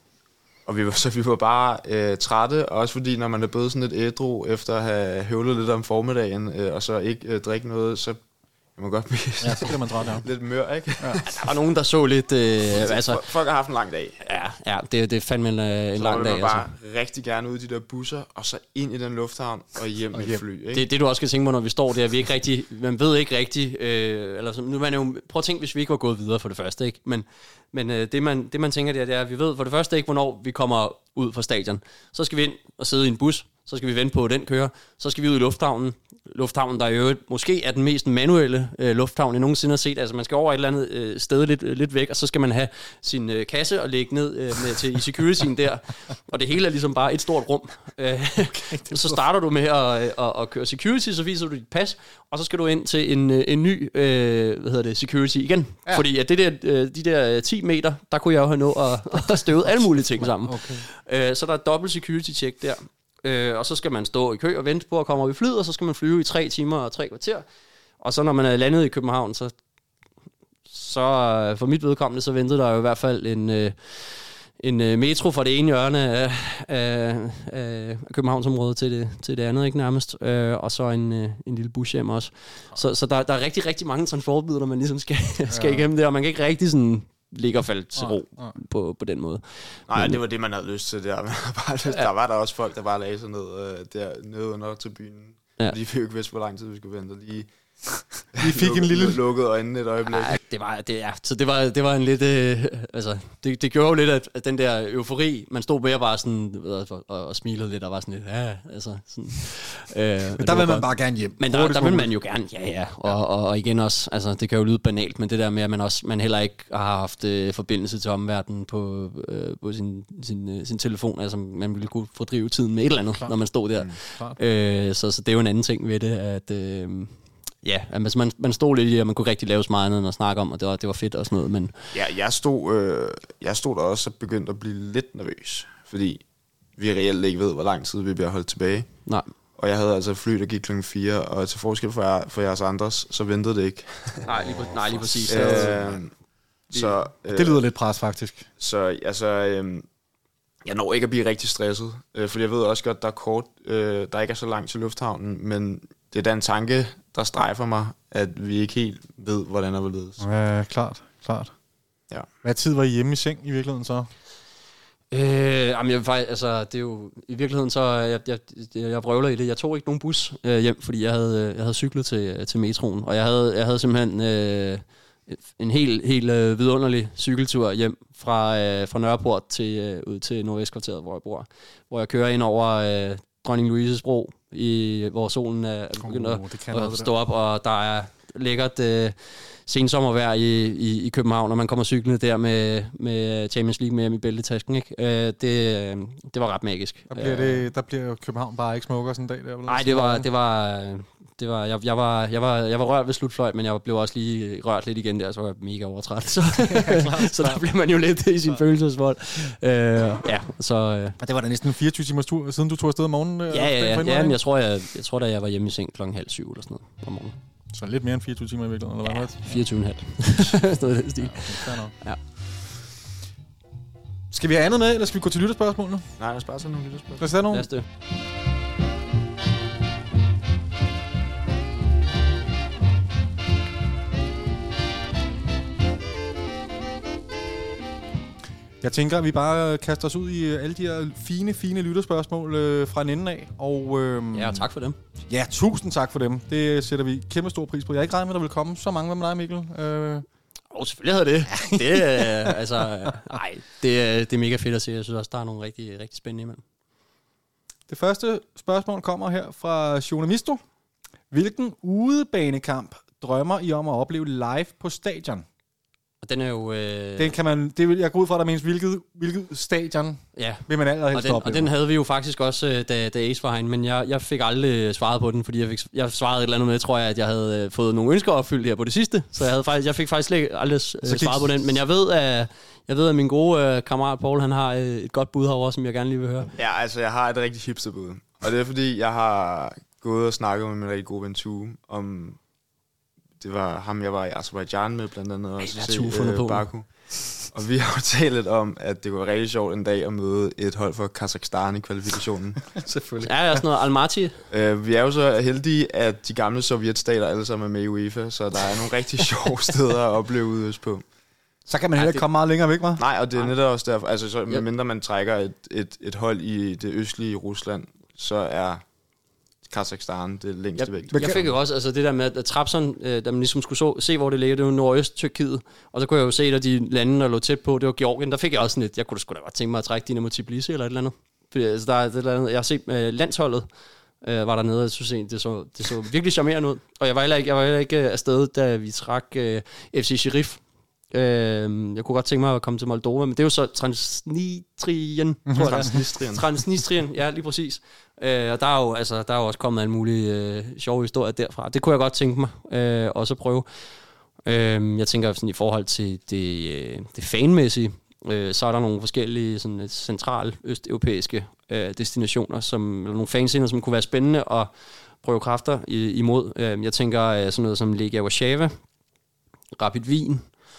Speaker 4: Og vi var, så vi var bare øh, trætte, også fordi, når man er blevet sådan lidt ædru, efter at have høvlet lidt om formiddagen, øh, og så ikke øh, drikke noget, så jeg må godt blive
Speaker 2: ja, så bliver man træt, ja.
Speaker 4: lidt mør, ikke?
Speaker 3: Ja. Der var nogen, der så lidt... Øh, altså,
Speaker 4: folk har haft en lang dag.
Speaker 3: Ja, ja det, det er fandme en, en
Speaker 4: så
Speaker 3: lang dag.
Speaker 4: Så bare
Speaker 3: altså.
Speaker 4: rigtig gerne ud i de der busser, og så ind i den lufthavn, og hjem og med hjem. fly. Ikke?
Speaker 3: Det, det du også skal tænke på, når vi står der, vi ikke rigtig, man ved ikke rigtig... Øh, eller så, nu man jo, prøv at tænke, hvis vi ikke var gået videre for det første, ikke? Men, men øh, det, man, det man tænker der, det er, at vi ved for det første ikke, hvornår vi kommer ud fra stadion. Så skal vi ind og sidde i en bus, så skal vi vente på, at den kører. Så skal vi ud i lufthavnen. Lufthavnen, der jo måske er den mest manuelle øh, lufthavn, jeg nogensinde har set. Altså, man skal over et eller andet øh, sted lidt, øh, lidt væk, og så skal man have sin øh, kasse og lægge ned øh, med, til i securityen der. Og det hele er ligesom bare et stort rum. Øh, okay, så starter du med at, at, at køre security, så viser du dit pas, og så skal du ind til en, en ny øh, hvad hedder det, security igen. Ja. Fordi at det der, øh, de der ti meter, der kunne jeg jo have nået at, at støve alle mulige ting sammen. Okay. Øh, så der er dobbelt security-check der. Øh, og så skal man stå i kø og vente på at komme op i flyet, og så skal man flyve i tre timer og tre kvarter. Og så når man er landet i København, så, så for mit vedkommende, så ventede der jo i hvert fald en, øh, en øh, metro fra det ene hjørne af, af, af Københavnsområdet til det, til det andet, ikke nærmest. Øh, og så en, øh, en lille bus hjem også. Så, så der, der er rigtig, rigtig mange transportmidler, man ligesom skal, skal ja. igennem det, og man kan ikke rigtig sådan... ligger og faldt til ro ja, ja. På, på den måde.
Speaker 4: Nej, men, det var det, man havde lyst til der. Bare, ja. Der var der også folk, der bare lagde sig ned øh, der nede under tribunen. Ja. De fik jo ikke vidst, hvor lang tid vi skulle vente. De,
Speaker 2: de fik en lille...
Speaker 4: lukket øjnene et øjeblik.
Speaker 3: Ja, det var, det, ja. Så det var, det var en lidt... Øh, altså, det, det gjorde jo lidt, at, at den der eufori, man stod med og bare sådan, ved, og, og, og smilede lidt, og var sådan lidt, ja, altså... Sådan, øh,
Speaker 2: men, men der vil man bare gerne hjem.
Speaker 3: Men der, der vil man jo gerne, ja, ja. Og, ja. Og, og igen også, altså, det kan jo lyde banalt, men det der med, at man også man heller ikke har haft øh, forbindelse til omverdenen på, øh, på sin, sin, øh, sin telefon, altså man ville kunne fordrive tiden med et eller andet, Klar. når man stod der. Mm, øh, så, så det er jo en anden ting ved det, at... Øh, Ja, altså man, man stod lidt i, og man kunne rigtig lave så meget andet end at snakke om, og det var, det var fedt og sådan noget. Men...
Speaker 4: Ja, jeg stod, øh, jeg stod der også og begyndte at blive lidt nervøs, fordi vi reelt ikke ved, hvor lang tid vi bliver holdt tilbage.
Speaker 3: Nej.
Speaker 4: Og jeg havde altså fly, der gik klokken fire, og til forskel for, jer, for jeres andres, så ventede det ikke.
Speaker 3: Nej, lige, nej, lige præcis.
Speaker 4: øh, så, øh,
Speaker 2: det lyder lidt pres, faktisk.
Speaker 4: Så altså... Øh, jeg når ikke at blive rigtig stresset, øh, for jeg ved også godt, der er kort, øh, der ikke er så langt til lufthavnen, men det er den tanke, der strejfer mig, at vi ikke helt ved, hvordan der vil ledes.
Speaker 2: Ja, klart, klart.
Speaker 4: Ja.
Speaker 2: Hvad tid var I hjemme i seng i virkeligheden så?
Speaker 3: Øh, jamen jeg, faktisk, altså, det er jo i virkeligheden så, jeg, jeg, jeg vrøvler i det. Jeg tog ikke nogen bus øh, hjem, fordi jeg havde, jeg havde cyklet til, til metroen, og jeg havde, jeg havde simpelthen øh, en helt, helt øh, vidunderlig cykeltur hjem fra, øh, fra Nørreport til, øh, ud til Nordvestkvarteret, hvor jeg bor. Hvor jeg kører ind over øh, Dronning Louises Bro, i, hvor solen er begyndt uh, at, at stå op, og der er lækkert øh, sensommervejr i, i, i København, og man kommer cyklende der med, med Champions League med i bæltetasken, ikke? Øh, det, det var ret magisk.
Speaker 2: Der bliver, det, der bliver København bare ikke smukkere sådan en dag der?
Speaker 3: Nej, det var... Det var Det var, jeg, jeg, var, jeg, var, jeg var rørt ved slutfløjt, men jeg blev også lige rørt lidt igen der, så var jeg mega overtræt. Så, ja, klar, så der bliver man jo lidt i sin ja. følelsesvold. Uh, ja, så, uh,
Speaker 2: og det var da næsten fireogtyve timers tur, siden du tog afsted om morgenen?
Speaker 3: Ja, ja, ja, ja men jeg tror, jeg, jeg tror da jeg var hjemme i seng klokken halv syv eller sådan noget om morgenen.
Speaker 2: Så lidt mere end fireogtyve timer i virkeligheden, eller hvad?
Speaker 3: Ja, fireogtyve komma fem. Noget i den stil.
Speaker 2: Ja, ja. Skal vi have andet med, eller skal vi gå til lytterspørgsmål nu?
Speaker 4: Nej, lad os bare tage nogle lytterspørgsmål.
Speaker 2: Lad os tage nogle.
Speaker 3: Lad os det.
Speaker 2: Jeg tænker, at vi bare kaster os ud i alle de her fine, fine lytterspørgsmål øh, fra en ende af. Og, øh,
Speaker 3: ja, og tak for dem.
Speaker 2: Ja, tusind tak for dem. Det sætter vi kæmpe stor pris på. Jeg har ikke regnet med, at der vil komme så mange. Hvad med dig, Mikkel? Øh...
Speaker 3: Oh, selvfølgelig havde det. det øh, altså, nej, det, det er mega fedt at se. Jeg synes også, der er nogle rigtig, rigtig spændende imellem.
Speaker 2: Det første spørgsmål kommer her fra Journamisto. Hvilken udebanekamp drømmer I om at opleve live på stadion?
Speaker 3: Og den er jo... Øh...
Speaker 2: Den kan man... Det vil jeg gå ud fra, der menes, hvilket, hvilket stadion
Speaker 3: ja.
Speaker 2: vil man allerhelst
Speaker 3: og den,
Speaker 2: opleve.
Speaker 3: Og den havde vi jo faktisk også, da, da Ace var herinde, men jeg, jeg fik aldrig svaret på den, fordi jeg, fik, jeg svarede et eller andet med, tror jeg, at jeg havde fået nogle ønsker opfyldt her på det sidste. Så jeg, havde faktisk, jeg fik faktisk aldrig svaret gik... på den, men jeg ved, at... Jeg ved, at min gode øh, kammerat Paul, han har øh, et godt bud herovre, som jeg gerne lige vil høre.
Speaker 4: Ja, altså, jeg har et rigtig hipsterbud. Og det er, fordi jeg har gået og snakket med min rigtig gode ven Tue om... Det var ham, jeg var i Azerbaijan med, blandt andet, og så se øh, Baku. Og vi har jo talt lidt om, at det kunne være rigtig sjovt en dag at møde et hold for Kazakhstan i kvalifikationen.
Speaker 3: Selvfølgelig. Ja, der er sådan noget Almaty.
Speaker 4: Uh, vi er jo så heldige, at de gamle sovjetstater alle sammen er med i UEFA, så der er nogle rigtig sjove steder at opleve udøs på.
Speaker 2: Så kan man heller ikke komme meget længere væk, hva'?
Speaker 4: Nej, og det er netop også derfor, altså så, medmindre man trækker et, et, et hold i det østlige Rusland, så er Kazakhstan det længste væk.
Speaker 3: Jeg, jeg fik jo også altså det der med, at Trabzon, øh, da man ligesom skulle så, se, hvor det ligger, det var nordøst Tyrkiet, og så kunne jeg jo se, at de lande, der lå tæt på, det var Georgien, der fik jeg også sådan lidt, jeg kunne da sgu da godt tænke mig at trække Dinamo Tbilisi eller et eller andet. Fordi, altså, der er det eller andet, jeg har set øh, landsholdet, øh, var dernede, og jeg synes, det så, det så virkelig charmerende ud. Og jeg var heller ikke, jeg var heller ikke afsted, da vi trak øh, F C Sheriff. Øh, jeg kunne godt tænke mig at komme til Moldova, men det er jo så Transnistrien, tror jeg.
Speaker 4: Transnistrien.
Speaker 3: Transnistrien, ja, lige præcis. Øh, og der er jo altså, der er jo også kommet en mulig øh, sjove historie derfra. Det kunne jeg godt tænke mig øh, også at prøve. Øh, jeg tænker sådan i forhold til det, øh, det fanmæssige, øh, så er der nogle forskellige sådan centrale østeuropæiske øh, destinationer, som eller nogle fanscener, som kunne være spændende at prøve kræfter i, imod. Øh, jeg tænker øh, sådan noget som Legia Warszawa, Rapid Wien.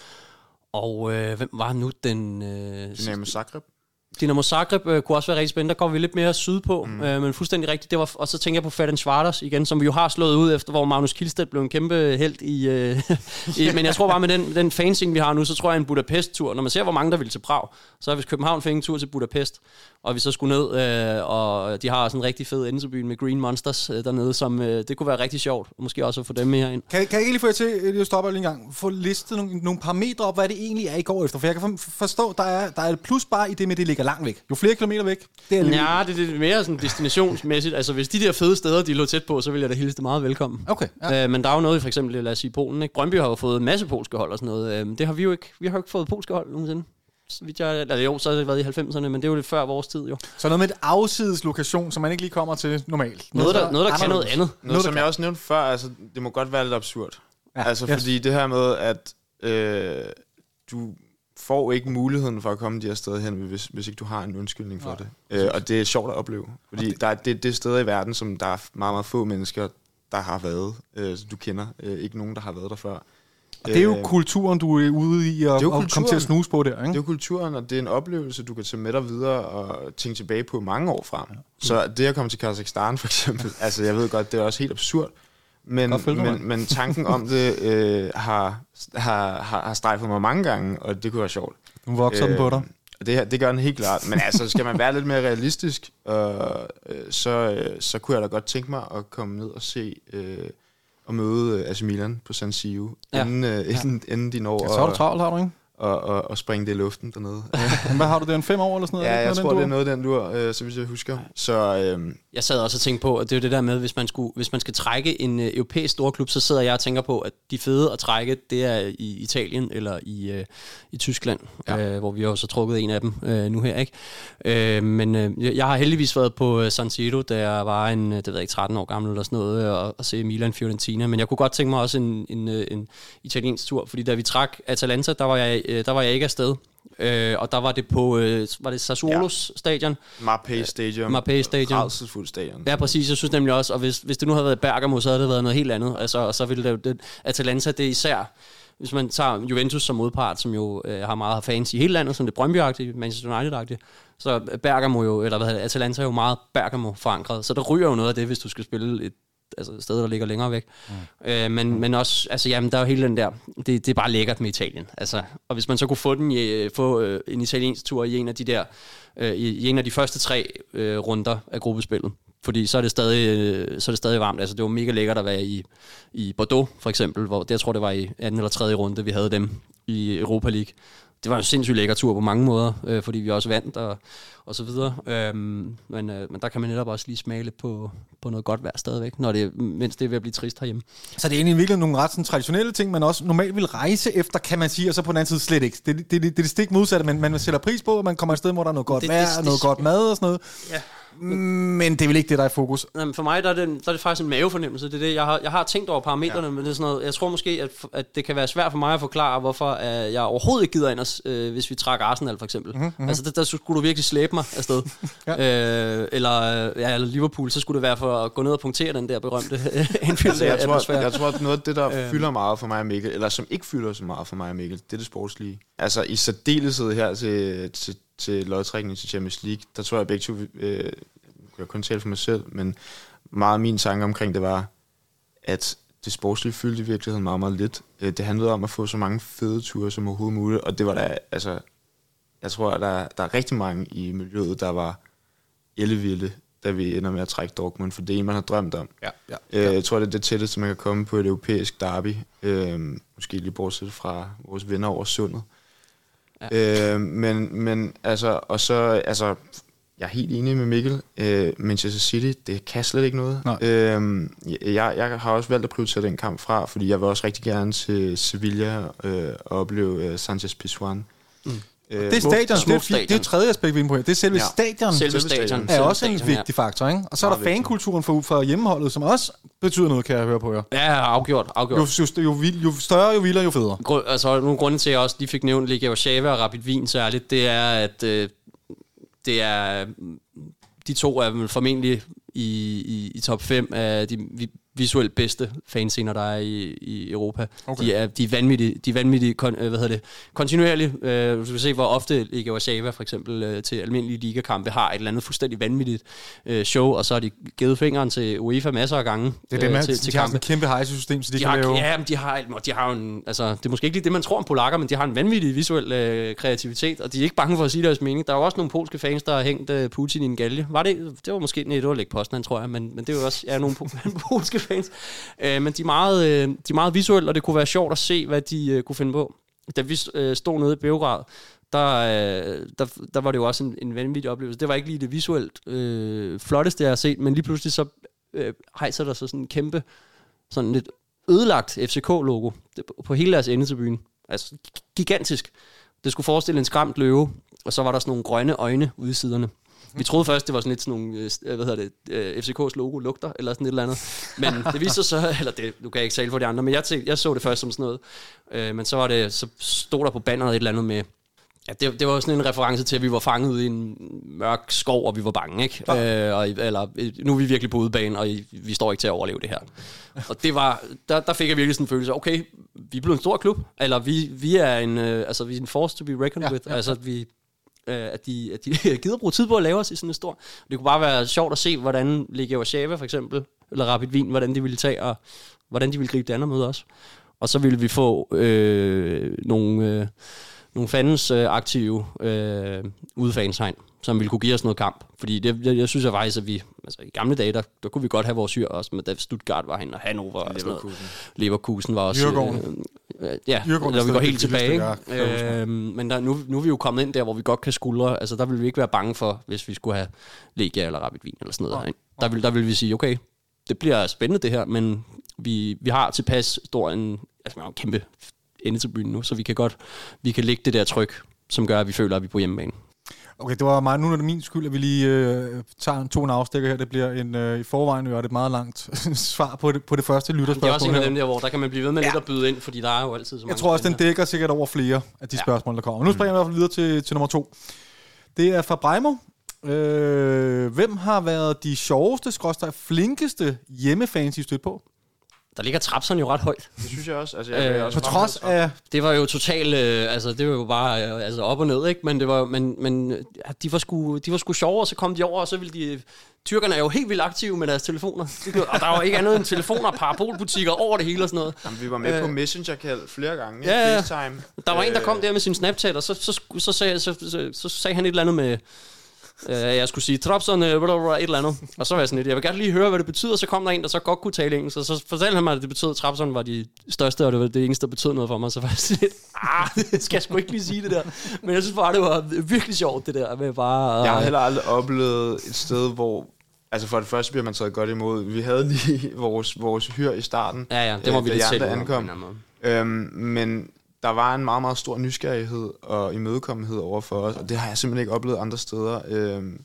Speaker 3: Og øh, hvem var nu den... Øh,
Speaker 4: Dynamo Zagreb.
Speaker 3: Dynamo Zagreb øh, kunne også være rigtig spændende. Der går vi lidt mere sydpå, mm. øh, men fuldstændig rigtigt. Det var, og så tænker jeg på Ferencváros igen, som vi jo har slået ud efter, hvor Magnus Kihlstedt blev en kæmpe helt i... Øh, i men jeg tror bare, med den, den fansing, vi har nu, så tror jeg en Budapest-tur. Når man ser, hvor mange der vil til Prag, så hvis København fik en tur til Budapest, og vi så skulle ned, øh, og de har sådan en rigtig fed endesebyen med Green Monsters øh, dernede, som øh, det kunne være rigtig sjovt. Måske også at få dem med herind.
Speaker 2: Kan, kan jeg ikke lige få jer til, jeg stopper lige en gang, få listet nogle, nogle parametre op, hvad det egentlig er, I går efter? For jeg kan forstå, der er, der er et plus bare i det med, det ligger langt væk. Jo flere kilometer væk, det er det.
Speaker 3: Ja, det, det er mere sådan destinationsmæssigt. Altså, hvis de der fede steder, de lå tæt på, så vil jeg da hilse det meget velkommen.
Speaker 2: Okay. Ja.
Speaker 3: Øh, men der er jo noget, for eksempel, lad os sige, Polen, ikke? Brøndby har jo fået en masse polske hold og sådan noget. Øh, det har vi jo ikke. Vi har jo ikke fået polske hold nogensinde. Jeg, eller jo, så har det været i halvfemserne, men det er jo lidt før vores tid, jo.
Speaker 2: Så noget med et afsides lokation, som man ikke lige kommer til normalt.
Speaker 3: Noget, der, noget, der kan noget andet.
Speaker 4: Noget, noget som
Speaker 2: der
Speaker 4: jeg også nævnte før, altså, det må godt være lidt absurd.
Speaker 2: Ja.
Speaker 4: Altså,
Speaker 2: Yes.
Speaker 4: fordi det her med, at øh, du får ikke muligheden for at komme de her steder hen, hvis, hvis ikke du har en undskyldning for det. Øh, og det er sjovt at opleve. Fordi der er, det, det er steder i verden, som der er meget, meget få mennesker, der har været. Øh, du kender øh, ikke nogen, der har været der før.
Speaker 2: Og det er jo kulturen, du er ude i at, at komme til at snuse på der, ikke?
Speaker 4: Det er jo kulturen, og det er en oplevelse, du kan tage med dig videre og tænke tilbage på mange år frem. Så det at komme til Kazakhstan for eksempel, altså jeg ved godt, det er også helt absurd, men, men, men tanken om det øh, har, har, har, har strejfet mig mange gange, og det kunne være sjovt.
Speaker 2: Nu vokser øh, den på dig.
Speaker 4: Det, det gør den helt klart, men altså skal man være lidt mere realistisk, øh, så, øh, så kunne jeg da godt tænke mig at komme ned og se... Øh, og møde A C Milan på San Siro,
Speaker 3: ja.
Speaker 4: inden, uh, inden, ja. inden de når...
Speaker 2: Ja, så er du travlt, har du ikke?
Speaker 4: og, og, og springe det i luften dernede.
Speaker 2: Hvad har du der, en fem år eller sådan noget?
Speaker 4: Ja, jeg
Speaker 2: noget,
Speaker 4: tror, det er noget den dur, øh, så hvis jeg husker. Så, øh,
Speaker 3: jeg sad også og tænkte på, at det er jo det der med, hvis man, skulle, hvis man skal trække en øh, europæisk storklub, så sidder jeg og tænker på, at de fede at trække, det er i Italien eller i, øh, i Tyskland, ja. øh, hvor vi har så trukket en af dem øh, nu her, ikke? Øh, men øh, jeg har heldigvis været på San Siro, da jeg var en, det ved jeg ikke, tretten år gammel eller sådan noget, og, og se Milan Fiorentina, men jeg kunne godt tænke mig også en, en, en italiensk tur, fordi da vi trak Atalanta, der var jeg, der var jeg ikke afsted. Øh, og der var det på øh, var det Sassuolos ja. stadion,
Speaker 4: Mapei Stadium,
Speaker 3: Mapei Stadion,
Speaker 4: rædselsfuldt stadion.
Speaker 3: Ja, præcis. Jeg synes nemlig også, og hvis, hvis det nu havde været Bergamo, så havde det været noget helt andet. Altså, og så ville det jo det, Atalanta, det er især, hvis man tager Juventus som modpart, som jo øh, har meget fans i hele landet, som det Brøndby-agtigt, Manchester United-agtigt, så Bergamo jo, eller hvad hedder det, Atalanta er jo meget Bergamo-forankret, så der ryger jo noget af det, hvis du skal spille et altså et sted, der ligger længere væk. Mm. Øh, men, mm. men også, altså jamen, der er jo hele den der, det, det er bare lækkert med Italien. Altså, og hvis man så kunne få, den i, få øh, en italiensk tur i en af de der, øh, i, i en af de første tre øh, runder af gruppespillet, fordi så er det stadig, øh, så er det stadig varmt. Altså, det var mega lækkert at være i, i Bordeaux, for eksempel, hvor det, jeg tror, det var i anden eller tredje runde, vi havde dem i Europa League. Det var en sindssygt lækker tur på mange måder, øh, fordi vi også vandt og, og så videre. Øhm, men, øh, men der kan man netop også lige smage lidt på, på noget godt vejr stadigvæk, når det, mens det er ved at blive trist herhjemme.
Speaker 2: Så det er egentlig virkelig nogle ret sådan, traditionelle ting, man også normalt vil rejse efter, kan man sige, og så på den anden side slet ikke. Det er det, det, det, det stik modsatte, men man sætter pris på, at man kommer et sted, hvor der er noget godt det, vejr, det, det, noget det, godt mad og sådan noget. Ja. Men det er vel ikke det, der er i fokus?
Speaker 3: Jamen, for mig der er, det, der er det faktisk en mavefornemmelse. Det er det, jeg har, jeg har tænkt over parametrene, ja. Men det er sådan noget, jeg tror måske, at, at det kan være svært for mig at forklare, hvorfor uh, jeg overhovedet ikke gider ind, os, øh, hvis vi trækker Arsenal for eksempel. Mm-hmm. Altså, der, der skulle du virkelig slæbe mig afsted. ja. øh, eller, ja, eller Liverpool, så skulle det være for at gå ned og punktere den der berømte Anfield
Speaker 4: jeg, tror, jeg tror, at noget af det, der fylder meget for mig og Mikkel, eller som ikke fylder så meget for mig og Mikkel, det er det sportslige. Altså, i særdeleshed her til, til, til lodtrækning til Champions League, der tror jeg, at begge to... Øh, jeg kun tale for mig selv, men meget af mine tanker omkring det var, at det sportslige fyldte i virkeligheden meget, meget lidt. Det handlede om at få så mange fede ture som overhovedet muligt, og det var der, altså, jeg tror, at der, der er rigtig mange i miljøet, der var ellevilde, da vi ender med at trække Dortmund, for det er en, man har drømt om.
Speaker 2: Ja, ja, ja.
Speaker 4: Jeg tror, det er det tætteste, man kan komme på et europæisk derby, øh, måske lige bortset fra vores venner over sundet. Ja. Øh, men, men altså, og så, altså, jeg er helt enig med Mikkel. Øh, Manchester City, det kan slet ikke noget. Øh, jeg, jeg har også valgt at prioritere den kamp fra, fordi jeg vil også rigtig gerne til Sevilla øh, og opleve øh, Sanchez-Pizjuan. Mm.
Speaker 2: Øh, det er stadion, det er, stadion. Det er jo tredje aspekt, vi er inde på her. Det er selve ja. stadion.
Speaker 3: Selve stadion.
Speaker 2: Er også en vigtig faktor, ikke? Og så er der fankulturen for, for hjemmeholdet, som også betyder noget, kan jeg høre på jer.
Speaker 3: Ja, afgjort. afgjort.
Speaker 2: Jo, jo, jo, jo større, jo vildere, jo federe.
Speaker 3: Grund, altså, nogle grunde til, at jeg også lige fik nævnt Legia Warszawa og Rapid Wien særligt, det er, at øh, det er, de to er vel formentlig i, i, i top fem af de visuelt bedste fanscener, der er i, i Europa. Okay. De er de er vanvittige, de er vanvittige kon, hvad hedder det, kontinuerligt. Øh, du skal se, hvor ofte Legia Warszawa for eksempel øh, til almindelige ligakampe har et eller andet fuldstændig vanvittigt øh, show, og så har de givet fingeren til UEFA masser af gange.
Speaker 2: Det er det med, øh, til, de til har kampe. Sådan et kæmpe hejsesystem, så de, de kan
Speaker 3: har,
Speaker 2: lave...
Speaker 3: Ja, men de har, de har en, altså, det er måske ikke lige det, man tror om polakker, men de har en vanvittig visuel øh, kreativitet, og de er ikke bange for at sige deres mening. Der er jo også nogle polske fans, der har hængt øh, Putin i en galge. Var det? Det var måske, nej, det var Lech Poznan, tror jeg, men, men det er jo også ja, nogle polske fans. Øh, men de er, meget, øh, de er meget visuelle, og det kunne være sjovt at se, hvad de øh, kunne finde på. Da vi øh, stod nede i Beograd, der, øh, der, der var det jo også en, en vanvittig oplevelse. Det var ikke lige det visuelt øh, flotteste, jeg har set, men lige pludselig så øh, hejser der så sådan en kæmpe, sådan lidt ødelagt F C K-logo på hele deres ende til byen. Altså gigantisk. Det skulle forestille en skræmt løve, og så var der sådan nogle grønne øjne ude i siderne. Vi troede først, det var sådan lidt sådan nogle, hvad hedder det, F C K's logo lugter, eller sådan et eller andet. Men det viste sig så, eller det, nu kan jeg ikke tale for de andre, men jeg, tænkte, jeg så det først som sådan noget. Øh, men så var det, så stod der på banneret et eller andet med, ja, det, det var sådan en reference til, at vi var fanget ude i en mørk skov, og vi var bange, ikke? Ja. Øh, og, eller, nu er vi virkelig på udebane, og vi står ikke til at overleve det her. Og det var, der, der fik jeg virkelig sådan en følelse, okay, vi er blevet en stor klub, eller vi, vi er en, øh, altså vi er en force to be reckoned ja, with, ja, ja. Altså vi... at de, at de gider bruge tid på at lave os i sådan en stor. Det kunne bare være sjovt at se, hvordan Legia Warszawa for eksempel, eller Rapid Wien, hvordan de ville tage, og hvordan de ville gribe det andet med os. Og så ville vi få øh, nogle, øh, nogle fandens øh, aktive øh, udefanshegn, som ville kunne give os noget kamp. Fordi det, jeg, jeg synes jeg faktisk, at vi, altså i gamle dage, der, der kunne vi godt have vores hyr også, med da Stuttgart var hen, og Hannover og sådan noget. Leverkusen var også...
Speaker 2: Dyrgården.
Speaker 3: Øh, ja,
Speaker 2: Djurgården
Speaker 3: eller vi går
Speaker 2: er
Speaker 3: helt
Speaker 2: det
Speaker 3: tilbage.
Speaker 2: vildeste,
Speaker 3: Ikke?
Speaker 2: jeg kan
Speaker 3: Øh, men der, nu, nu er vi jo kommet ind der, hvor vi godt kan skuldre. Altså, der vil vi ikke være bange for, hvis vi skulle have Legia eller Rapid Wien eller sådan noget.
Speaker 2: Nej.
Speaker 3: Ikke? Der, vil, der vil vi sige, okay, det bliver spændende det her, men vi, vi har tilpas stor en, altså, en kæmpe ende til byen nu, så vi kan godt vi kan lægge det der tryk, som gør, at vi føler, at vi er på hjemmebane.
Speaker 2: Okay, det var meget, nu er det min skyld, at vi lige øh, tager en, to en afstikker her. Det bliver en, øh, i forvejen, jo, det et meget langt svar på det, på det første lytterspørgsmål.
Speaker 3: Det er også en af
Speaker 2: her.
Speaker 3: dem der, hvor der kan man blive ved med
Speaker 2: Ja.
Speaker 3: lidt at byde ind, fordi der er jo altid så mange.
Speaker 2: Jeg tror også, den
Speaker 3: spændende.
Speaker 2: dækker sikkert over flere af de
Speaker 3: Ja.
Speaker 2: spørgsmål, der kommer. Nu springer jeg i hvert fald videre til, til nummer to. Det er fra Brejmo. Øh, hvem har været de sjoveste, skråstreg flinkeste hjemmefans, I stødt på?
Speaker 3: Der ligger Trabzon jo ret højt.
Speaker 4: Det synes jeg også. Altså, jeg,
Speaker 3: Øh,
Speaker 4: jeg også
Speaker 2: På trods af...
Speaker 3: Det var jo totalt, øh, altså det var jo bare øh, altså op og ned, ikke? Men det var, men, men ja, de var sgu, de var sgu sjove, og så kom de over, og så ville de. Tyrkerne er jo helt vildt aktive med deres telefoner, og der var ikke andet end telefoner og parabolbutikker over det hele og sådan noget.
Speaker 4: Jamen, vi var med
Speaker 3: Øh,
Speaker 4: på Messenger-kald flere gange.
Speaker 3: ja, ja.
Speaker 4: FaceTime.
Speaker 3: Der var en, der
Speaker 4: Øh,
Speaker 3: kom der med sin Snapchat, og så, så, så, så, sagde, så, så, så sagde han et eller andet med, øh, jeg skulle sige Trabzon, øh, et eller andet. Og så var jeg sådan lidt, jeg vil gerne lige høre, hvad det betyder. Så kom der en, der så godt kunne tale engelsk, og så fortalte han mig, at det betød, at Trabzon var de største, og det var det eneste, der betød noget for mig. Så var jeg sådan lidt, ah, det skal jeg sgu ikke lige sige det der. Men jeg synes bare, det var virkelig sjovt, det der med bare...
Speaker 4: Jeg har heller aldrig oplevet et sted, hvor... Altså for det første bliver man taget godt imod. Vi havde lige vores, vores hyr i starten.
Speaker 3: Ja, ja, det må
Speaker 4: øh,
Speaker 3: vi
Speaker 4: da
Speaker 3: lidt
Speaker 4: I
Speaker 3: selv
Speaker 4: andre
Speaker 3: ud om,
Speaker 4: ankom.
Speaker 3: på en eller anden måde.
Speaker 4: Øhm, men der var en meget, meget stor nysgerrighed og imødekommenhed over for os, og det har jeg simpelthen ikke oplevet andre steder. Øhm,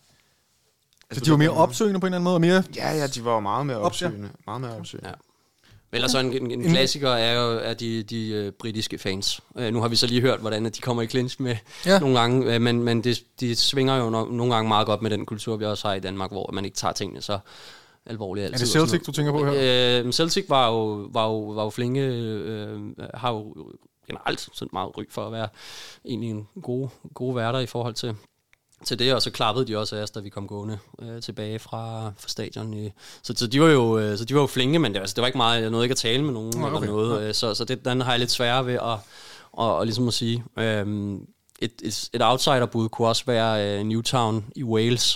Speaker 2: Så de var mere opsøgende på en eller anden måde, og mere...
Speaker 4: Ja, ja, de var jo meget mere
Speaker 2: Op, ja.
Speaker 4: opsøgende. Meget mere opsøgende.
Speaker 3: Ja. Ellers så en, en, en klassiker er jo er de, de uh, britiske fans. Uh, nu har vi så lige hørt, hvordan de kommer i clinch med
Speaker 2: Ja.
Speaker 3: ja. nogle gange, uh, men, men det, de svinger jo no, nogle gange meget godt med den kultur, vi også har i Danmark, hvor man ikke tager tingene så alvorligt altid.
Speaker 2: Er det Celtic, du tænker på her?
Speaker 3: Uh, Celtic var jo, var jo, var jo flinke, uh, har jo generelt sådan meget ry for at være egentlig en gode, gode værter i forhold til til det, og så klappede de også af os, da vi kom gående øh, tilbage fra, fra stadion. I, så, så, de var jo, øh, så de var jo flinke, men det, altså, det var ikke meget, jeg nåede ikke at tale med nogen
Speaker 2: okay.
Speaker 3: eller noget, øh, så, så det, den har jeg lidt sværere ved at, og, og ligesom at sige. Øhm, et, et, et outsiderbud kunne også være øh, Newtown i Wales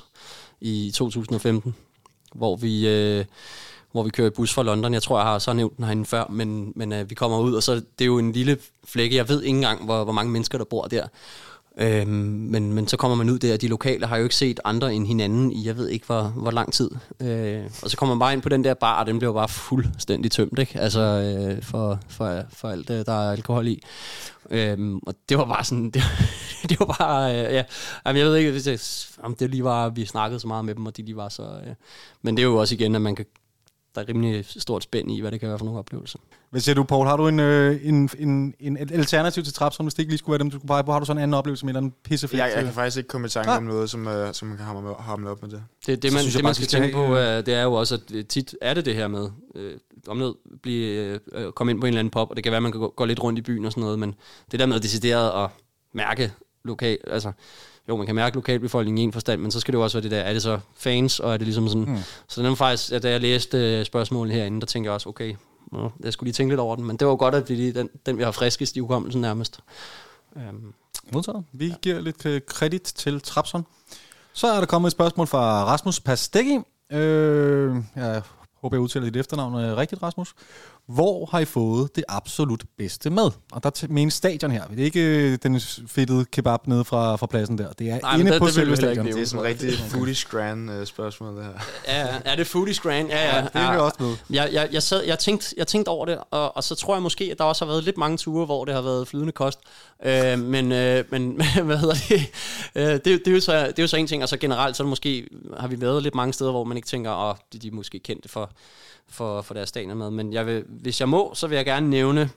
Speaker 3: i to tusind og femten, hvor vi... Øh, hvor vi kører i bus fra London. Jeg tror, jeg har så nævnt den herinde før, men, men øh, vi kommer ud, og så det er jo en lille flække. Jeg ved ikke engang, hvor, hvor mange mennesker, der bor der. Øhm, men, men så kommer man ud der, og de lokale har jo ikke set andre end hinanden i, jeg ved ikke, hvor, hvor lang tid. Øh, og så kommer man bare ind på den der bar, og den bliver bare fuldstændig tømt, ikke? Altså, øh, for, for, for alt, der er alkohol i. Øhm, og det var bare sådan, det, det var bare, øh, ja, jamen, jeg ved ikke, hvis det, om det lige var, vi snakkede så meget med dem, og de lige var så, øh, men det er jo også igen, at man kan, der er rimelig stort spænd i, hvad det kan være for nogle oplevelser.
Speaker 2: Hvad siger du, Paul? Har du en, øh, en, en, en alternativ til Trabzon, hvis det ikke lige skulle være dem, du skulle pege på? Har du sådan en anden oplevelse med en eller anden pissefedt?
Speaker 4: Jeg, jeg kan faktisk ikke komme i tanke
Speaker 2: Ah.
Speaker 4: om noget, som, uh, som kan hamle, hamle op med det.
Speaker 3: Det, det
Speaker 2: Så
Speaker 3: man,
Speaker 2: synes jeg
Speaker 3: det,
Speaker 2: bare,
Speaker 3: man
Speaker 2: vi
Speaker 3: skal
Speaker 2: skal
Speaker 3: tænke
Speaker 2: have,
Speaker 3: på, øh, det er jo også, at tit er det det her med, øh, om noget, blive, øh, komme ind på en eller anden pop, og det kan være, at man kan gå, gå lidt rundt i byen og sådan noget, men det der med decideret at mærke lokal, altså, jo, man kan mærke lokalbefolkningen i en forstand, men så skal det jo også være det der, er det så fans, og er det ligesom sådan, mm. så den er faktisk, at da jeg læste øh, spørgsmålet herinde, der tænkte jeg også, okay, nå, jeg skulle lige tænke lidt over den, men det var jo godt, at vi lige, den, den vi har friskest i hukommelsen nærmest. Um,
Speaker 2: Modtaget. Vi giver lidt øh, kredit til Trabzon. Så er der kommet et spørgsmål fra Rasmus Pasteggi. Øh, jeg håber, jeg udtaler dit efternavn øh, rigtigt, Rasmus. Hvor har I fået det absolut bedste med? Og der t- menes stadion her. Det er ikke øh, den fedtede kebab nede fra, fra pladsen der. Det er
Speaker 3: Nej, men
Speaker 2: inde
Speaker 3: det-
Speaker 2: på
Speaker 3: det vil
Speaker 2: selve
Speaker 3: vi heller ikke
Speaker 2: stadion.
Speaker 3: blive.
Speaker 4: Det er sådan en rigtig foodish grand uh, spørgsmål, det her.
Speaker 3: ja, er det Foodies Grand? Ja, ja.
Speaker 2: Ja, det er vi også med.
Speaker 3: Jeg, jeg, jeg, sad, jeg, tænkte, jeg tænkte over det, og, og så tror jeg måske, at der også har været lidt mange ture, hvor det har været flydende kost. Øh, men, øh, men hvad hedder det? Øh, det, det, er jo så, det er jo så en ting, og så generelt, så er det måske, har vi været lidt mange steder, hvor man ikke tænker, at oh, de, de er måske kendte for, for, for deres stadionmad. Men jeg vil, hvis jeg må, så vil jeg gerne nævne,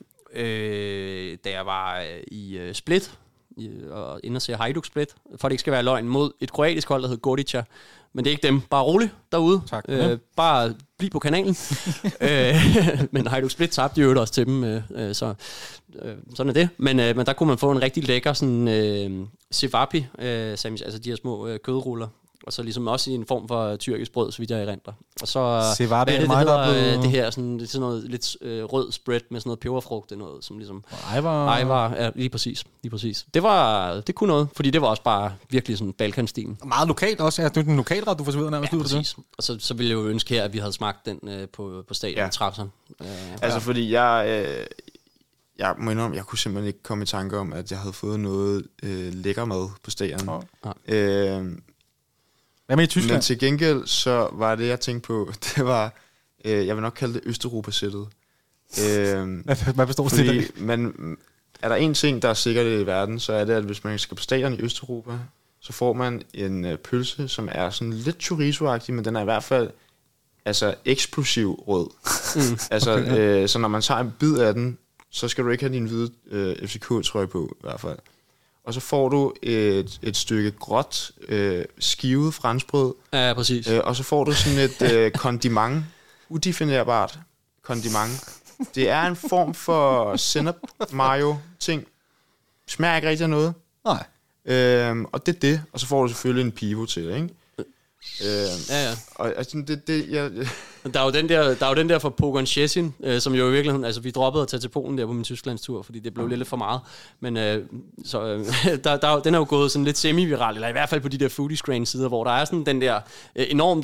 Speaker 3: øh, da jeg var øh, i øh, Split, i, og inde og se Hajduk Split, for at det ikke skal være løgn, mod et kroatisk hold, der hedder Gorica. Men det er ikke dem. Bare rolig derude.
Speaker 2: Tak.
Speaker 3: Øh, bare bliv på kanalen. øh, men Hajduk Split tabte jo også til dem, øh, øh, så øh, sådan er det. Men, øh, men der kunne man få en rigtig lækker sådan øh, cevapi, øh, altså de her små øh, kødruller. Og så ligesom også i en form for tyrkisk brød, så vidt jeg erindrer. Og så
Speaker 2: Cevapi
Speaker 3: hvad er det,
Speaker 2: er mig,
Speaker 3: det,
Speaker 2: der er
Speaker 3: hedder,
Speaker 2: blevet-
Speaker 3: øh, det her sådan, det er sådan noget lidt øh, rød spread med sådan noget peberfrugt, det er noget som ligesom
Speaker 2: Ejvar.
Speaker 3: Ejvar, ja, lige præcis, lige præcis. Det var, det kunne noget, fordi det var også bare virkelig sådan Balkan-stilen.
Speaker 2: Meget lokalt også. Ja, det er den lokalret, du får så videre nærmest
Speaker 3: Ja,
Speaker 2: ud af det.
Speaker 3: præcis. Og så, så ville jeg jo ønske her, at vi havde smagt den øh, på, på stadion
Speaker 4: Ja.
Speaker 3: i Trabzon. Øh,
Speaker 4: Altså, fordi jeg... Øh, jeg må indrømme, jeg kunne simpelthen ikke komme i tanke om, at jeg havde fået noget øh, lækker mad på stadion.
Speaker 2: Oh.
Speaker 4: Øh,
Speaker 2: Hvad med i Tyskland?
Speaker 4: Men til gengæld, så var det, jeg tænkte på, det var, øh, jeg vil nok kalde det Østeuropa-sættet. Øh,
Speaker 2: Hvad består det af?
Speaker 4: Men er der en ting, der er sikkert i verden, så er det, at hvis man skal på stadion i Østeuropa, så får man en øh, pølse, som er sådan lidt chorizo-agtig, men den er i hvert fald altså eksplosiv rød. Mm. Altså, okay, ja. øh, så når man tager en bid af den, så skal du ikke have din hvide øh, F C K-trøje på, i hvert fald. Og så får du et, et stykke gråt, øh, skivet franskbrød.
Speaker 3: Ja, præcis.
Speaker 4: Øh, og så får du sådan et øh, condiment, udefinerbart condiment. Det er en form for sennep mayo ting. Smager ikke rigtig af noget.
Speaker 2: Nej.
Speaker 4: Øhm, og det er det. Og så får du selvfølgelig en pivo til, ikke? Øhm,
Speaker 3: ja, ja.
Speaker 4: Og altså, det, det, jeg,
Speaker 3: der er jo den der, der er jo den der fra Pogon Szczecin, øh, som jo i virkeligheden, altså vi droppede at tage til Polen der på min Tysklandstur, fordi det blev mm. lidt for meget. Men øh, så, øh, der, der, den er jo gået sådan lidt semi-viral, eller i hvert fald på de der foodie screen sider, hvor der er sådan den der øh, enormt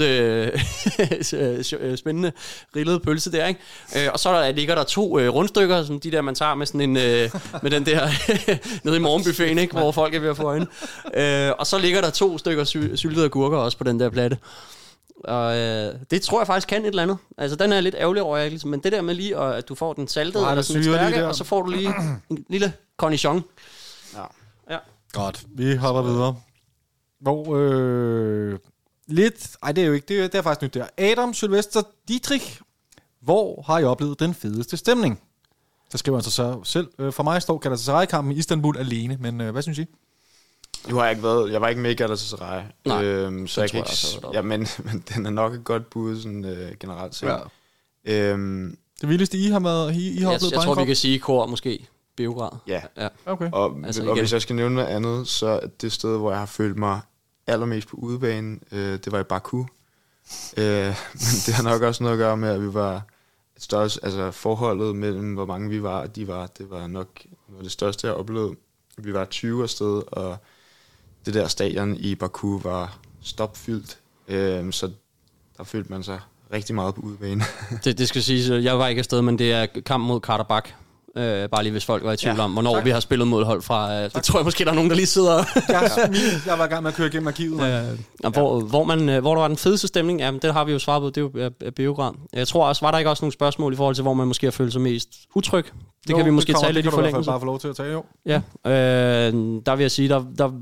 Speaker 3: øh, spændende rillede pølse der, ikke? Øh, og så der, ligger der to øh, rundstykker, som de der man tager med sådan en øh, med den der nede i morgenbuffeten, ikke? Hvor folk er ved at få øjne. Øh, og så ligger der to stykker sy- syltede agurker også på den der platte. Og øh, det tror jeg faktisk kan et eller andet. Altså den er lidt ærgerlig over, ikke? Men det der med lige, at du får den saltede, eller sådan lidt stærke, og så får du lige en lille cornichon.
Speaker 4: Ja.
Speaker 3: Ja.
Speaker 2: Godt, vi hopper videre. Hvor, øh, lidt, ej det er jo ikke, det er, det er faktisk nyt der. Adam Sylvester Dietrich, hvor har I oplevet den fedeste stemning? Så skriver han sig så selv. Øh, for mig står Galatasaray-kampen i Istanbul alene, men øh, hvad synes I?
Speaker 4: Nu har jeg ikke været, jeg var ikke med i Galatasaray.
Speaker 3: Nej,
Speaker 4: øhm, så jeg kan ikke,
Speaker 3: jeg
Speaker 4: ja, men, men den er nok et godt bud sådan øh, generelt set. Ja. Øhm,
Speaker 2: det vildeste I har været, I, I har
Speaker 3: jeg,
Speaker 2: oplevet
Speaker 3: jeg tror vi kan sige kor måske Beograd.
Speaker 4: Ja.
Speaker 3: Ja.
Speaker 2: Okay.
Speaker 4: Og, altså, og hvis jeg skal nævne noget andet, så det sted, hvor jeg har følt mig allermest på udebanen, øh, det var i Baku. Øh, men det har nok også noget at gøre med, at vi var et største, altså forholdet mellem hvor mange vi var og de var, det var nok noget af det største jeg oplevede. Vi var tyve afsted, og det der stadion i Baku var stopfyldt, øh, så der følte man sig rigtig meget på udebane.
Speaker 3: det, det skal siges, jeg var ikke afsted, men det er kamp mod Karabakh. Øh, bare lige hvis folk var i tvivl ja, om, hvornår tak. Vi har spillet mod hold fra. Øh, det tror jeg måske, der er nogen, der lige sidder.
Speaker 2: jeg, jeg var i gang med at køre igennem arkivet.
Speaker 3: Øh, ja. hvor, hvor, man, øh, hvor der var den fedeste stemning, ja, det har vi jo svaret på, det er jo Beograd. Jeg tror også, var der ikke også nogle spørgsmål i forhold til, hvor man måske har følt sig mest utryg? Det jo, kan vi måske
Speaker 2: det kommer,
Speaker 3: tage lidt i forlængelse.
Speaker 2: Det kan du i hvert fald bare få lov til at tage, jo.
Speaker 3: Ja, øh, der vil jeg sige, der... der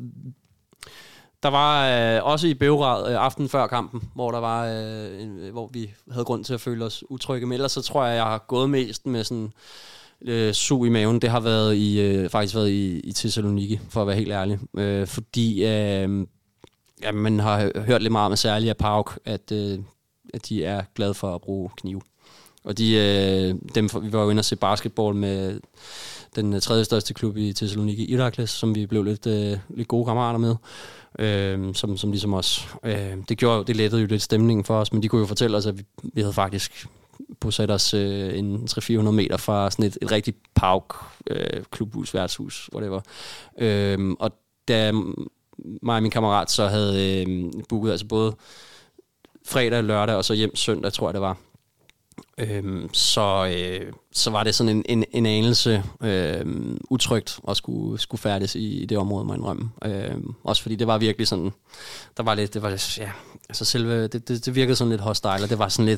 Speaker 3: Der var øh, også i Beograd øh, aften før kampen, hvor der var, øh, en, hvor vi havde grund til at føle os utrygge. Men ellers så tror jeg, jeg har gået mest med sådan øh, sug i maven. Det har været i, øh, faktisk været i, i Thessaloniki, for at være helt ærlig. Øh, fordi øh, ja, man har hørt lidt meget med særligt af PAOK, at, øh, at de er glade for at bruge knive. Og de, øh, dem, vi var jo inde og se basketball med den tredje største klub i Thessaloniki, Iraklis, som vi blev lidt, øh, lidt gode kammerater med. Øh, som, som ligesom os. Øh, det gjorde det lettede jo lidt stemningen for os, men de kunne jo fortælle os, at vi, vi havde faktisk bosat os øh, en tre til fire hundrede meter fra sådan et, et rigtigt PAOK, øh, klubhus, værtshus, whatever. Øh, og da mig og min kammerat så havde øh, booket altså både fredag, lørdag og så hjem søndag, tror jeg det var. Øhm, så, øh, så var det sådan en, en, en anelse øh, utrygt at skulle, skulle færdes i, i det område, må jeg indrømme. Øh, også fordi det var virkelig sådan, der var lidt, det var ja, altså selve, det, det, det virkede sådan lidt hostile, og det var sådan lidt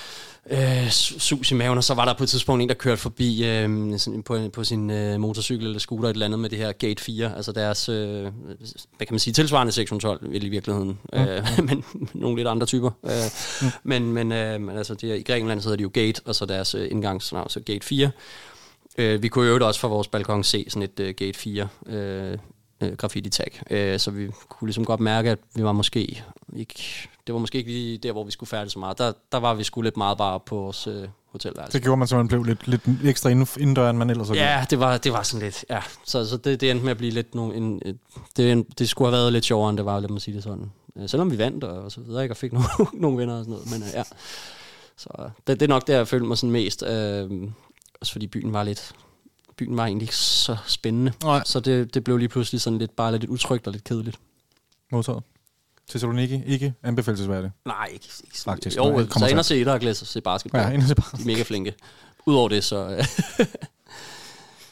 Speaker 3: øh, sus i maven, og så var der på et tidspunkt en, der kørte forbi øh, sådan på, på sin øh, motorcykel eller scooter et eller andet med det her Gate fire, altså deres, øh, hvad kan man sige, tilsvarende sektion tolv i virkeligheden, mm. øh, men nogle lidt andre typer. Øh, mm. Men, men, øh, men altså, det er, i Grækenland hedder de jo Gate, og så deres øh, indgangsnavn, så Gate fire. Øh, vi kunne jo også fra vores balkon se sådan et øh, Gate fire øh, øh, graffiti-tag, øh, så vi kunne ligesom godt mærke, at vi var måske ikke... Det var måske ikke lige der, hvor vi skulle færdige så meget. Der, der var vi sgu lidt meget bare på vores øh, hotelværelse.
Speaker 2: Det gjorde man, så man blev lidt, lidt ekstra indendør, end man ellers havde.
Speaker 3: Ja, det var, det var sådan lidt, ja. Så, så det, det endte med at blive lidt... No, en, et, det, det skulle have været lidt sjovere, end det var, lad mig sige det sådan. Selvom vi vandt og, og så videre, ikke, og fik nogle, nogle venner og sådan noget. Men øh, ja, så det, det er nok der, jeg følte mig sådan mest. Øh, også fordi byen var lidt... Byen var egentlig ikke så spændende. Nej. Så det, det blev lige pludselig sådan lidt, bare lidt utrygt og lidt kedeligt.
Speaker 2: Modtaget. Thessaloniki, ikke anbefalelsesværdigt.
Speaker 3: Nej, ikke, ikke
Speaker 2: faktisk.
Speaker 3: Jo,
Speaker 2: nej,
Speaker 3: så ind og se Iraklis og se basketball.
Speaker 2: Ja, ind og se basketball.
Speaker 3: De er mega flinke. Udover det, så...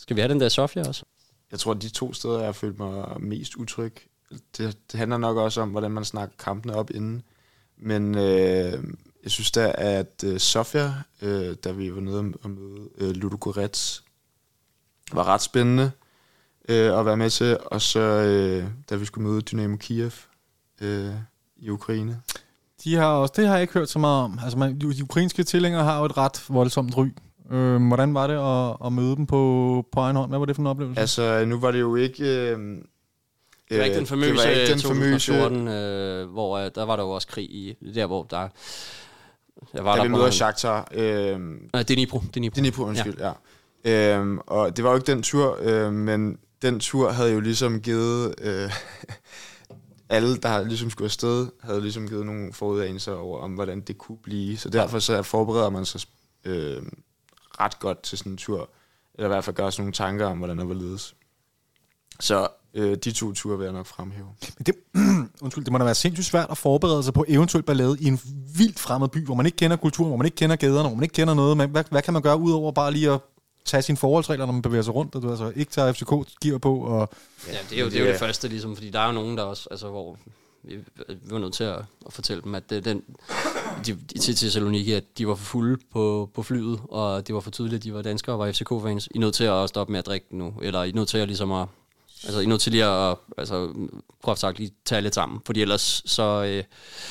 Speaker 3: Skal vi have den der Sofia også?
Speaker 4: Jeg tror, de to steder, jeg har følt mig mest utryg, det, det handler nok også om, hvordan man snakker kampene op inden. Men øh, jeg synes da, at øh, Sofia, øh, da vi var nede og møde øh, Ludogorets, var ret spændende øh, at være med til. Og så øh, da vi skulle møde Dynamo Kiev øh, i Ukraine.
Speaker 2: De har også, det har jeg ikke hørt så meget om. Altså, man, de ukrainske tilhængere har jo et ret voldsomt ry. Øh, hvordan var det at, at møde dem på, på egen hånd? Hvad var det for en oplevelse?
Speaker 4: Altså, nu var det jo ikke... Øh,
Speaker 3: det var ikke den famøse,
Speaker 4: det var ikke den
Speaker 3: to tusind og fjorten, øh, hvor øh, der var der jo også krig i, der hvor der... Jeg var
Speaker 4: da
Speaker 3: der
Speaker 4: vi møder Shakhtar. Øh,
Speaker 3: Nej, Dnipro. Dnipro,
Speaker 4: Dnipro undskyld, ja. ja. Øh, og det var jo ikke den tur, øh, men den tur havde jo ligesom givet... Øh, alle, der ligesom skulle afsted, havde ligesom givet nogle forudanelser over, om hvordan det kunne blive. Så derfor så forbereder man sig øh, ret godt til sådan en tur. Eller i hvert fald gøre sådan nogle tanker om, hvordan det var ledes. Så øh, de to ture vil jeg nok fremhæve.
Speaker 2: Men det, undskyld, det må da være sindssygt svært at forberede sig på eventuelt ballade i en vildt fremmed by, hvor man ikke kender kulturen, hvor man ikke kender gaderne, hvor man ikke kender noget. Men hvad, hvad kan man gøre udover bare lige at tage sine forholdsregler, når man bevæger sig rundt, og du altså ikke tager F C K-gear på? Og
Speaker 3: ja, det er jo det, er jo det første, ligesom, fordi der er jo nogen, der også, altså, hvor vi, vi var nødt til at, at fortælle dem, at det, den, de, de, til Thessaloniki, at de var for fulde på, på flyet, og det var for tydeligt, at de var danskere og var F C K-fans. I er nødt til at stoppe med at drikke nu, eller I er nødt til at ligesom at, altså, I er nødt til lige at, altså, groft sagt, lige tage lidt sammen, fordi ellers så, øh,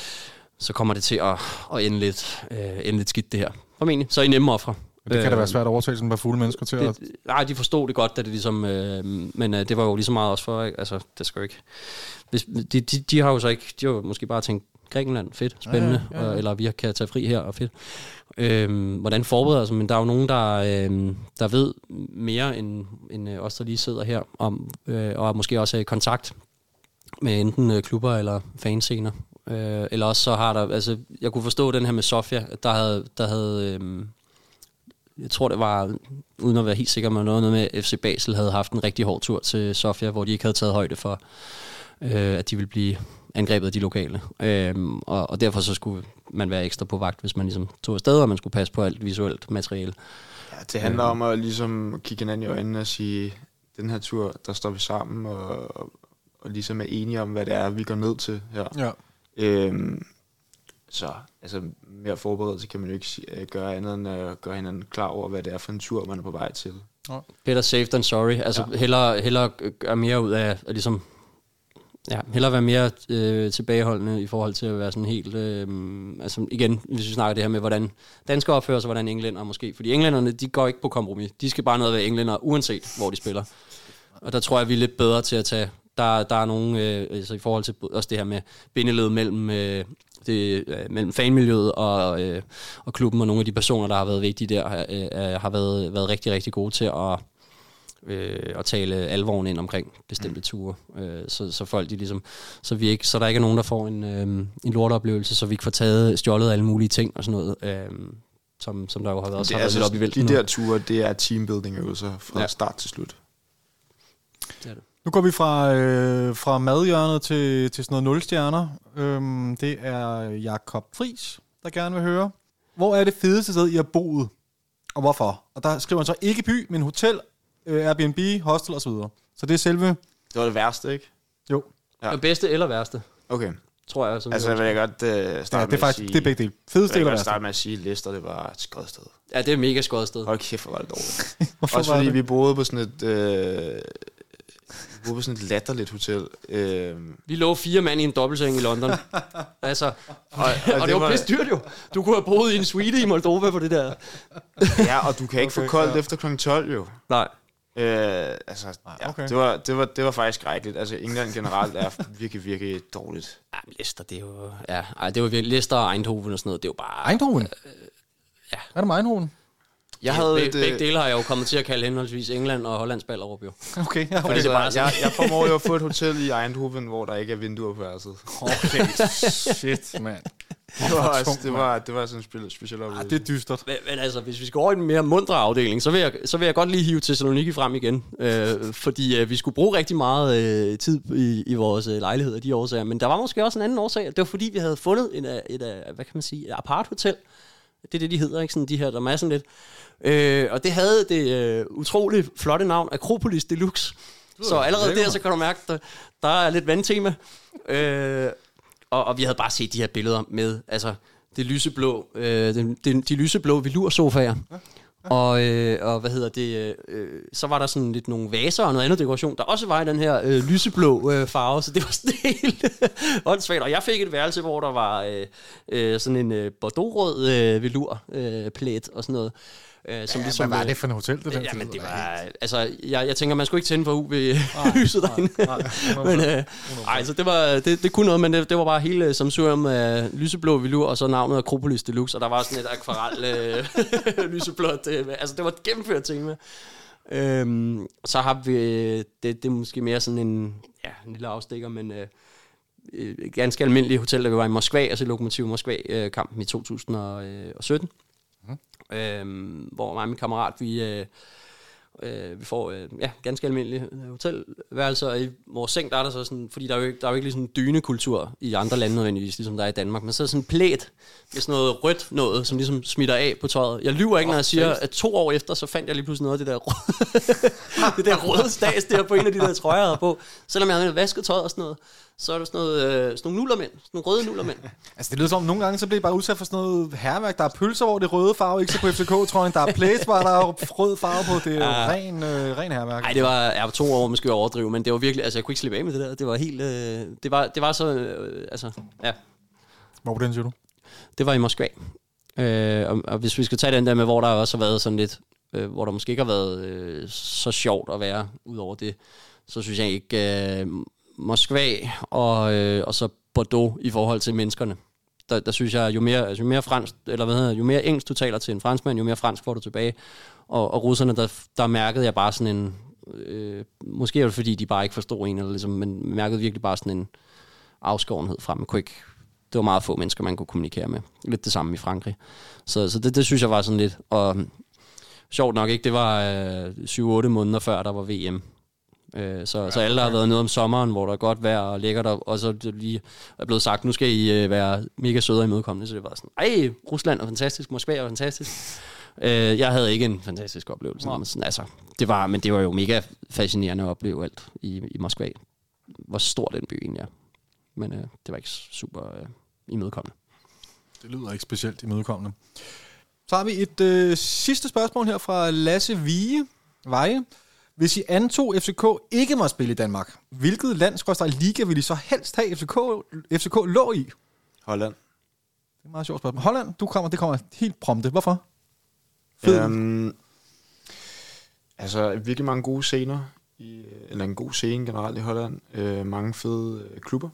Speaker 3: så kommer det til at, at ende, lidt, øh, ende lidt skidt, det her. Formentlig. Så er I nemme ofre.
Speaker 2: Det kan da være svært at overtale sådan et par fulde mennesker til
Speaker 3: det,
Speaker 2: at...
Speaker 3: Nej, de forstod det godt, da det ligesom... Øh, men øh, det var jo lige så meget også for... Ikke? Altså, det skal jo ikke... Hvis, de, de, de har jo så ikke... De har jo måske bare tænkt, Grækenland, fedt, spændende, ja, ja, ja. Og, eller vi kan tage fri her, og fedt. Øh, hvordan forbereder sig? Men der er jo nogen, der, øh, der ved mere end, end os, der lige sidder her, om, øh, og måske også er i kontakt med enten øh, klubber eller fanscener. Øh, eller også så har der... Altså, jeg kunne forstå den her med Sofia, der havde... Der havde øh, jeg tror, det var, uden at være helt sikker med noget, noget med F C Basel havde haft en rigtig hård tur til Sofia, hvor de ikke havde taget højde for, øh, at de ville blive angrebet af de lokale. Øh, og, og derfor så skulle man være ekstra på vagt, hvis man ligesom tog afsted, og man skulle passe på alt visuelt materiale.
Speaker 4: Ja, det handler øh. om at ligesom kigge hinanden i øjnene og sige, den her tur, der står vi sammen, og, og, og ligesom er enige om, hvad det er, vi går ned til her. Ja. Øh, Så altså, mere forberedelse kan man jo ikke gøre andet end at gøre hinanden klar over, hvad det er for en tur, man er på vej til.
Speaker 3: Ja. Better safe than sorry. Altså ja. hellere, hellere gøre mere ud af, at ligesom, ja, hellere være mere øh, tilbageholdende i forhold til at være sådan helt, øh, altså igen, hvis vi snakker det her med, hvordan danskere opfører sig, hvordan englænder måske, fordi englænderne, de går ikke på kompromis. De skal bare noget være englænder, uanset hvor de spiller. Og der tror jeg, vi er lidt bedre til at tage, der, der er nogen, øh, altså i forhold til også det her med bindeled mellem, øh, det, øh, mellem fanmiljøet og, øh, og klubben, og nogle af de personer, der har været vigtige der, øh, har været, været rigtig, rigtig gode til at, øh, at tale alvoren ind omkring bestemte ture. Øh, så, så folk, de ligesom, så, vi ikke, så der ikke er nogen, der får en, øh, en lorteoplevelse, så vi ikke får taget, stjålet alle mulige ting og sådan noget, øh, som, som der jo har været, så har
Speaker 4: altså,
Speaker 3: været lidt op i vælten.
Speaker 4: De der ture, det er teambuilding-øvelser fra ja. start til slut.
Speaker 2: Det er det. Nu går vi fra, øh, fra madhjørnet til, til sådan noget nul stjerner. Øhm, det er Jakob Friis, der gerne vil høre. Hvor er det fedeste sted, I har boet? Og hvorfor? Og der skriver man så ikke by, men hotel, øh, Airbnb, hostel osv. Så det er selve...
Speaker 4: Det var det værste, ikke?
Speaker 2: Jo.
Speaker 3: Ja. Det bedste eller værste?
Speaker 4: Okay.
Speaker 3: Tror jeg.
Speaker 4: Altså, jeg vil jeg godt uh, starte
Speaker 2: ja, det er
Speaker 4: med
Speaker 2: faktisk,
Speaker 4: at sige...
Speaker 2: det er begge dele. Fedeste eller værste?
Speaker 4: Jeg vil starte med at sige, at Leicester, det var et skødt sted.
Speaker 3: Ja, det er et mega skødt sted.
Speaker 4: Hold kæft, hvor var det dårligt. Også fordi det? vi boede på sådan et... Øh, vi boede på sådan et latterligt hotel. Øh.
Speaker 3: Vi lå fire mand i en dobbeltseng i London. altså, og, og, og det var pisse dyrt jo. Du kunne have boet i en suite i Moldova på det der.
Speaker 4: Ja, og du kan ikke okay, få koldt ja. efter klokken tolv jo.
Speaker 3: Nej.
Speaker 4: Øh, altså, ja, okay. det, var, det, var, det var faktisk skrækkeligt. Altså, England generelt er virkelig, virkelig dårligt.
Speaker 3: Ja, Leicester, det er jo... Ja, ej, det var virkelig... Leicester og Eindhoven og sådan noget, det er jo bare...
Speaker 2: Eindhoven?
Speaker 3: Øh, ja.
Speaker 2: Hvad er det med Eindhoven?
Speaker 3: Jeg havde Be- et, begge dele har jeg jo kommet til at kalde henholdsvis England og Hollands Ballerup jo.
Speaker 2: Okay, ja,
Speaker 4: fordi det bare jeg, jeg formår jo at få et hotel i Eindhoven, hvor der ikke er vinduer på værelset.
Speaker 2: Okay, shit, mand.
Speaker 4: Det var, altså, det var, det var sådan en speciel oplevelse.
Speaker 2: Ah, det er dystert.
Speaker 3: Men, men altså, hvis vi skal over i en mere mundre afdeling, så vil jeg, så vil jeg godt lige hive Thessaloniki frem igen. Øh, fordi øh, vi skulle bruge rigtig meget øh, tid i, i vores øh, lejlighed af de årsager. Men der var måske også en anden årsag. Det var fordi, vi havde fundet en, et, et, hvad kan man sige, et apart hotel Det er det, de hedder, ikke? Sådan de her, der er sådan lidt. Øh, og det havde det øh, utroligt flotte navn, Akropolis Deluxe. Så allerede der, så kan du mærke, der, der er lidt vandtema. Øh, og, og vi havde bare set de her billeder med, altså, det lyseblå, øh, de, de, de lyseblå velursofaer. Ja. Og, øh, og hvad hedder det, øh, så var der sådan lidt nogle vaser og noget andet dekoration, der også var i den her øh, lyseblå øh, farve, så det var sådan helt åndssvagt. Og jeg fik et værelse, hvor der var øh, øh, sådan en øh, bordeaux-rød øh, velur-plæt øh, og sådan noget. Øh, som
Speaker 2: ja,
Speaker 3: ligesom,
Speaker 2: hvad var det for en hotel? Det
Speaker 3: øh, ja, men det var, altså, jeg, jeg tænker, man skulle ikke tænde for U V-lyset derinde. men øh, ej, så det var, det, det kunne noget, men det, det var bare hele samsurium af lyseblå velur, og så navnet Akropolis Deluxe, og der var sådan et akvarel øh, lyseblåt, øh, altså det var et gennemført tema. Øhm, så har vi, det, det er måske mere sådan en, ja, en lille afstikker, men øh, øh, ganske almindelig hotel, der vi var i Moskva, altså Lokomotiv Moskva-kampen i to tusind og sytten. Øhm, hvor mig og min kammerat, vi, øh, øh, vi får øh, ja, ganske almindelige hotelværelser, og i vores seng, der er der så sådan, fordi der er jo ikke, der er jo ikke ligesom dynekultur i andre lande nødvendigvis, ligesom der er i Danmark, men så er sådan en plæt med sådan noget rødt noget, som ligesom smitter af på tøjet. Jeg lyver ikke, når jeg siger, at to år efter, så fandt jeg lige pludselig noget af det der røde, det der røde stas der på en af de der trøjer, jeg havde på. Selvom jeg havde vasket tøjet og sådan noget, så er der sådan, noget, øh, sådan nogle nullermænd, sådan nogle røde nullermænd.
Speaker 2: Altså det lyder som, nogle gange så bliver I bare udsat for sådan noget hærværk. Der er pølser, hvor det er røde farve, ikke så på F C K-trøjen. Der er plates, hvor der er rød farve på. Det er jo ja. ren, øh, ren hærværk. Nej,
Speaker 3: det var, jeg var to år måske overdrive, men det var virkelig, altså jeg kunne ikke slippe af med det der. Det var helt, øh, det, var, det var så, øh, altså, ja.
Speaker 2: Hvor var den, siger du?
Speaker 3: Det var i Moskva. Øh, og, og hvis vi skal tage den der med, hvor der også har været sådan lidt, øh, hvor der måske ikke har været øh, så sjovt at være ud over det, så synes jeg ikke... Øh, Moskva og, øh, og så Bordeaux i forhold til menneskerne. Der, der synes jeg, jo mere, altså, jo mere fransk, eller hvad hedder, jo mere engelsk du taler til en franskmand, jo mere fransk får du tilbage. Og, og russerne, der, der mærkede jeg bare sådan en, øh, måske er det fordi, de bare ikke forstod en, eller ligesom, men mærkede virkelig bare sådan en afskårenhed fra man kunne ikke, det var meget få mennesker, man kunne kommunikere med. Lidt det samme i Frankrig. Så, så det, det synes jeg var sådan lidt, og sjovt nok ikke, det var øh, syv otte måneder før, der var V M. Øh, så, ja, så alle, der har været noget om sommeren, hvor der er godt vejr og lækkert, og så det lige er blevet sagt, nu skal I øh, være mega søde og imødekommende, så det var sådan, ej, Rusland er fantastisk, Moskva er fantastisk. øh, jeg havde ikke en fantastisk oplevelse, men, sådan, altså, det var, men det var jo mega fascinerende at opleve alt i, i Moskva. Hvor stor den by egentlig er. Men øh, det var ikke super øh, imødekommende.
Speaker 2: Det lyder ikke specielt imødekommende. Så har vi et øh, sidste spørgsmål her fra Lasse Vige Veje. Hvis I antog F C K ikke må spille i Danmark, hvilket land, liga vil I så helst have F C K, F C K lå i?
Speaker 4: Holland.
Speaker 2: Det er et meget sjovt spørgsmål. Holland, du kommer, det kommer helt prompte. Hvorfor?
Speaker 4: Um, altså, virkelig mange gode scener, i, eller en god scene generelt i Holland. Uh, mange fede uh, klubber.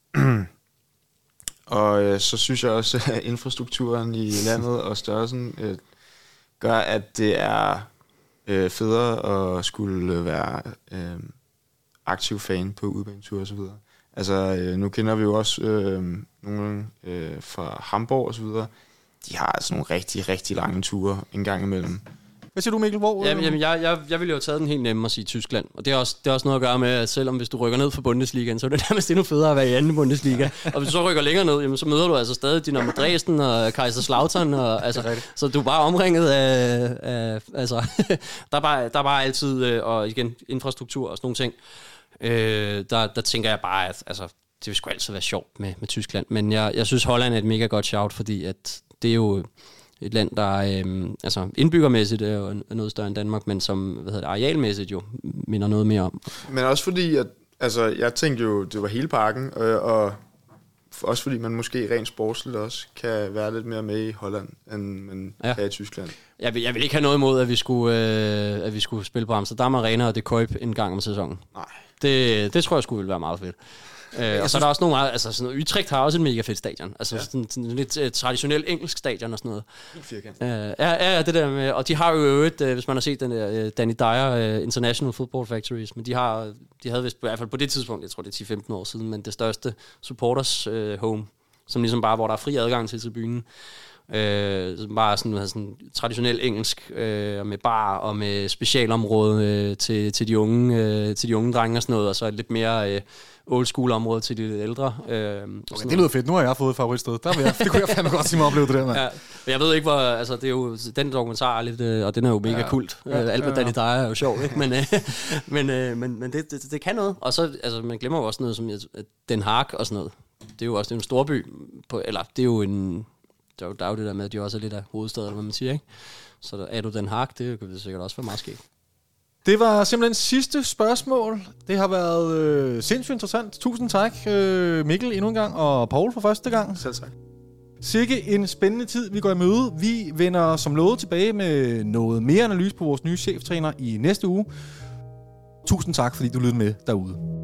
Speaker 4: Og uh, så synes jeg også, at infrastrukturen i landet og størrelsen uh, gør, at det er øh, federe at skulle være øh, aktiv fan på udbaneture og så videre. Altså, øh, nu kender vi jo også øh, nogle øh, fra Hamburg og så videre. De har altså nogle rigtig, rigtig lange ture en gang imellem.
Speaker 2: Hvad siger du, Mikkel? Hvor?
Speaker 3: Jamen, jamen jeg, jeg, jeg ville jo have taget den helt nemme at sige Tyskland. Og det er, også, det er også noget at gøre med, at selvom hvis du rykker ned fra Bundesligaen, så er det nærmest endnu federe at være i anden Bundesliga. Og hvis du så rykker længere ned, jamen, så møder du altså stadig Dynamo Dresden og Kaiserslautern. Og, altså, så du er bare omringet af... af altså, der, er bare, der er bare altid, og igen, infrastruktur og sådan nogle ting. Øh, der, der tænker jeg bare, at altså, det vil sgu altid være sjovt med, med Tyskland. Men jeg, jeg synes, Holland er et mega godt shout, fordi at det er jo... et land, der øhm, altså indbyggermæssigt er jo noget større end Danmark, men som hvad hedder det, arealmæssigt jo minder noget mere om.
Speaker 4: Men også fordi, at altså, jeg tænkte jo, det var hele parken, og, og også fordi man måske rent sportsligt også kan være lidt mere med i Holland, end man ja. kan i Tyskland.
Speaker 3: Jeg vil, jeg vil ikke have noget imod, at vi skulle, øh, at vi skulle spille på Amsterdam Arena og det Køb en gang om sæsonen.
Speaker 4: Nej.
Speaker 3: Det, det tror jeg skulle ville være meget fedt. Øh, og så er der også nogle meget, altså sådan noget, Utrecht har også et mega fedt stadion, altså ja. sådan, sådan lidt uh, traditionelt engelsk stadion og sådan noget.
Speaker 4: Helt firkant.
Speaker 3: Øh, ja, ja, det der med, og de har jo øvrigt, uh, hvis man har set den der uh, Danny Dyer uh, International Football Factories, men de har, de havde vist i hvert fald på det tidspunkt, jeg tror det er ti femten år siden, men det største supporters uh, home, som ligesom bare, hvor der er fri adgang til tribunen. Øh, bare sådan, sådan traditionel engelsk øh, med bar og med specialområde øh, til, til, de unge, øh, til de unge drenge og sådan noget, og så et lidt mere øh, old school område til de lidt ældre. Øh,
Speaker 2: okay, det lyder fedt. Nu har jeg fået et favoritsted. Der vil jeg, det kunne jeg fandme godt sige mig opleve det der, mand.
Speaker 3: Ja, jeg ved ikke, hvor... Altså, det er jo... Den dokumentar er lidt... Øh, og den er jo mega ja, kult. Ja, ja, Albert Danny Dyer er jo sjov, ikke? Men, øh, men, øh, men, men det, det, det kan noget. Og så... Altså, man glemmer jo også noget som Den Haag og sådan noget. Det er jo også det er en storby. På, eller, det er jo en... Der er jo, der er jo det der med, at de også er lidt af hovedstaden, eller hvad man siger, ikke? Så der, er du Den Haag, det kan sikkert også være meget skægt.
Speaker 2: Det var simpelthen sidste spørgsmål. Det har været øh, sindssygt interessant. Tusind tak, øh, Mikkel, endnu en gang, og Paul for første gang.
Speaker 4: Selv tak.
Speaker 2: Sikke en spændende tid, vi går i møde. Vi vender som lovet tilbage med noget mere analyse på vores nye cheftræner i næste uge. Tusind tak, fordi du lyttede med derude.